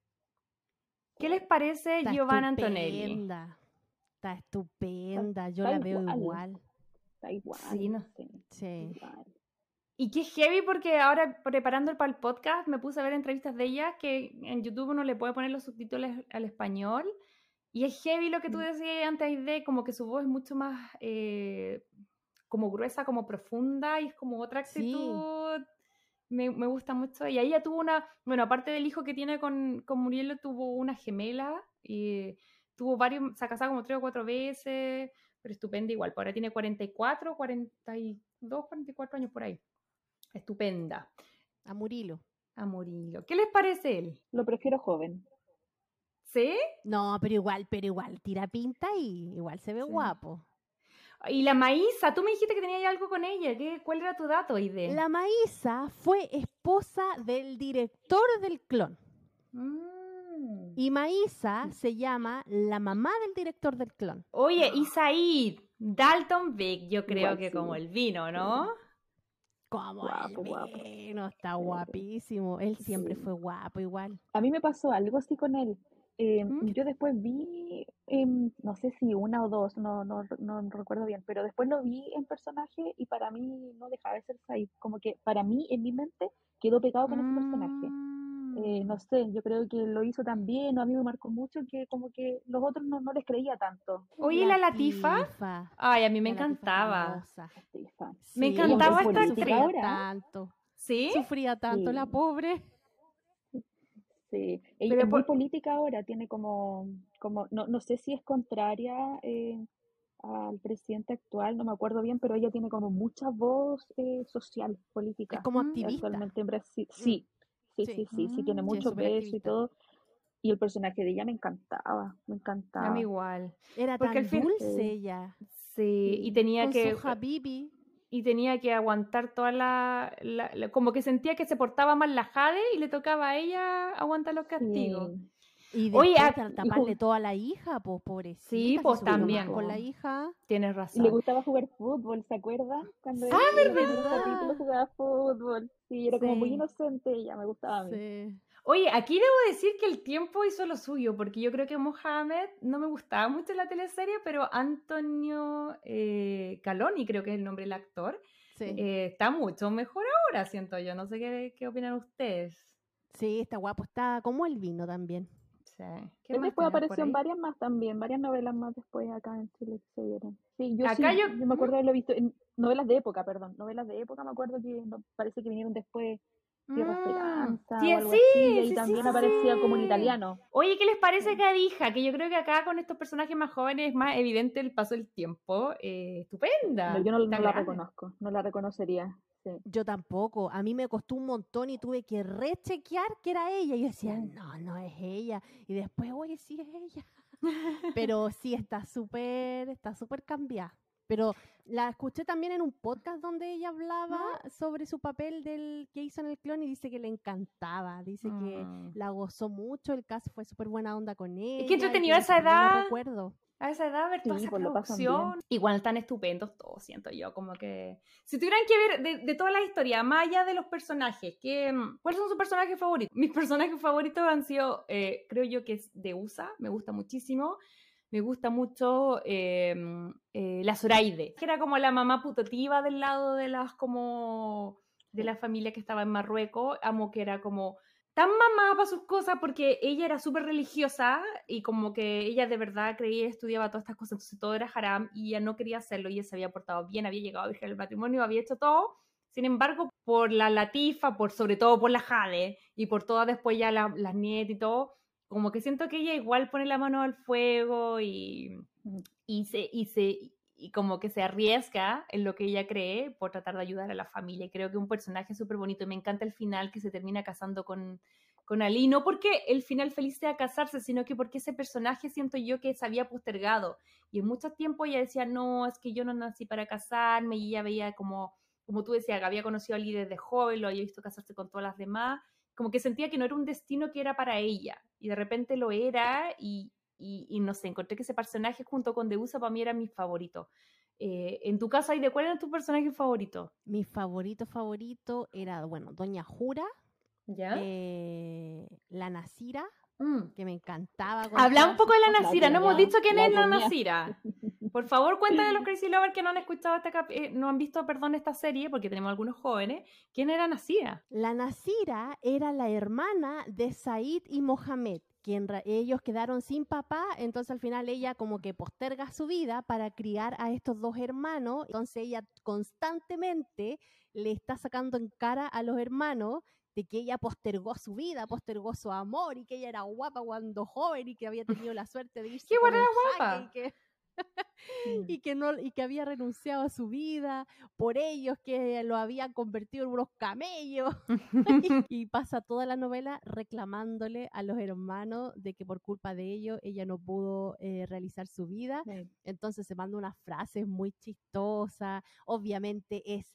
B: ¿Qué les parece
C: Está
B: Giovanna Antonelli?
C: estupenda, está
D: Está,
C: estupenda, yo
D: está
C: la veo
D: igual,
C: igual.
D: está igual,
B: Sí, no.
D: sí,
C: Sí.
D: igual.
B: Y qué heavy porque ahora preparando para el podcast me puse a ver entrevistas de ella que en YouTube uno le puede poner los subtítulos al español y es heavy lo que tú
D: Mm.
B: decías antes de como que su voz es mucho más eh, como gruesa, como profunda y es como otra
C: Sí,
B: actitud. Me, me gusta mucho. Y ahí ella tuvo una, bueno, aparte del hijo que tiene con, con Muriel, tuvo una gemela y tuvo varios, se ha casado como tres o cuatro veces, pero estupenda igual. Ahora tiene cuarenta y cuatro, cuarenta y dos, cuarenta y cuatro años por ahí. Estupenda.
C: A Murilo.
B: A Murilo. ¿Qué les parece él?
D: Lo prefiero joven.
B: ¿Sí?
C: No, pero igual, pero igual, tira pinta y igual se ve
B: Sí.
C: guapo.
B: Y la Maísa, tú me dijiste que tenías algo con ella. ¿Qué, ¿Cuál era tu dato, Aide?
C: La Maísa fue esposa del director del Clon.
B: Mm.
C: Y Maísa se llama la mamá del director del Clon.
B: Oye, y Said, Dalton Vick, yo creo
D: Igual
B: que
D: sí.
B: como el vino, ¿no?
C: Como
D: Guapo,
C: el
D: guapo.
C: vino, está guapísimo. Él siempre
D: Sí.
C: fue guapo igual.
D: A mí me pasó algo así con él. Eh,
B: ¿Mm?
D: yo después vi, em, no sé si una o dos, no, no, no recuerdo bien, pero después lo vi en personaje y para mí no dejaba de ser Said. Como que para mí, en mi mente, quedó pegado con ese personaje. Eh, no
B: Mm.
D: sé, yo creo que lo hizo tan bien, o a mí me marcó mucho que como que los otros no, no les creía tanto.
B: Oye, ¿y la Latifa?
C: Latifa,
B: Ay, a mí me
C: la Latifa es
B: encantaba.
C: hermosa.
D: Estoy fan.
B: Me
C: Sí,
B: encantaba
C: ella
B: esta
C: sufría
B: actriz.
D: ahora.
C: tanto.
B: ¿Sí?
C: Sufría tanto la
D: Sí.
C: pobre.
D: Sí, ella
B: Pero
D: es muy
B: por-
D: política ahora, tiene como, como no, no sé si es contraria eh, al presidente actual, no me acuerdo bien, pero ella tiene como mucha voz eh, social,
C: Es
D: política,
C: como
B: Mm.
C: activista.
D: actualmente en Brasil.
C: Mm,
D: Sí, sí,
C: sí,
D: sí, sí, sí, tiene
B: Mm.
C: sí, es
D: mucho
C: súper
D: peso y
C: activista.
D: todo. Y el personaje de ella me encantaba, me
B: A mí
D: encantaba.
B: igual.
C: Era
B: Porque
C: tan
B: al fin,
C: dulce
D: Sí,
C: ella.
B: sí, y
D: sí.
B: tenía
C: Con
B: que,
C: su Habibi.
B: y tenía que aguantar toda la, la- la- como que sentía que se portaba mal la Jade y le tocaba a ella aguantar los castigos.
D: Sí.
C: Y
B: Oye,
C: después
B: a-
C: ta-
D: Y,
C: taparle
D: ju-
C: todo a la hija, pues
B: sí,
C: pobrecita, si
B: pues
C: sufrió más
B: también,
C: con la
D: po.
C: hija.
B: tienes
D: Y le
B: razón.
D: gustaba jugar fútbol, ¿se acuerdan? Cuando
C: Sí,
D: él en los primeros
C: ¿verdad?
D: capítulos jugaba fútbol. Sí, era como muy
B: Sí.
D: inocente ella, me gustaba a mí.
C: Sí.
B: Oye, aquí debo decir que el tiempo hizo lo suyo, porque yo creo que Mohamed no me gustaba mucho la teleserie, pero Antonio eh, Caloni, creo que es el nombre del actor,
C: Sí.
B: eh, está mucho mejor ahora, siento yo. No sé qué, qué opinan ustedes.
C: Sí, está guapo, está como el vino también.
B: Sí. ¿Qué
D: Él
B: más
D: después
B: tenemos por
D: apareció en
B: ahí?
D: varias más también, varias novelas más después acá en Chile que se dieron. Sí, yo
B: Acá
D: sí,
B: yo...
D: yo me acuerdo de haberlo visto en novelas de época, perdón, novelas de época, me acuerdo que no- parece que vinieron después Tierra
B: Mm,
D: Esperanza
B: sí,
D: o algo
B: sí,
D: así, y ahí
B: sí, sí,
D: también
B: sí,
D: aparecía como en
B: sí.
D: italiano.
B: Oye, ¿qué les parece
D: Sí.
B: Cadija? Que yo creo que acá con estos personajes más jóvenes es más evidente el paso del tiempo. Eh,
D: No,
B: estupenda.
D: yo no,
B: Está
D: no la
B: grande.
D: reconozco, no la reconocería. Sí.
C: Yo tampoco. A mí me costó un montón y tuve que rechequear que era ella. Y yo decía,
D: Sí.
C: no, no es ella. Y después, oye, sí es ella. Pero sí está súper, está súper cambiada. Pero la escuché también en un podcast donde ella hablaba sobre su papel del que hizo en el Clon y dice que le encantaba. Dice que
B: Mm.
C: la gozó mucho, el cast fue súper buena onda con ella.
B: Es que
C: y
B: entretenido a
C: tiene
B: esa
C: súper buenos
B: edad.
C: recuerdos.
B: A esa edad ver toda
D: Sí,
B: esa
D: pues lo pasan bien.
B: producción. Igual están estupendos todos, siento yo. Como que. Si tuvieran que ver de, de toda la historia, más allá de los personajes, ¿qué, ¿cuáles son sus personajes favoritos? Mis personajes favoritos han sido, eh, creo yo que es de U S A, me gusta muchísimo. Me gusta mucho eh, eh, la Zoraide, que era como la mamá putativa del lado de las como de la familia que estaba en Marruecos. Amo que era como tan mamá para sus cosas porque ella era súper religiosa y como que ella de verdad creía y estudiaba todas estas cosas, entonces todo era haram y ella no quería hacerlo y ella se había portado bien, había llegado a virgen el matrimonio, había hecho todo. Sin embargo, por la Latifa, por sobre todo por la Jade y por todas después ya la, las nietas y todo, como que siento que ella igual pone la mano al fuego y, y, se, y, se, y como que se arriesga en lo que ella cree por tratar de ayudar a la familia. Y creo que es un personaje súper bonito. Me encanta el final que se termina casando con, con Ali. No porque el final feliz sea casarse, sino que porque ese personaje siento yo que se había postergado. Y en mucho tiempo ella decía, no, es que yo no nací para casarme. Y ella veía como, como tú decías, que había conocido a Ali desde joven, lo había visto casarse con todas las demás. Como que sentía que no era un destino que era para ella, y de repente lo era, y, y, y no sé, encontré que ese personaje junto con Deusa para mí era mi favorito. Eh, en tu caso, ¿de cuál era tu personaje favorito?
C: Mi favorito favorito era, bueno, Doña Jura,
B: ¿Ya?
C: eh, la Nasira,
B: Mm.
C: que me encantaba.
B: Habla un poco de la
D: La
B: Nasira, no hemos
D: cuña,
B: dicho quién
D: la
B: es la
D: cuña.
B: Nasira. Por favor, cuéntale a los Crazy Lovers que no han escuchado esta cap- eh, no han visto, perdón, esta serie, porque tenemos algunos jóvenes. ¿Quién era Nasira?
C: La Nasira era la hermana de Said y Mohamed, quien ra- ellos quedaron sin papá, entonces al final ella como que posterga su vida para criar a estos dos hermanos, entonces ella constantemente le está sacando en cara a los hermanos de que ella postergó su vida, postergó su amor y que ella era guapa cuando joven y que había tenido la suerte de irse
B: ¿Qué
C: con
B: guapa
C: un
B: era
C: jaque
B: guapa?
C: y que y, que no, y que había renunciado a su vida por ellos, que lo habían convertido en unos camellos. y, y pasa toda la novela reclamándole a los hermanos de que por culpa de ellos ella no pudo eh, realizar su vida.
D: Sí.
C: Entonces se manda unas frases muy chistosas. Obviamente es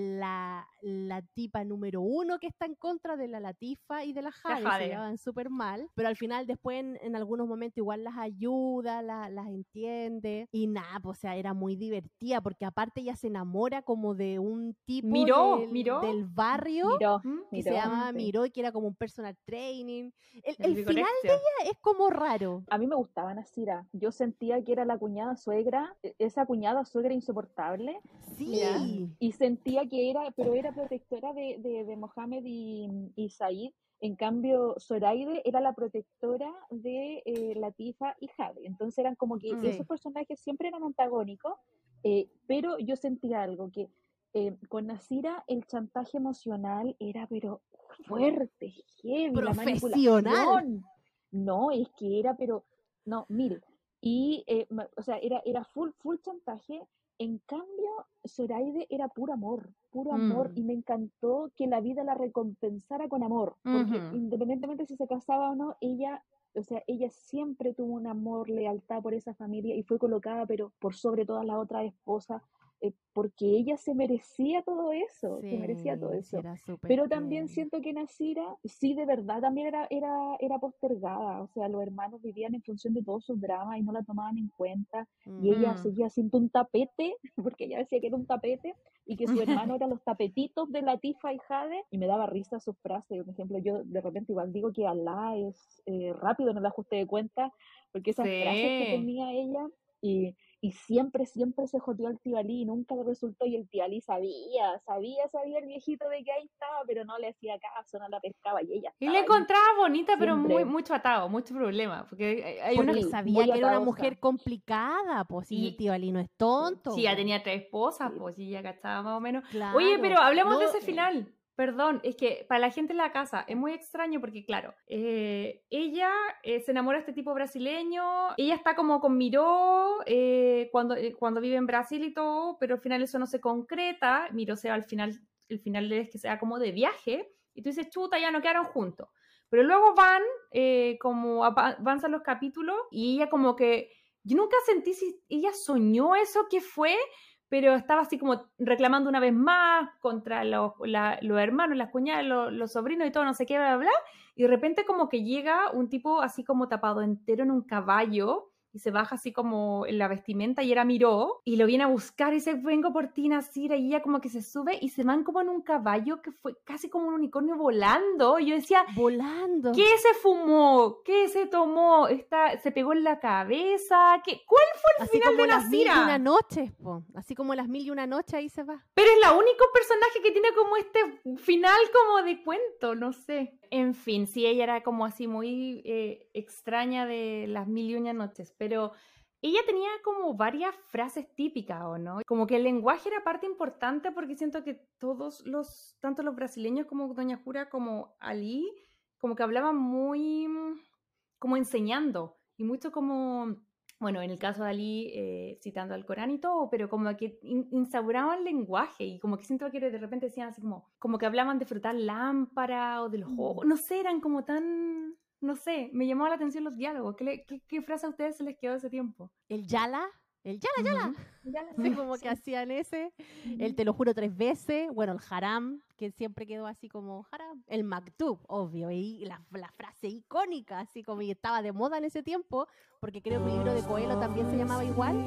C: La, la tipa número uno que está en contra de la Latifa y de la Jade,
B: Jade.
C: se llevan súper mal, pero al final después en, en algunos momentos igual las ayuda, la, las entiende y nada, pues, o sea, era muy divertida porque aparte ella se enamora como de un tipo
B: Miró,
C: del,
B: miró.
C: del barrio
D: Miró,
B: ¿Mm?
C: que
D: miró,
C: se llamaba
D: sí.
C: Miró y que era como un personal training. El,
B: El
C: el
B: Vigor
C: final
B: Extra.
C: es como raro.
D: A mí me gustaba Nasira. Yo sentía que era la cuñada suegra, e- esa cuñada suegra insoportable.
C: Sí.
D: Y, y sentía que era, pero era protectora de, de, de Mohamed y, y Said. En cambio, Zoraide era la protectora de eh, Latifa y Jade. Entonces eran como que
C: Sí.
D: esos personajes siempre eran antagónicos, eh, pero yo sentía algo, que eh, con Nasira el chantaje emocional era pero fuerte, heavy, la
C: Profesional.
D: manipulación. No, es que era, pero, no, mire, y, eh, ma- o sea, era, era full, full chantaje. En cambio, Zoraide era puro amor, puro amor,
B: Mm.
D: y me encantó que la vida la recompensara con amor, porque
B: Ujú.
D: independientemente si se casaba o no, ella, o sea, ella siempre tuvo un amor, lealtad por esa familia y fue colocada, pero por sobre todas las otras esposas, eh, porque ella se merecía todo eso, se merecía todo
C: Sí, sí,
D: eso.
C: era súper
D: Pero también
C: tierna.
D: siento que Nasira, sí, de verdad, también era, era, era postergada. O sea, los hermanos vivían en función de todos sus dramas y no la tomaban en cuenta. Y ella
B: Mm.
D: seguía siendo un tapete, porque ella decía que era un tapete, y que su hermano eran los tapetitos de Latifa y Jade. Y me daba risa sus frases. Por ejemplo, yo de repente igual digo que Alá es eh, rápido en el ajuste de cuentas, porque esas frases que
B: Sí.
D: tenía ella. Y, y siempre, siempre se joteó al Tibalí y nunca le resultó. Y el Tibalí sabía, sabía, sabía el viejito de que ahí estaba, pero no le hacía caso, no la pescaba y ella
B: Y
D: estaba
B: la
D: ahí
B: encontraba bonita, pero muy,
D: siempre.
B: mucho atado, mucho problema. Porque hay- hay
C: Porque
B: una.
D: Sí,
C: sabía
D: muy
C: que era una
D: ataosa.
C: mujer complicada, pues, y el
B: Y
C: tío Ali no es tonto.
B: sí, ya
C: po.
B: tenía tres esposas,
D: Sí.
B: pues sí, ya cachaba más o menos.
C: Claro.
B: Oye, pero hablemos de
C: No,
B: ese final. Perdón, es que para la gente en la casa es muy extraño porque, claro, eh, ella eh, se enamora de este tipo brasileño, ella está como con Miró eh, cuando, eh, cuando vive en Brasil y todo, pero al final eso no se concreta. Miró se va al final, el final es que sea como de viaje, y tú dices, chuta, ya no quedaron juntos. Pero luego van, eh, como ava- avanzan los capítulos, y ella como que, yo nunca sentí si ella soñó eso que fue, pero estaba así como reclamando una vez más contra los, la- los hermanos, las cuñadas, los, los sobrinos y todo, no sé qué, bla, bla, bla, y de repente como que llega un tipo así como tapado entero en un caballo, y se baja así como en la vestimenta, y era Miró, y lo viene a buscar y dice, vengo por ti, Nasira, y ella como que se sube, y se van como en un caballo que fue casi como un unicornio volando, y yo decía,
C: volando.
B: ¿qué se fumó? ¿Qué se tomó? Está, ¿se pegó en la cabeza? ¿Qué? ¿Cuál fue el
C: Así
B: final
C: como
B: de
C: las mil y
B: Nasira?
C: una noches, po. Así como las mil y una noches, ahí se va.
B: Pero es la único personaje que tiene como este final como de cuento, no sé. En fin, sí, ella era como así muy eh, extraña de las mil y una noches, pero ella tenía como varias frases típicas, ¿o no? Como que el lenguaje era parte importante porque siento que todos los, tanto los brasileños como Doña Jura como Ali, como que hablaban muy como enseñando y mucho como, bueno, en el caso de Ali eh, citando al Corán y todo, pero como que in- instauraban lenguaje y como que siento que de repente decían así como, como que hablaban de frotar lámpara o de los ojos, no sé, eran como tan, no sé, me llamaba la atención los diálogos. ¿Qué, le- qué, qué frase a ustedes se les quedó de ese tiempo?
C: El Yala, el Yala, Yala.
B: Ujú.
D: Ya la
C: Así
D: sé,
C: como
D: sí.
C: que hacían ese.
D: Ujú.
C: El te lo juro tres veces. Bueno, el haram, que siempre quedó así como haram. El maktub, obvio. Y la, la frase icónica, así como y estaba de moda en ese tiempo, porque creo que el libro de Coelho también se llamaba igual.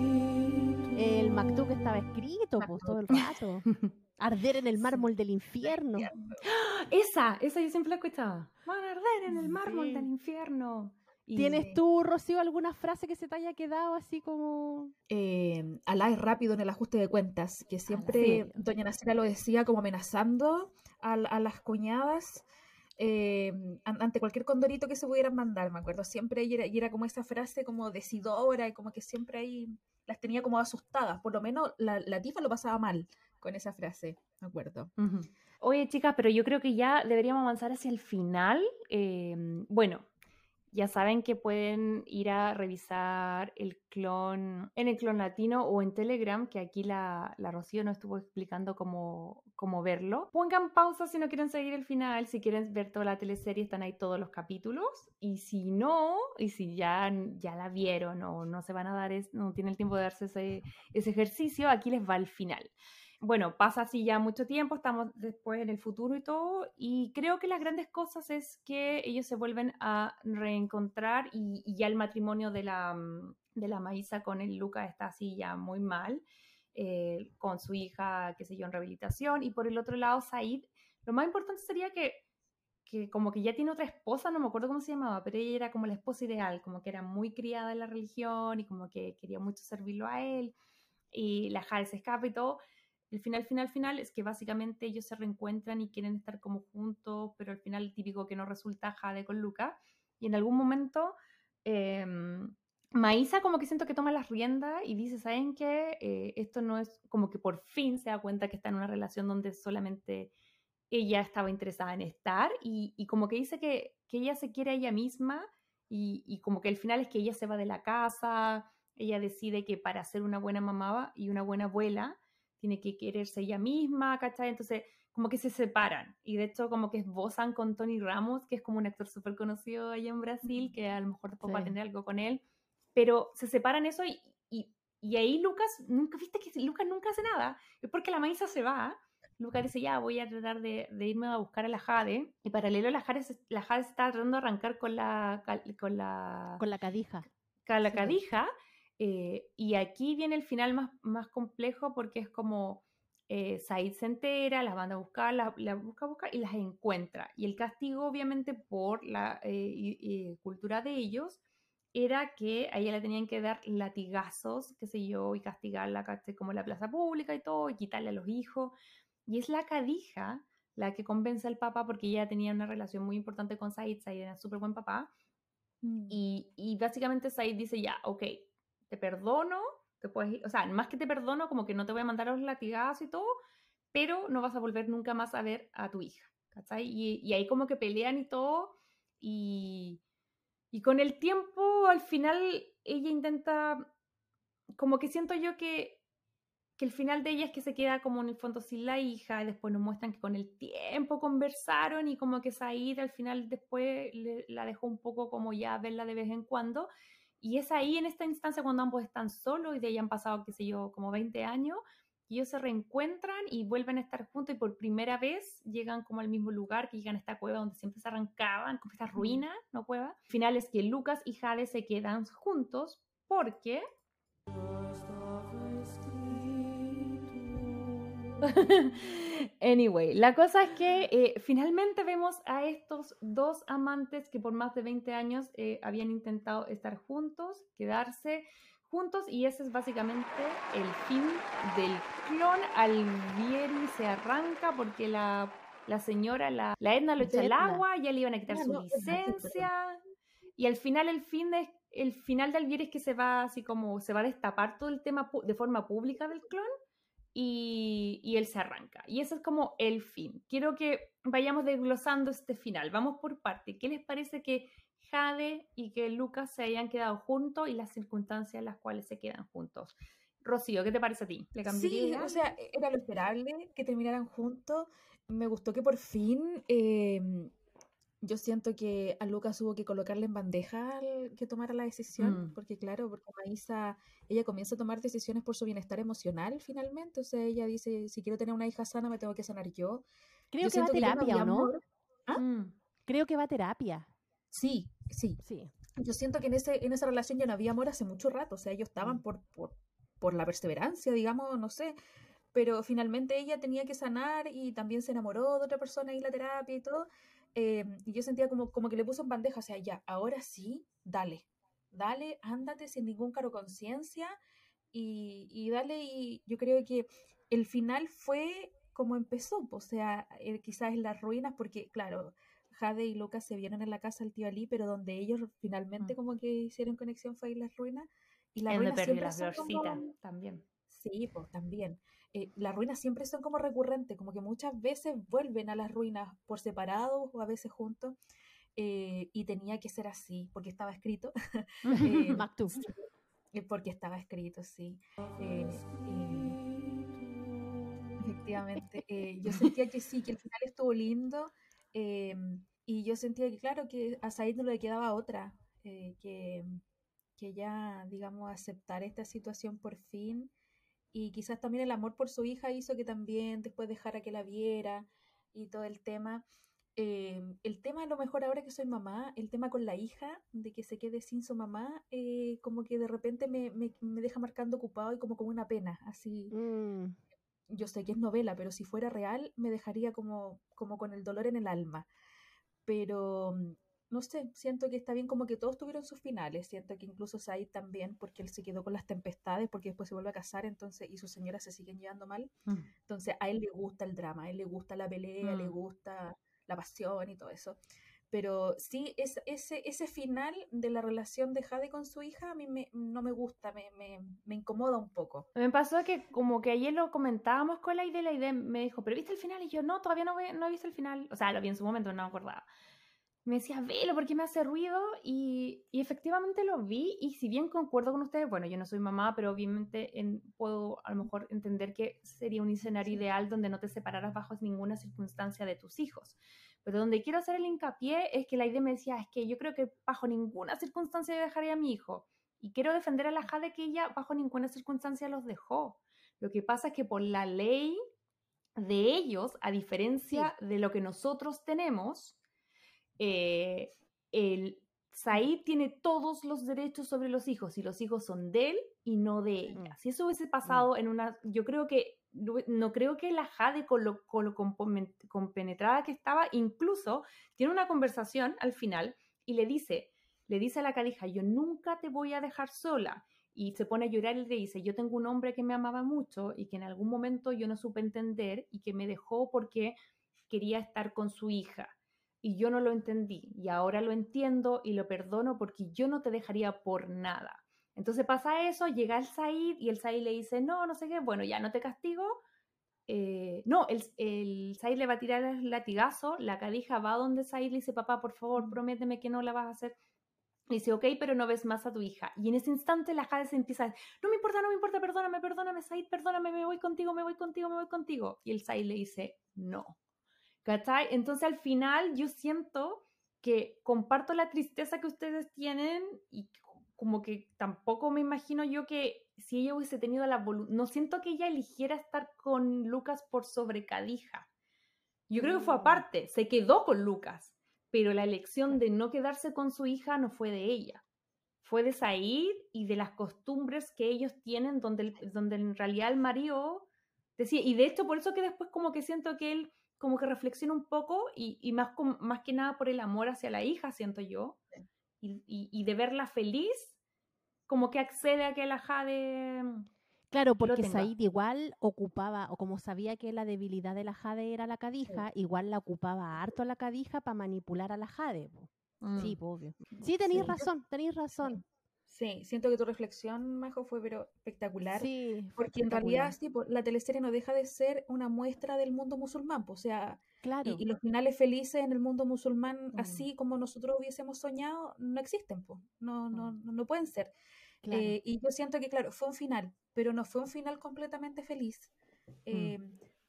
C: El maktub estaba escrito pues todo el rato. Arder en el mármol del infierno.
B: Esa, esa yo siempre la escuchaba. Van a arder en el mármol
C: Sí.
B: del infierno. Y-
C: ¿Tienes tú, Rocío, alguna frase que se te haya quedado así como...
F: eh, Alá es rápido en el ajuste de cuentas, que siempre
C: sí.
F: doña Nasira lo decía como amenazando a, a las cuñadas eh, an- ante cualquier condorito que se pudieran mandar, me acuerdo, siempre y era, y era como esa frase como decidora y como que siempre ahí las tenía como asustadas, por lo menos la, la Tifa lo pasaba mal con esa frase, me acuerdo.
B: Ujú. Oye, chicas, pero yo creo que ya deberíamos avanzar hacia el final. Eh, bueno, ya saben que pueden ir a revisar el clon en el Clon Latino o en Telegram, que aquí la, la Rocío nos estuvo explicando cómo, cómo verlo. Pongan pausa si no quieren seguir el final, si quieren ver toda la teleserie están ahí todos los capítulos, y si no, y si ya, ya la vieron o no se van a dar, es, no tienen el tiempo de darse ese, ese ejercicio, aquí les va el final. Bueno, pasa así ya mucho tiempo, estamos después en el futuro y todo, y creo que las grandes cosas es que ellos se vuelven a reencontrar y, y ya el matrimonio de la, de la Maísa con el Luca está así ya muy mal, eh, con su hija, qué sé yo, en rehabilitación, y por el otro lado, Said, lo más importante sería que, que como que ya tiene otra esposa, no me acuerdo cómo se llamaba, pero ella era como la esposa ideal, como que era muy criada en la religión y como que quería mucho servirlo a él, y la Jade se escapa y todo. El final, final, final es que básicamente ellos se reencuentran y quieren estar como juntos, pero al final típico que no resulta Jade con Luca. Y en algún momento eh, Maísa como que siento que toma las riendas y dice, ¿saben qué? Eh, esto no es, como que por fin se da cuenta que está en una relación donde solamente ella estaba interesada en estar y, y como que dice que, que ella se quiere a ella misma y, y como que el final es que ella se va de la casa, ella decide que para ser una buena mamá y una buena abuela tiene que quererse ella misma, ¿cachai? Entonces, como que se separan. Y de hecho, como que esbozan con Tony Ramos, que es como un actor súper conocido allá en Brasil, que a lo mejor después sí. va a tener algo con él. Pero se separan eso y, y, y ahí Lucas, nunca viste que Lucas nunca hace nada. Es porque la Maísa se va. Lucas dice, ya, voy a tratar de, de irme a buscar a la Jade. Y paralelo, la Jade, la Jade está tratando de arrancar con la... Con la,
C: con la cadija.
B: Con la sí. cadija. Eh, y aquí viene el final más, más complejo porque es como eh, Said se entera, las van a buscar, las la busca, busca y las encuentra. Y el castigo, obviamente, por la eh, y, y cultura de ellos, era que a ella le tenían que dar latigazos, qué sé yo, y castigarla como en la plaza pública y todo, y quitarle a los hijos. Y es la cadija la que convence al papá porque ella tenía una relación muy importante con Said, Said era súper buen papá. Mm. Y, y básicamente Said dice, ya, ok, te perdono, te puedes ir, o sea, más que te perdono, como que no te voy a mandar a los latigazos y todo, pero no vas a volver nunca más a ver a tu hija, ¿cachai? Y, y ahí como que pelean y todo, y, y con el tiempo, al final, ella intenta, como que siento yo que, que el final de ella es que se queda como en el fondo sin la hija, y después nos muestran que con el tiempo conversaron, y como que Said al final después le, la dejó un poco como ya verla de vez en cuando. Y es ahí en esta instancia cuando ambos están solos y de ahí han pasado, qué sé yo, como veinte años, y ellos se reencuentran y vuelven a estar juntos y por primera vez llegan como al mismo lugar, que llegan a esta cueva donde siempre se arrancaban, como esta ruina, no cueva. Al final es que Lucas y Jade se quedan juntos porque... Anyway, la cosa es que eh, finalmente vemos a estos dos amantes que por más de veinte años eh, habían intentado estar juntos, quedarse juntos, y ese es básicamente el fin del clon. Alvieri se arranca porque la, la señora, la, la Edna lo echa al agua, ya le iban a quitar no, su no, licencia, no, y al final el fin de el final de Alvieri es que se va así como se va a destapar todo el tema de forma pública del clon. Y, y él se arranca. Y eso es como el fin. Quiero que vayamos desglosando este final. Vamos por parte. ¿Qué les parece que Jade y que Lucas se hayan quedado juntos y las circunstancias en las cuales se quedan juntos? Rocío, ¿qué te parece a ti?
F: ¿Le cambiaría? Sí, o sea, era lo esperable que terminaran juntos. Me gustó que por fin... Eh, yo siento que a Lucas hubo que colocarle en bandeja al que tomara la decisión, mm. porque claro, porque Maísa, ella comienza a tomar decisiones por su bienestar emocional finalmente, o sea, ella dice, si quiero tener una hija sana, me tengo que sanar yo.
C: Creo
F: yo
C: que va a terapia,
F: ¿o
C: no?
F: ¿Ah?
C: Mm. Creo que va a terapia.
F: Sí, sí,
C: sí.
F: Yo siento que en, ese, en esa relación ya no había amor hace mucho rato, o sea, ellos estaban mm. por, por, por la perseverancia, digamos, no sé, pero finalmente ella tenía que sanar y también se enamoró de otra persona en la terapia y todo. Eh, y yo sentía como, como que le puso en bandeja, o sea, ya, ahora sí, dale, dale, ándate sin ningún cargo de conciencia y, y dale, y yo creo que el final fue como empezó, o sea, eh, quizás en las ruinas, porque claro, Jade y Lucas se vieron en la casa del tío Ali, pero donde ellos finalmente mm. como que hicieron conexión fue en las ruinas, y las ruinas siempre
B: la
F: son como...
B: también.
F: Sí, pues también. Eh, las ruinas siempre son como recurrentes, como que muchas veces vuelven a las ruinas por separado o a veces juntos. eh, y tenía que ser así, porque estaba escrito. eh,
C: Maktub.
F: sí, eh, porque estaba escrito, sí. Eh, eh, efectivamente, eh, yo sentía que sí, que el final estuvo lindo, eh, y yo sentía que, claro, que a Said no le quedaba otra, eh, que, que ya, digamos, aceptar esta situación por fin, y quizás también el amor por su hija hizo que también después dejara que la viera y todo el tema. Eh, el tema a lo mejor ahora que soy mamá, el tema con la hija, de que se quede sin su mamá, eh, como que de repente me, me, me deja marcando ocupado y como como una pena, así.
C: Mm,
F: Yo sé que es novela, pero si fuera real me dejaría como, como con el dolor en el alma. Pero mm, no sé, siento que está bien como que todos tuvieron sus finales, siento que incluso Said también, porque él se quedó con las tempestades, porque después se vuelve a casar, entonces, y sus señoras se siguen llevando mal,
B: Mm.
F: entonces a él le gusta el drama, a él le gusta la pelea, le
B: Mm.
F: gusta la pasión y todo eso. Pero sí, es, ese, ese final de la relación de Jade con su hija a mí me, no me gusta, me, me, me incomoda un poco.
B: Me pasó que como que ayer lo comentábamos con la idea, la idea me dijo, ¿pero viste el final? Y yo, no, todavía no, ve- no he visto el final. O sea, lo vi en su momento, no me acordaba. Me decía, velo, porque me hace ruido. Y, y efectivamente lo vi. Y si bien concuerdo con ustedes, bueno, yo no soy mamá, pero obviamente en- puedo a lo mejor entender que sería un escenario
F: Sí.
B: ideal donde no te separaras bajo ninguna circunstancia de tus hijos. Pero donde quiero hacer el hincapié es que la idea me decía, es que yo creo que bajo ninguna circunstancia yo dejaría a mi hijo. Y quiero defender a la Jade que ella bajo ninguna circunstancia los dejó. Lo que pasa es que por la ley de ellos, a diferencia de lo que nosotros tenemos, eh, el Said tiene todos los derechos sobre los hijos y los hijos son de él y no de ella. Si eso hubiese pasado en una... Yo creo que... No, no creo que la Jade con lo, con lo compomen- compenetrada que estaba, incluso tiene una conversación al final y le dice, le dice a la Khadija, yo nunca te voy a dejar sola. Y se pone a llorar y le dice, yo tengo un hombre que me amaba mucho y que en algún momento yo no supe entender y que me dejó porque quería estar con su hija. Y yo no lo entendí. Y ahora lo entiendo y lo perdono porque yo no te dejaría por nada. Entonces pasa eso, llega el Said y el Said le dice, no, no sé qué, bueno, ya no te castigo. Eh, no, el, el Said le va a tirar el latigazo, la Khadija va donde Said y le dice, papá, por favor, prométeme que no la vas a hacer. Le dice, ok, pero no ves más a tu hija. Y en ese instante la Jade se empieza a decir, no me importa, no me importa, perdóname, perdóname, Said, perdóname, me voy contigo, me voy contigo, me voy contigo. Y el Said le dice, no. ¿Cachai? Entonces al final yo siento que comparto la tristeza que ustedes tienen y como que tampoco me imagino yo que si ella hubiese tenido la voluntad, no siento que ella eligiera estar con Lucas por sobre Khadija. Yo creo que fue aparte, se quedó con Lucas, pero la elección de no quedarse con su hija no fue de ella, fue de Said y de las costumbres que ellos tienen donde, el- donde en realidad el marido decía, y de hecho por eso que después como que siento que él como que reflexiona un poco y, y más, com- más que nada por el amor hacia la hija, siento yo, y, y, y de verla feliz, como que accede a que la Jade
C: Claro,
B: lo
C: porque
B: tenga.
C: Said igual ocupaba, o como sabía que la debilidad de la Jade era la Khadija, igual la ocupaba harto a la Khadija para manipular a la Jade. Po.
B: Mm.
C: Sí, po, obvio. Sí, tenéis
F: Sí.
C: razón, tenéis razón.
F: Sí, siento que tu reflexión, Majo, fue pero espectacular.
C: Sí, fue
F: Porque en
C: espectacular.
F: realidad sí, po, la teleserie no deja de ser una muestra del mundo musulmán, po, o sea,
C: Claro.
F: y, y los finales felices en el mundo musulmán,
C: Mm.
F: así como nosotros hubiésemos soñado, no existen, po, no, no, no, no pueden ser.
C: Claro.
F: Eh, y yo siento que, claro, fue un final, pero no fue un final completamente feliz, eh,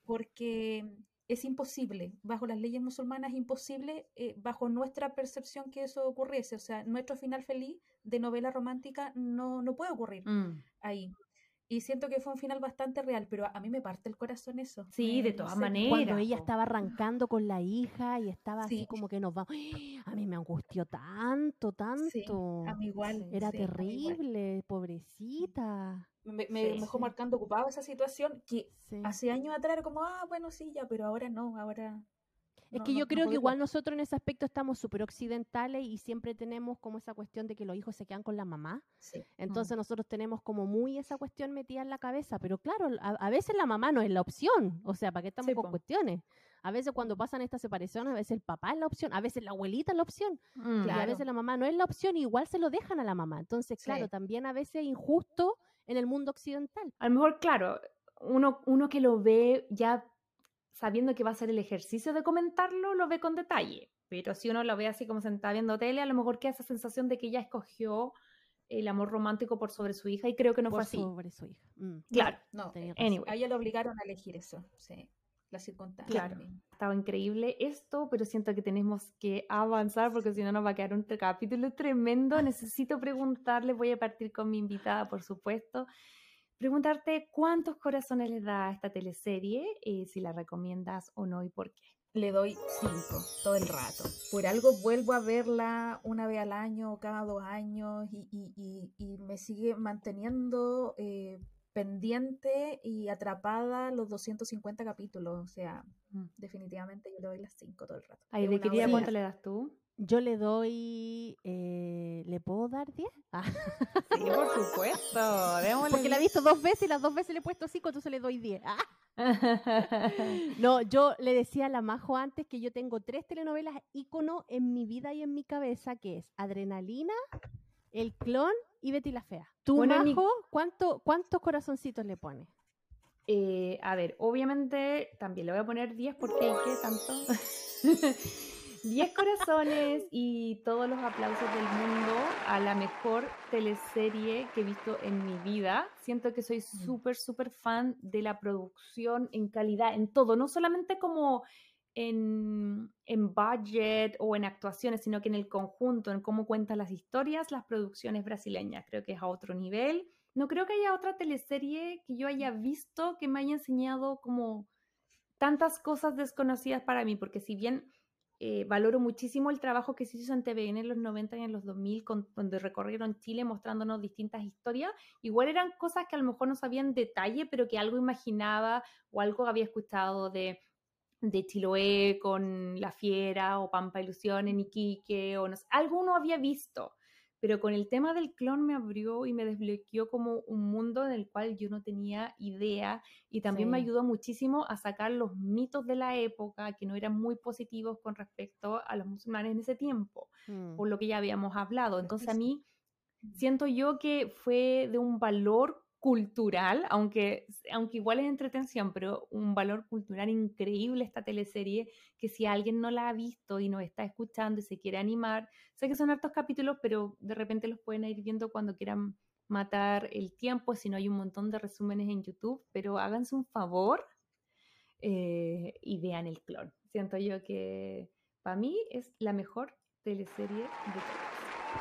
F: porque es imposible, bajo las leyes musulmanas es imposible, eh, bajo nuestra percepción que eso ocurriese, o sea, nuestro final feliz de novela romántica no, no puede ocurrir
B: Mm.
F: ahí. Y siento que fue un final bastante real, pero a, a mí me parte el corazón eso.
B: Sí,
F: Me-
B: de
F: no
B: todas
F: sé,
B: maneras.
C: Cuando ella
B: po.
C: estaba arrancando con la hija y estaba así
F: Sí.
C: como que nos va. A mí me angustió tanto,
F: Sí,
C: tanto.
F: a mí igual.
C: Era
F: sí, a mí igual.
C: terrible, pobrecita.
F: Me, me
B: Sí.
F: dejó
C: Sí.
F: marcando ocupado esa situación que
C: Sí.
F: hace años atrás era como, ah, bueno, sí, ya, pero ahora no, ahora...
C: Es
F: no-
C: que
F: no-
C: yo
F: no
C: creo que
F: podría.
C: igual nosotros en ese aspecto estamos súper occidentales y siempre tenemos como esa cuestión de que los hijos se quedan con la mamá.
F: Sí.
C: Entonces nosotros tenemos como muy esa cuestión metida en la cabeza. Pero claro, a, a veces la mamá no es la opción. O sea, ¿para qué estamos
B: Sí,
C: con
B: po.
C: cuestiones? A veces cuando pasan estas separaciones, a veces el papá es la opción, a veces la abuelita es la opción.
B: Mm.
C: Y a
F: Claro.
C: veces la mamá no es la opción y igual se lo dejan a la mamá. Entonces, claro,
F: Sí.
C: también a veces es injusto en el mundo occidental.
B: A lo mejor, claro, uno, uno que lo ve ya sabiendo que va a ser el ejercicio de comentarlo, lo ve con detalle. Pero si uno lo ve así como sentada viendo tele, a lo mejor queda esa sensación de que ella escogió el amor romántico por sobre su hija, y creo que no
C: por
B: fue así.
C: sobre su hija. Mm.
B: Claro.
F: No,
C: Tenía razón.
B: Anyway.
F: a ella lo obligaron a elegir eso, sí, las circunstancias.
B: Claro.
F: también.
B: Estaba increíble esto, pero siento que tenemos que avanzar porque si no nos va a quedar un capítulo tremendo. Necesito preguntarle, voy a partir con mi invitada, por supuesto. Preguntarte cuántos corazones le da a esta teleserie, eh, si la recomiendas o no y por qué.
F: Le doy cinco todo el rato. Por algo vuelvo a verla una vez al año o cada dos años y, y, y, y me sigue manteniendo eh, pendiente y atrapada los doscientos cincuenta capítulos. O sea,
B: Mm.
F: definitivamente yo le doy las cinco todo el rato.
B: Ay,
F: Es
B: ¿de
F: una
B: qué día
F: obra-
B: cuánto le das tú?
C: Yo le doy, eh, ¿le puedo dar diez? Ah,
B: Sí, por supuesto. Démosle
C: porque la he visto dos veces y las dos veces le he puesto cinco, entonces le doy diez. Ah. No, yo le decía a la Majo antes que yo tengo tres telenovelas ícono en mi vida y en mi cabeza, que es Adrenalina, El Clon y Betty la Fea. Tú,
B: Bueno, en mi-
C: Majo, ¿cuánto, ¿cuántos corazoncitos le pones?
B: Eh, a ver, obviamente también le voy a poner diez porque hay que tanto. diez corazones y todos los aplausos del mundo a la mejor teleserie que he visto en mi vida. Siento que soy súper, súper fan de la producción en calidad, en todo, no solamente como en, en budget o en actuaciones, sino que en el conjunto, en cómo cuentan las historias, las producciones brasileñas. Creo que es a otro nivel. No creo que haya otra teleserie que yo haya visto que me haya enseñado como tantas cosas desconocidas para mí, porque si bien eh, valoro muchísimo el trabajo que se hizo en T V N en los noventa y en los dos mil, con, donde recorrieron Chile mostrándonos distintas historias, igual eran cosas que a lo mejor no sabía en detalle, pero que algo imaginaba o algo había escuchado de, de Chiloé con La Fiera o Pampa Ilusión en Iquique, o no sé, algo uno había visto. Pero con el tema del clon me abrió y me desbloqueó como un mundo en el cual yo no tenía idea, y también me
C: Sí.
B: ayudó muchísimo a sacar los mitos de la época que no eran muy positivos con respecto a los musulmanes en ese tiempo,
C: Mm.
B: por lo que ya habíamos hablado. Entonces a mí
F: Fuertísimo.
B: siento yo que fue de un valor cultural, aunque, aunque igual es entretención, pero un valor cultural increíble esta teleserie, que si alguien no la ha visto y nos está escuchando y se quiere animar, sé que son hartos capítulos, pero de repente los pueden ir viendo cuando quieran matar el tiempo, si no hay un montón de resúmenes en YouTube, pero háganse un favor eh, y vean El Clon. Siento yo que para mí es la mejor teleserie de todas.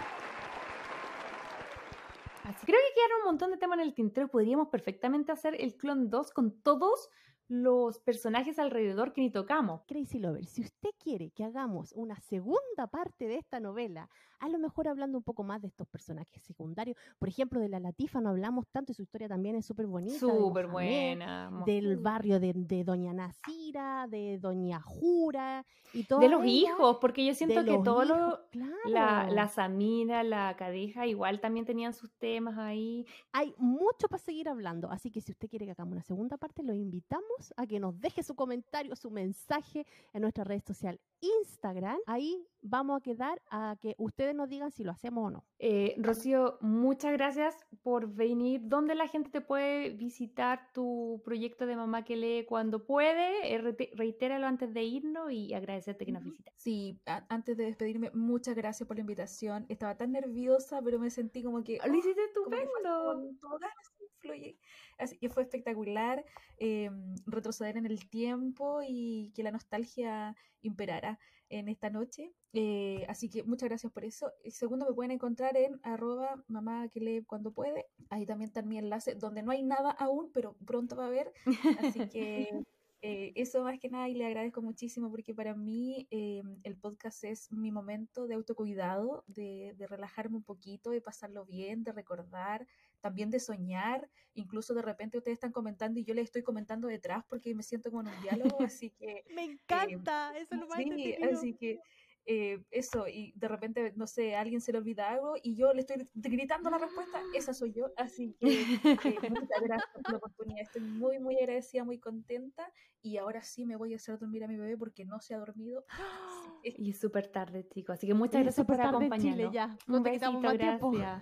B: Así creo que quedaron un montón de temas en el tintero. Podríamos perfectamente hacer El Clon dos con todos los personajes alrededor que ni tocamos.
C: Crazy Lover, si usted quiere que hagamos una segunda parte de esta novela, a lo mejor hablando un poco más de estos personajes secundarios, por ejemplo, de la Latifa no hablamos tanto y su historia también es súper bonita. de
B: Súper
C: Mohamed,
B: buena. mo-
C: Del barrio de, de Doña Nasira, de Doña Jura y todo.
B: De los hijos, porque yo siento que todos los... La,
C: claro.
B: la Samira, la Cadeja, igual también tenían sus temas ahí.
C: Hay mucho para seguir hablando, así que si usted quiere que hagamos una segunda parte, lo invitamos a que nos deje su comentario, su mensaje en nuestra red social Instagram. Ahí vamos a quedar a que ustedes nos digan si lo hacemos o no.
B: Eh, Rocío, muchas gracias por venir. ¿Dónde la gente te puede visitar tu proyecto de Mamá que lee cuando puede? Eh, rete- reitéralo antes de irnos y agradecerte que nos
F: Ujú.
B: visitas.
F: Sí, a- antes de despedirme, muchas gracias por la invitación. Estaba tan nerviosa, pero me sentí como que...
B: Lo hiciste
F: como que fue
B: estupendo.
F: con todas, fluye. Así que fue espectacular eh, retroceder en el tiempo y que la nostalgia imperara en esta noche. Eh, así que muchas gracias por eso. Y segundo, me pueden encontrar en arroba mamá que lee cuando puede. Ahí también está mi enlace, donde no hay nada aún, pero pronto va a haber. Así que eh, eso más que nada, y le agradezco muchísimo porque para mí eh, el podcast es mi momento de autocuidado, de, de relajarme un poquito, de pasarlo bien, de recordar, también de soñar. Incluso de repente ustedes están comentando y yo les estoy comentando detrás porque me siento como en un diálogo, así que
C: Me encanta, eso es lo más
F: sí,
C: entretenido.
F: así que eh, eso, y de repente, no sé, a alguien se le olvida algo y yo le estoy gritando la respuesta, esa soy yo, así que eh, muchas gracias por la oportunidad, estoy muy, muy agradecida, muy contenta, y ahora sí me voy a hacer dormir a mi bebé porque no se ha dormido. Así que
B: Y es súper tarde, chicos. Así que muchas
C: Y es
B: gracias
C: súper
B: por
C: tarde en Chile
B: acompañarnos.
C: ya. No
B: Un
C: te quitamos
B: besito,
C: más tiempo.
B: gracias.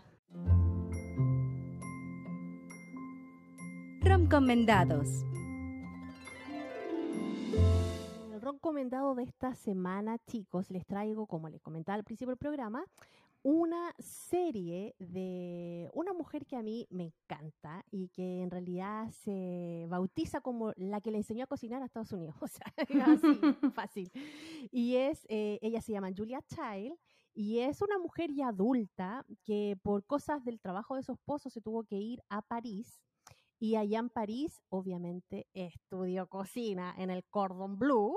A: Recomendados.
C: recomendado de esta semana, chicos, les traigo, como les comentaba al principio del programa, una serie de una mujer que a mí me encanta y que en realidad se bautiza como la que le enseñó a cocinar a Estados Unidos. O sea, así, fácil. Y es, eh, ella se llama Julia Child y es una mujer ya adulta que por cosas del trabajo de su esposo se tuvo que ir a París. Y allá en París, obviamente, estudió cocina en el Cordon Bleu.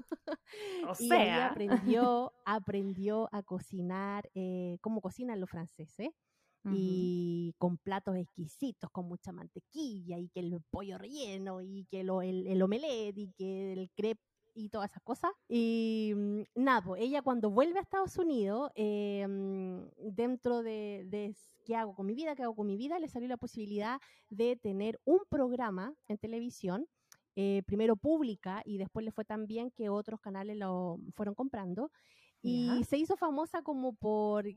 B: O
C: Y ahí
B: sea,
C: aprendió, aprendió a cocinar, eh, como cocinan los franceses,
B: ujú.
C: y con platos exquisitos, con mucha mantequilla, y que el pollo relleno, y que lo, el, el omelette, y que el crepe, y todas esas cosas. Y mm, nada, pues, ella cuando vuelve a Estados Unidos, eh, mm, dentro de, de s- qué hago con mi vida, qué hago con mi vida, le salió la posibilidad de tener un programa en televisión, eh, primero pública y después le fue tan bien que otros canales lo fueron comprando.
B: Ya.
C: Y se hizo famosa como por,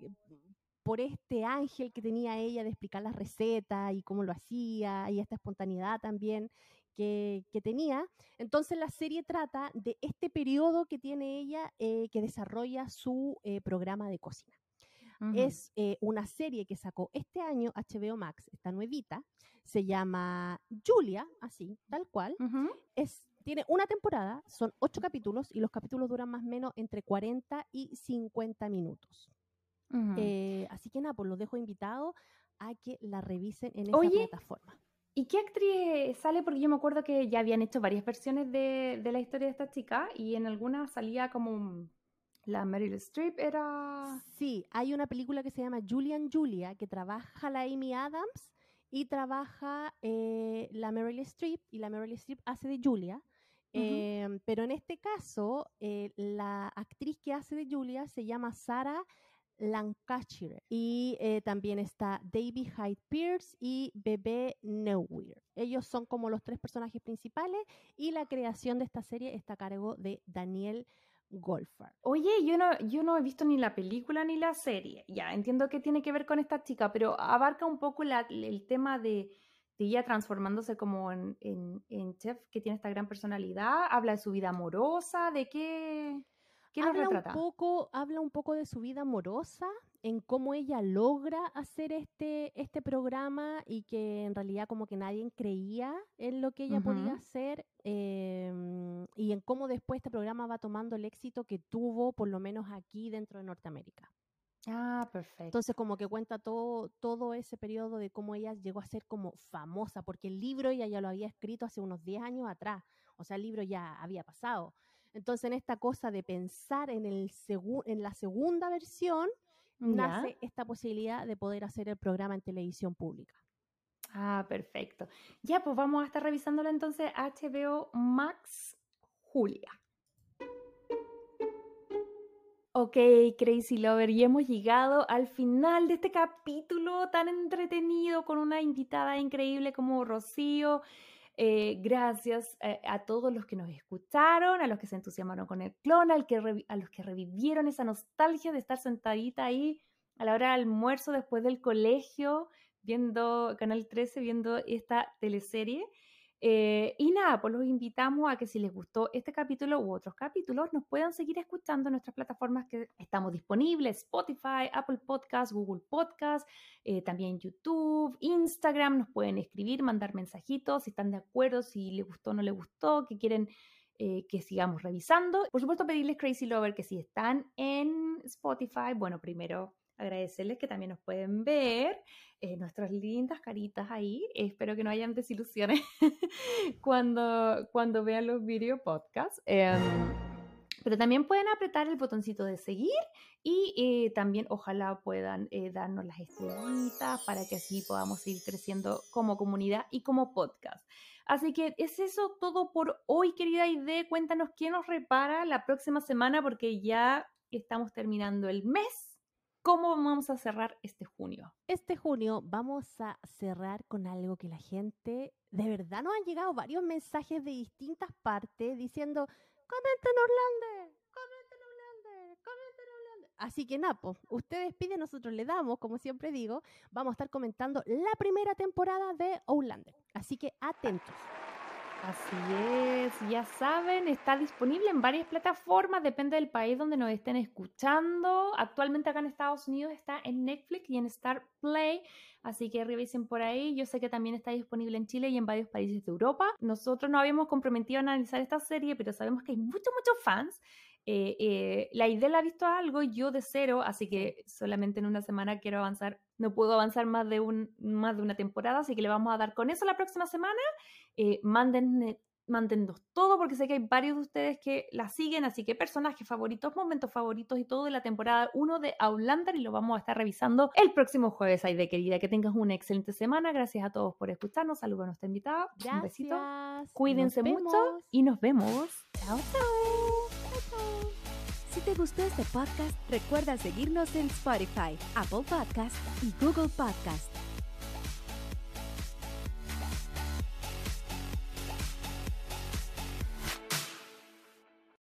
C: por este ángel que tenía ella de explicar las recetas y cómo lo hacía y esta espontaneidad también que, que tenía. Entonces la serie trata de este periodo que tiene ella, eh, que desarrolla su eh, programa de cocina.
B: Ujú.
C: Es eh, una serie que sacó este año H B O Max, está nuevita, se llama Julia, así, tal cual.
B: Ujú.
C: Es, tiene una temporada, son ocho capítulos y los capítulos duran más o menos entre cuarenta y cincuenta minutos.
B: Ujú.
C: Eh, así que nada, pues los dejo invitados a que la revisen en esa
B: Oye,
C: plataforma.
B: ¿y qué actriz sale? Porque yo me acuerdo que ya habían hecho varias versiones de, de la historia de esta chica y en algunas salía como la Meryl Streep era...
C: Sí, hay una película que se llama Julian Julia, que trabaja la Amy Adams y trabaja eh, la Meryl Streep, y la Meryl Streep hace de Julia.
B: Ujú.
C: Eh, pero en este caso, eh, la actriz que hace de Julia se llama Sarah Lancashire. Y eh, también está David Hyde Pierce y Bebe Neuwirth. Ellos son como los tres personajes principales y la creación de esta serie está a cargo de Daniel Goldfarb.
B: Oye, yo no, yo no he visto ni la película ni la serie. Ya, entiendo que tiene que ver con esta chica, pero abarca un poco la- el tema de, de ella transformándose como en, en- en chef que tiene esta gran personalidad. Habla de su vida amorosa, de qué, qué nos
C: Habla un
B: retrata.
C: poco, habla un poco de su vida amorosa, en cómo ella logra hacer este, este programa y que en realidad como que nadie creía en lo que ella podía
B: Ujú.
C: hacer, eh, y en cómo después este programa va tomando el éxito que tuvo, por lo menos aquí dentro de Norteamérica.
B: Ah, perfecto.
C: Entonces como que cuenta todo, todo ese periodo de cómo ella llegó a ser como famosa, porque el libro ella ya lo había escrito hace unos diez años atrás, o sea, el libro ya había pasado. Entonces en esta cosa de pensar en, el segu- en la segunda versión,
B: Ya.
C: nace esta posibilidad de poder hacer el programa en televisión pública.
B: Ah, perfecto. Ya, pues vamos a estar revisándolo entonces H B O Max Julia. Ok, Crazy Lover, y hemos llegado al final de este capítulo tan entretenido con una invitada increíble como Rocío. Eh, gracias eh, a todos los que nos escucharon, a los que se entusiasmaron con el clon, al que revi- a los que revivieron esa nostalgia de estar sentadita ahí a la hora del almuerzo después del colegio, viendo Canal trece, viendo esta teleserie. Eh, y nada, pues los invitamos a que si les gustó este capítulo u otros capítulos, nos puedan seguir escuchando en nuestras plataformas que estamos disponibles: Spotify, Apple Podcasts, Google Podcasts, eh, también YouTube, Instagram. Nos pueden escribir, mandar mensajitos si están de acuerdo, si les gustó o no les gustó, que quieren eh, que sigamos revisando. Por supuesto, pedirles, Crazy Lover, que si están en Spotify, bueno, primero agradecerles que también nos pueden ver eh, nuestras lindas caritas ahí. Espero que no hayan desilusiones cuando, cuando vean los video podcasts. Eh, pero también pueden apretar el botoncito de seguir y eh, también ojalá puedan eh, darnos las estrellitas para que así podamos seguir creciendo como comunidad y como podcast. Así que es eso todo por hoy, querida Aide. Cuéntanos quién nos repara la próxima semana porque ya estamos terminando el mes. ¿Cómo vamos a cerrar este junio?
C: Este junio vamos a cerrar con algo que la gente, de verdad nos han llegado varios mensajes de distintas partes diciendo, comenten Orlando, comenten Orlando, comenten Orlando. Así que Napo, ustedes piden, nosotros le damos, como siempre digo, vamos a estar comentando la primera temporada de Outlander. Así que atentos.
B: Así es, ya saben, está disponible en varias plataformas, depende del país donde nos estén escuchando. Actualmente acá en Estados Unidos está en Netflix y en Star Play, así que revisen por ahí. Yo sé que también está disponible en Chile y en varios países de Europa. Nosotros nos habíamos comprometido a analizar esta serie, pero sabemos que hay muchos, muchos fans. Eh, eh, la idea la ha visto algo, yo de cero, así que solamente en una semana quiero avanzar. No puedo avanzar más de, un, más de una temporada, así que le vamos a dar con eso la próxima semana. Eh, manden, mándennos todo, porque sé que hay varios de ustedes que la siguen, así que personajes favoritos, momentos favoritos y todo de la temporada uno de Outlander, y lo vamos a estar revisando el próximo jueves. Aide, querida, que tengas una excelente semana. Gracias a todos por escucharnos. Saludos a nuestra invitada.
C: Gracias.
B: Un besito. Cuídense
C: Nos
B: mucho
C: vemos.
B: y nos vemos. Chao, chao.
A: Si te gustó este podcast, recuerda seguirnos en Spotify, Apple Podcast y Google Podcast.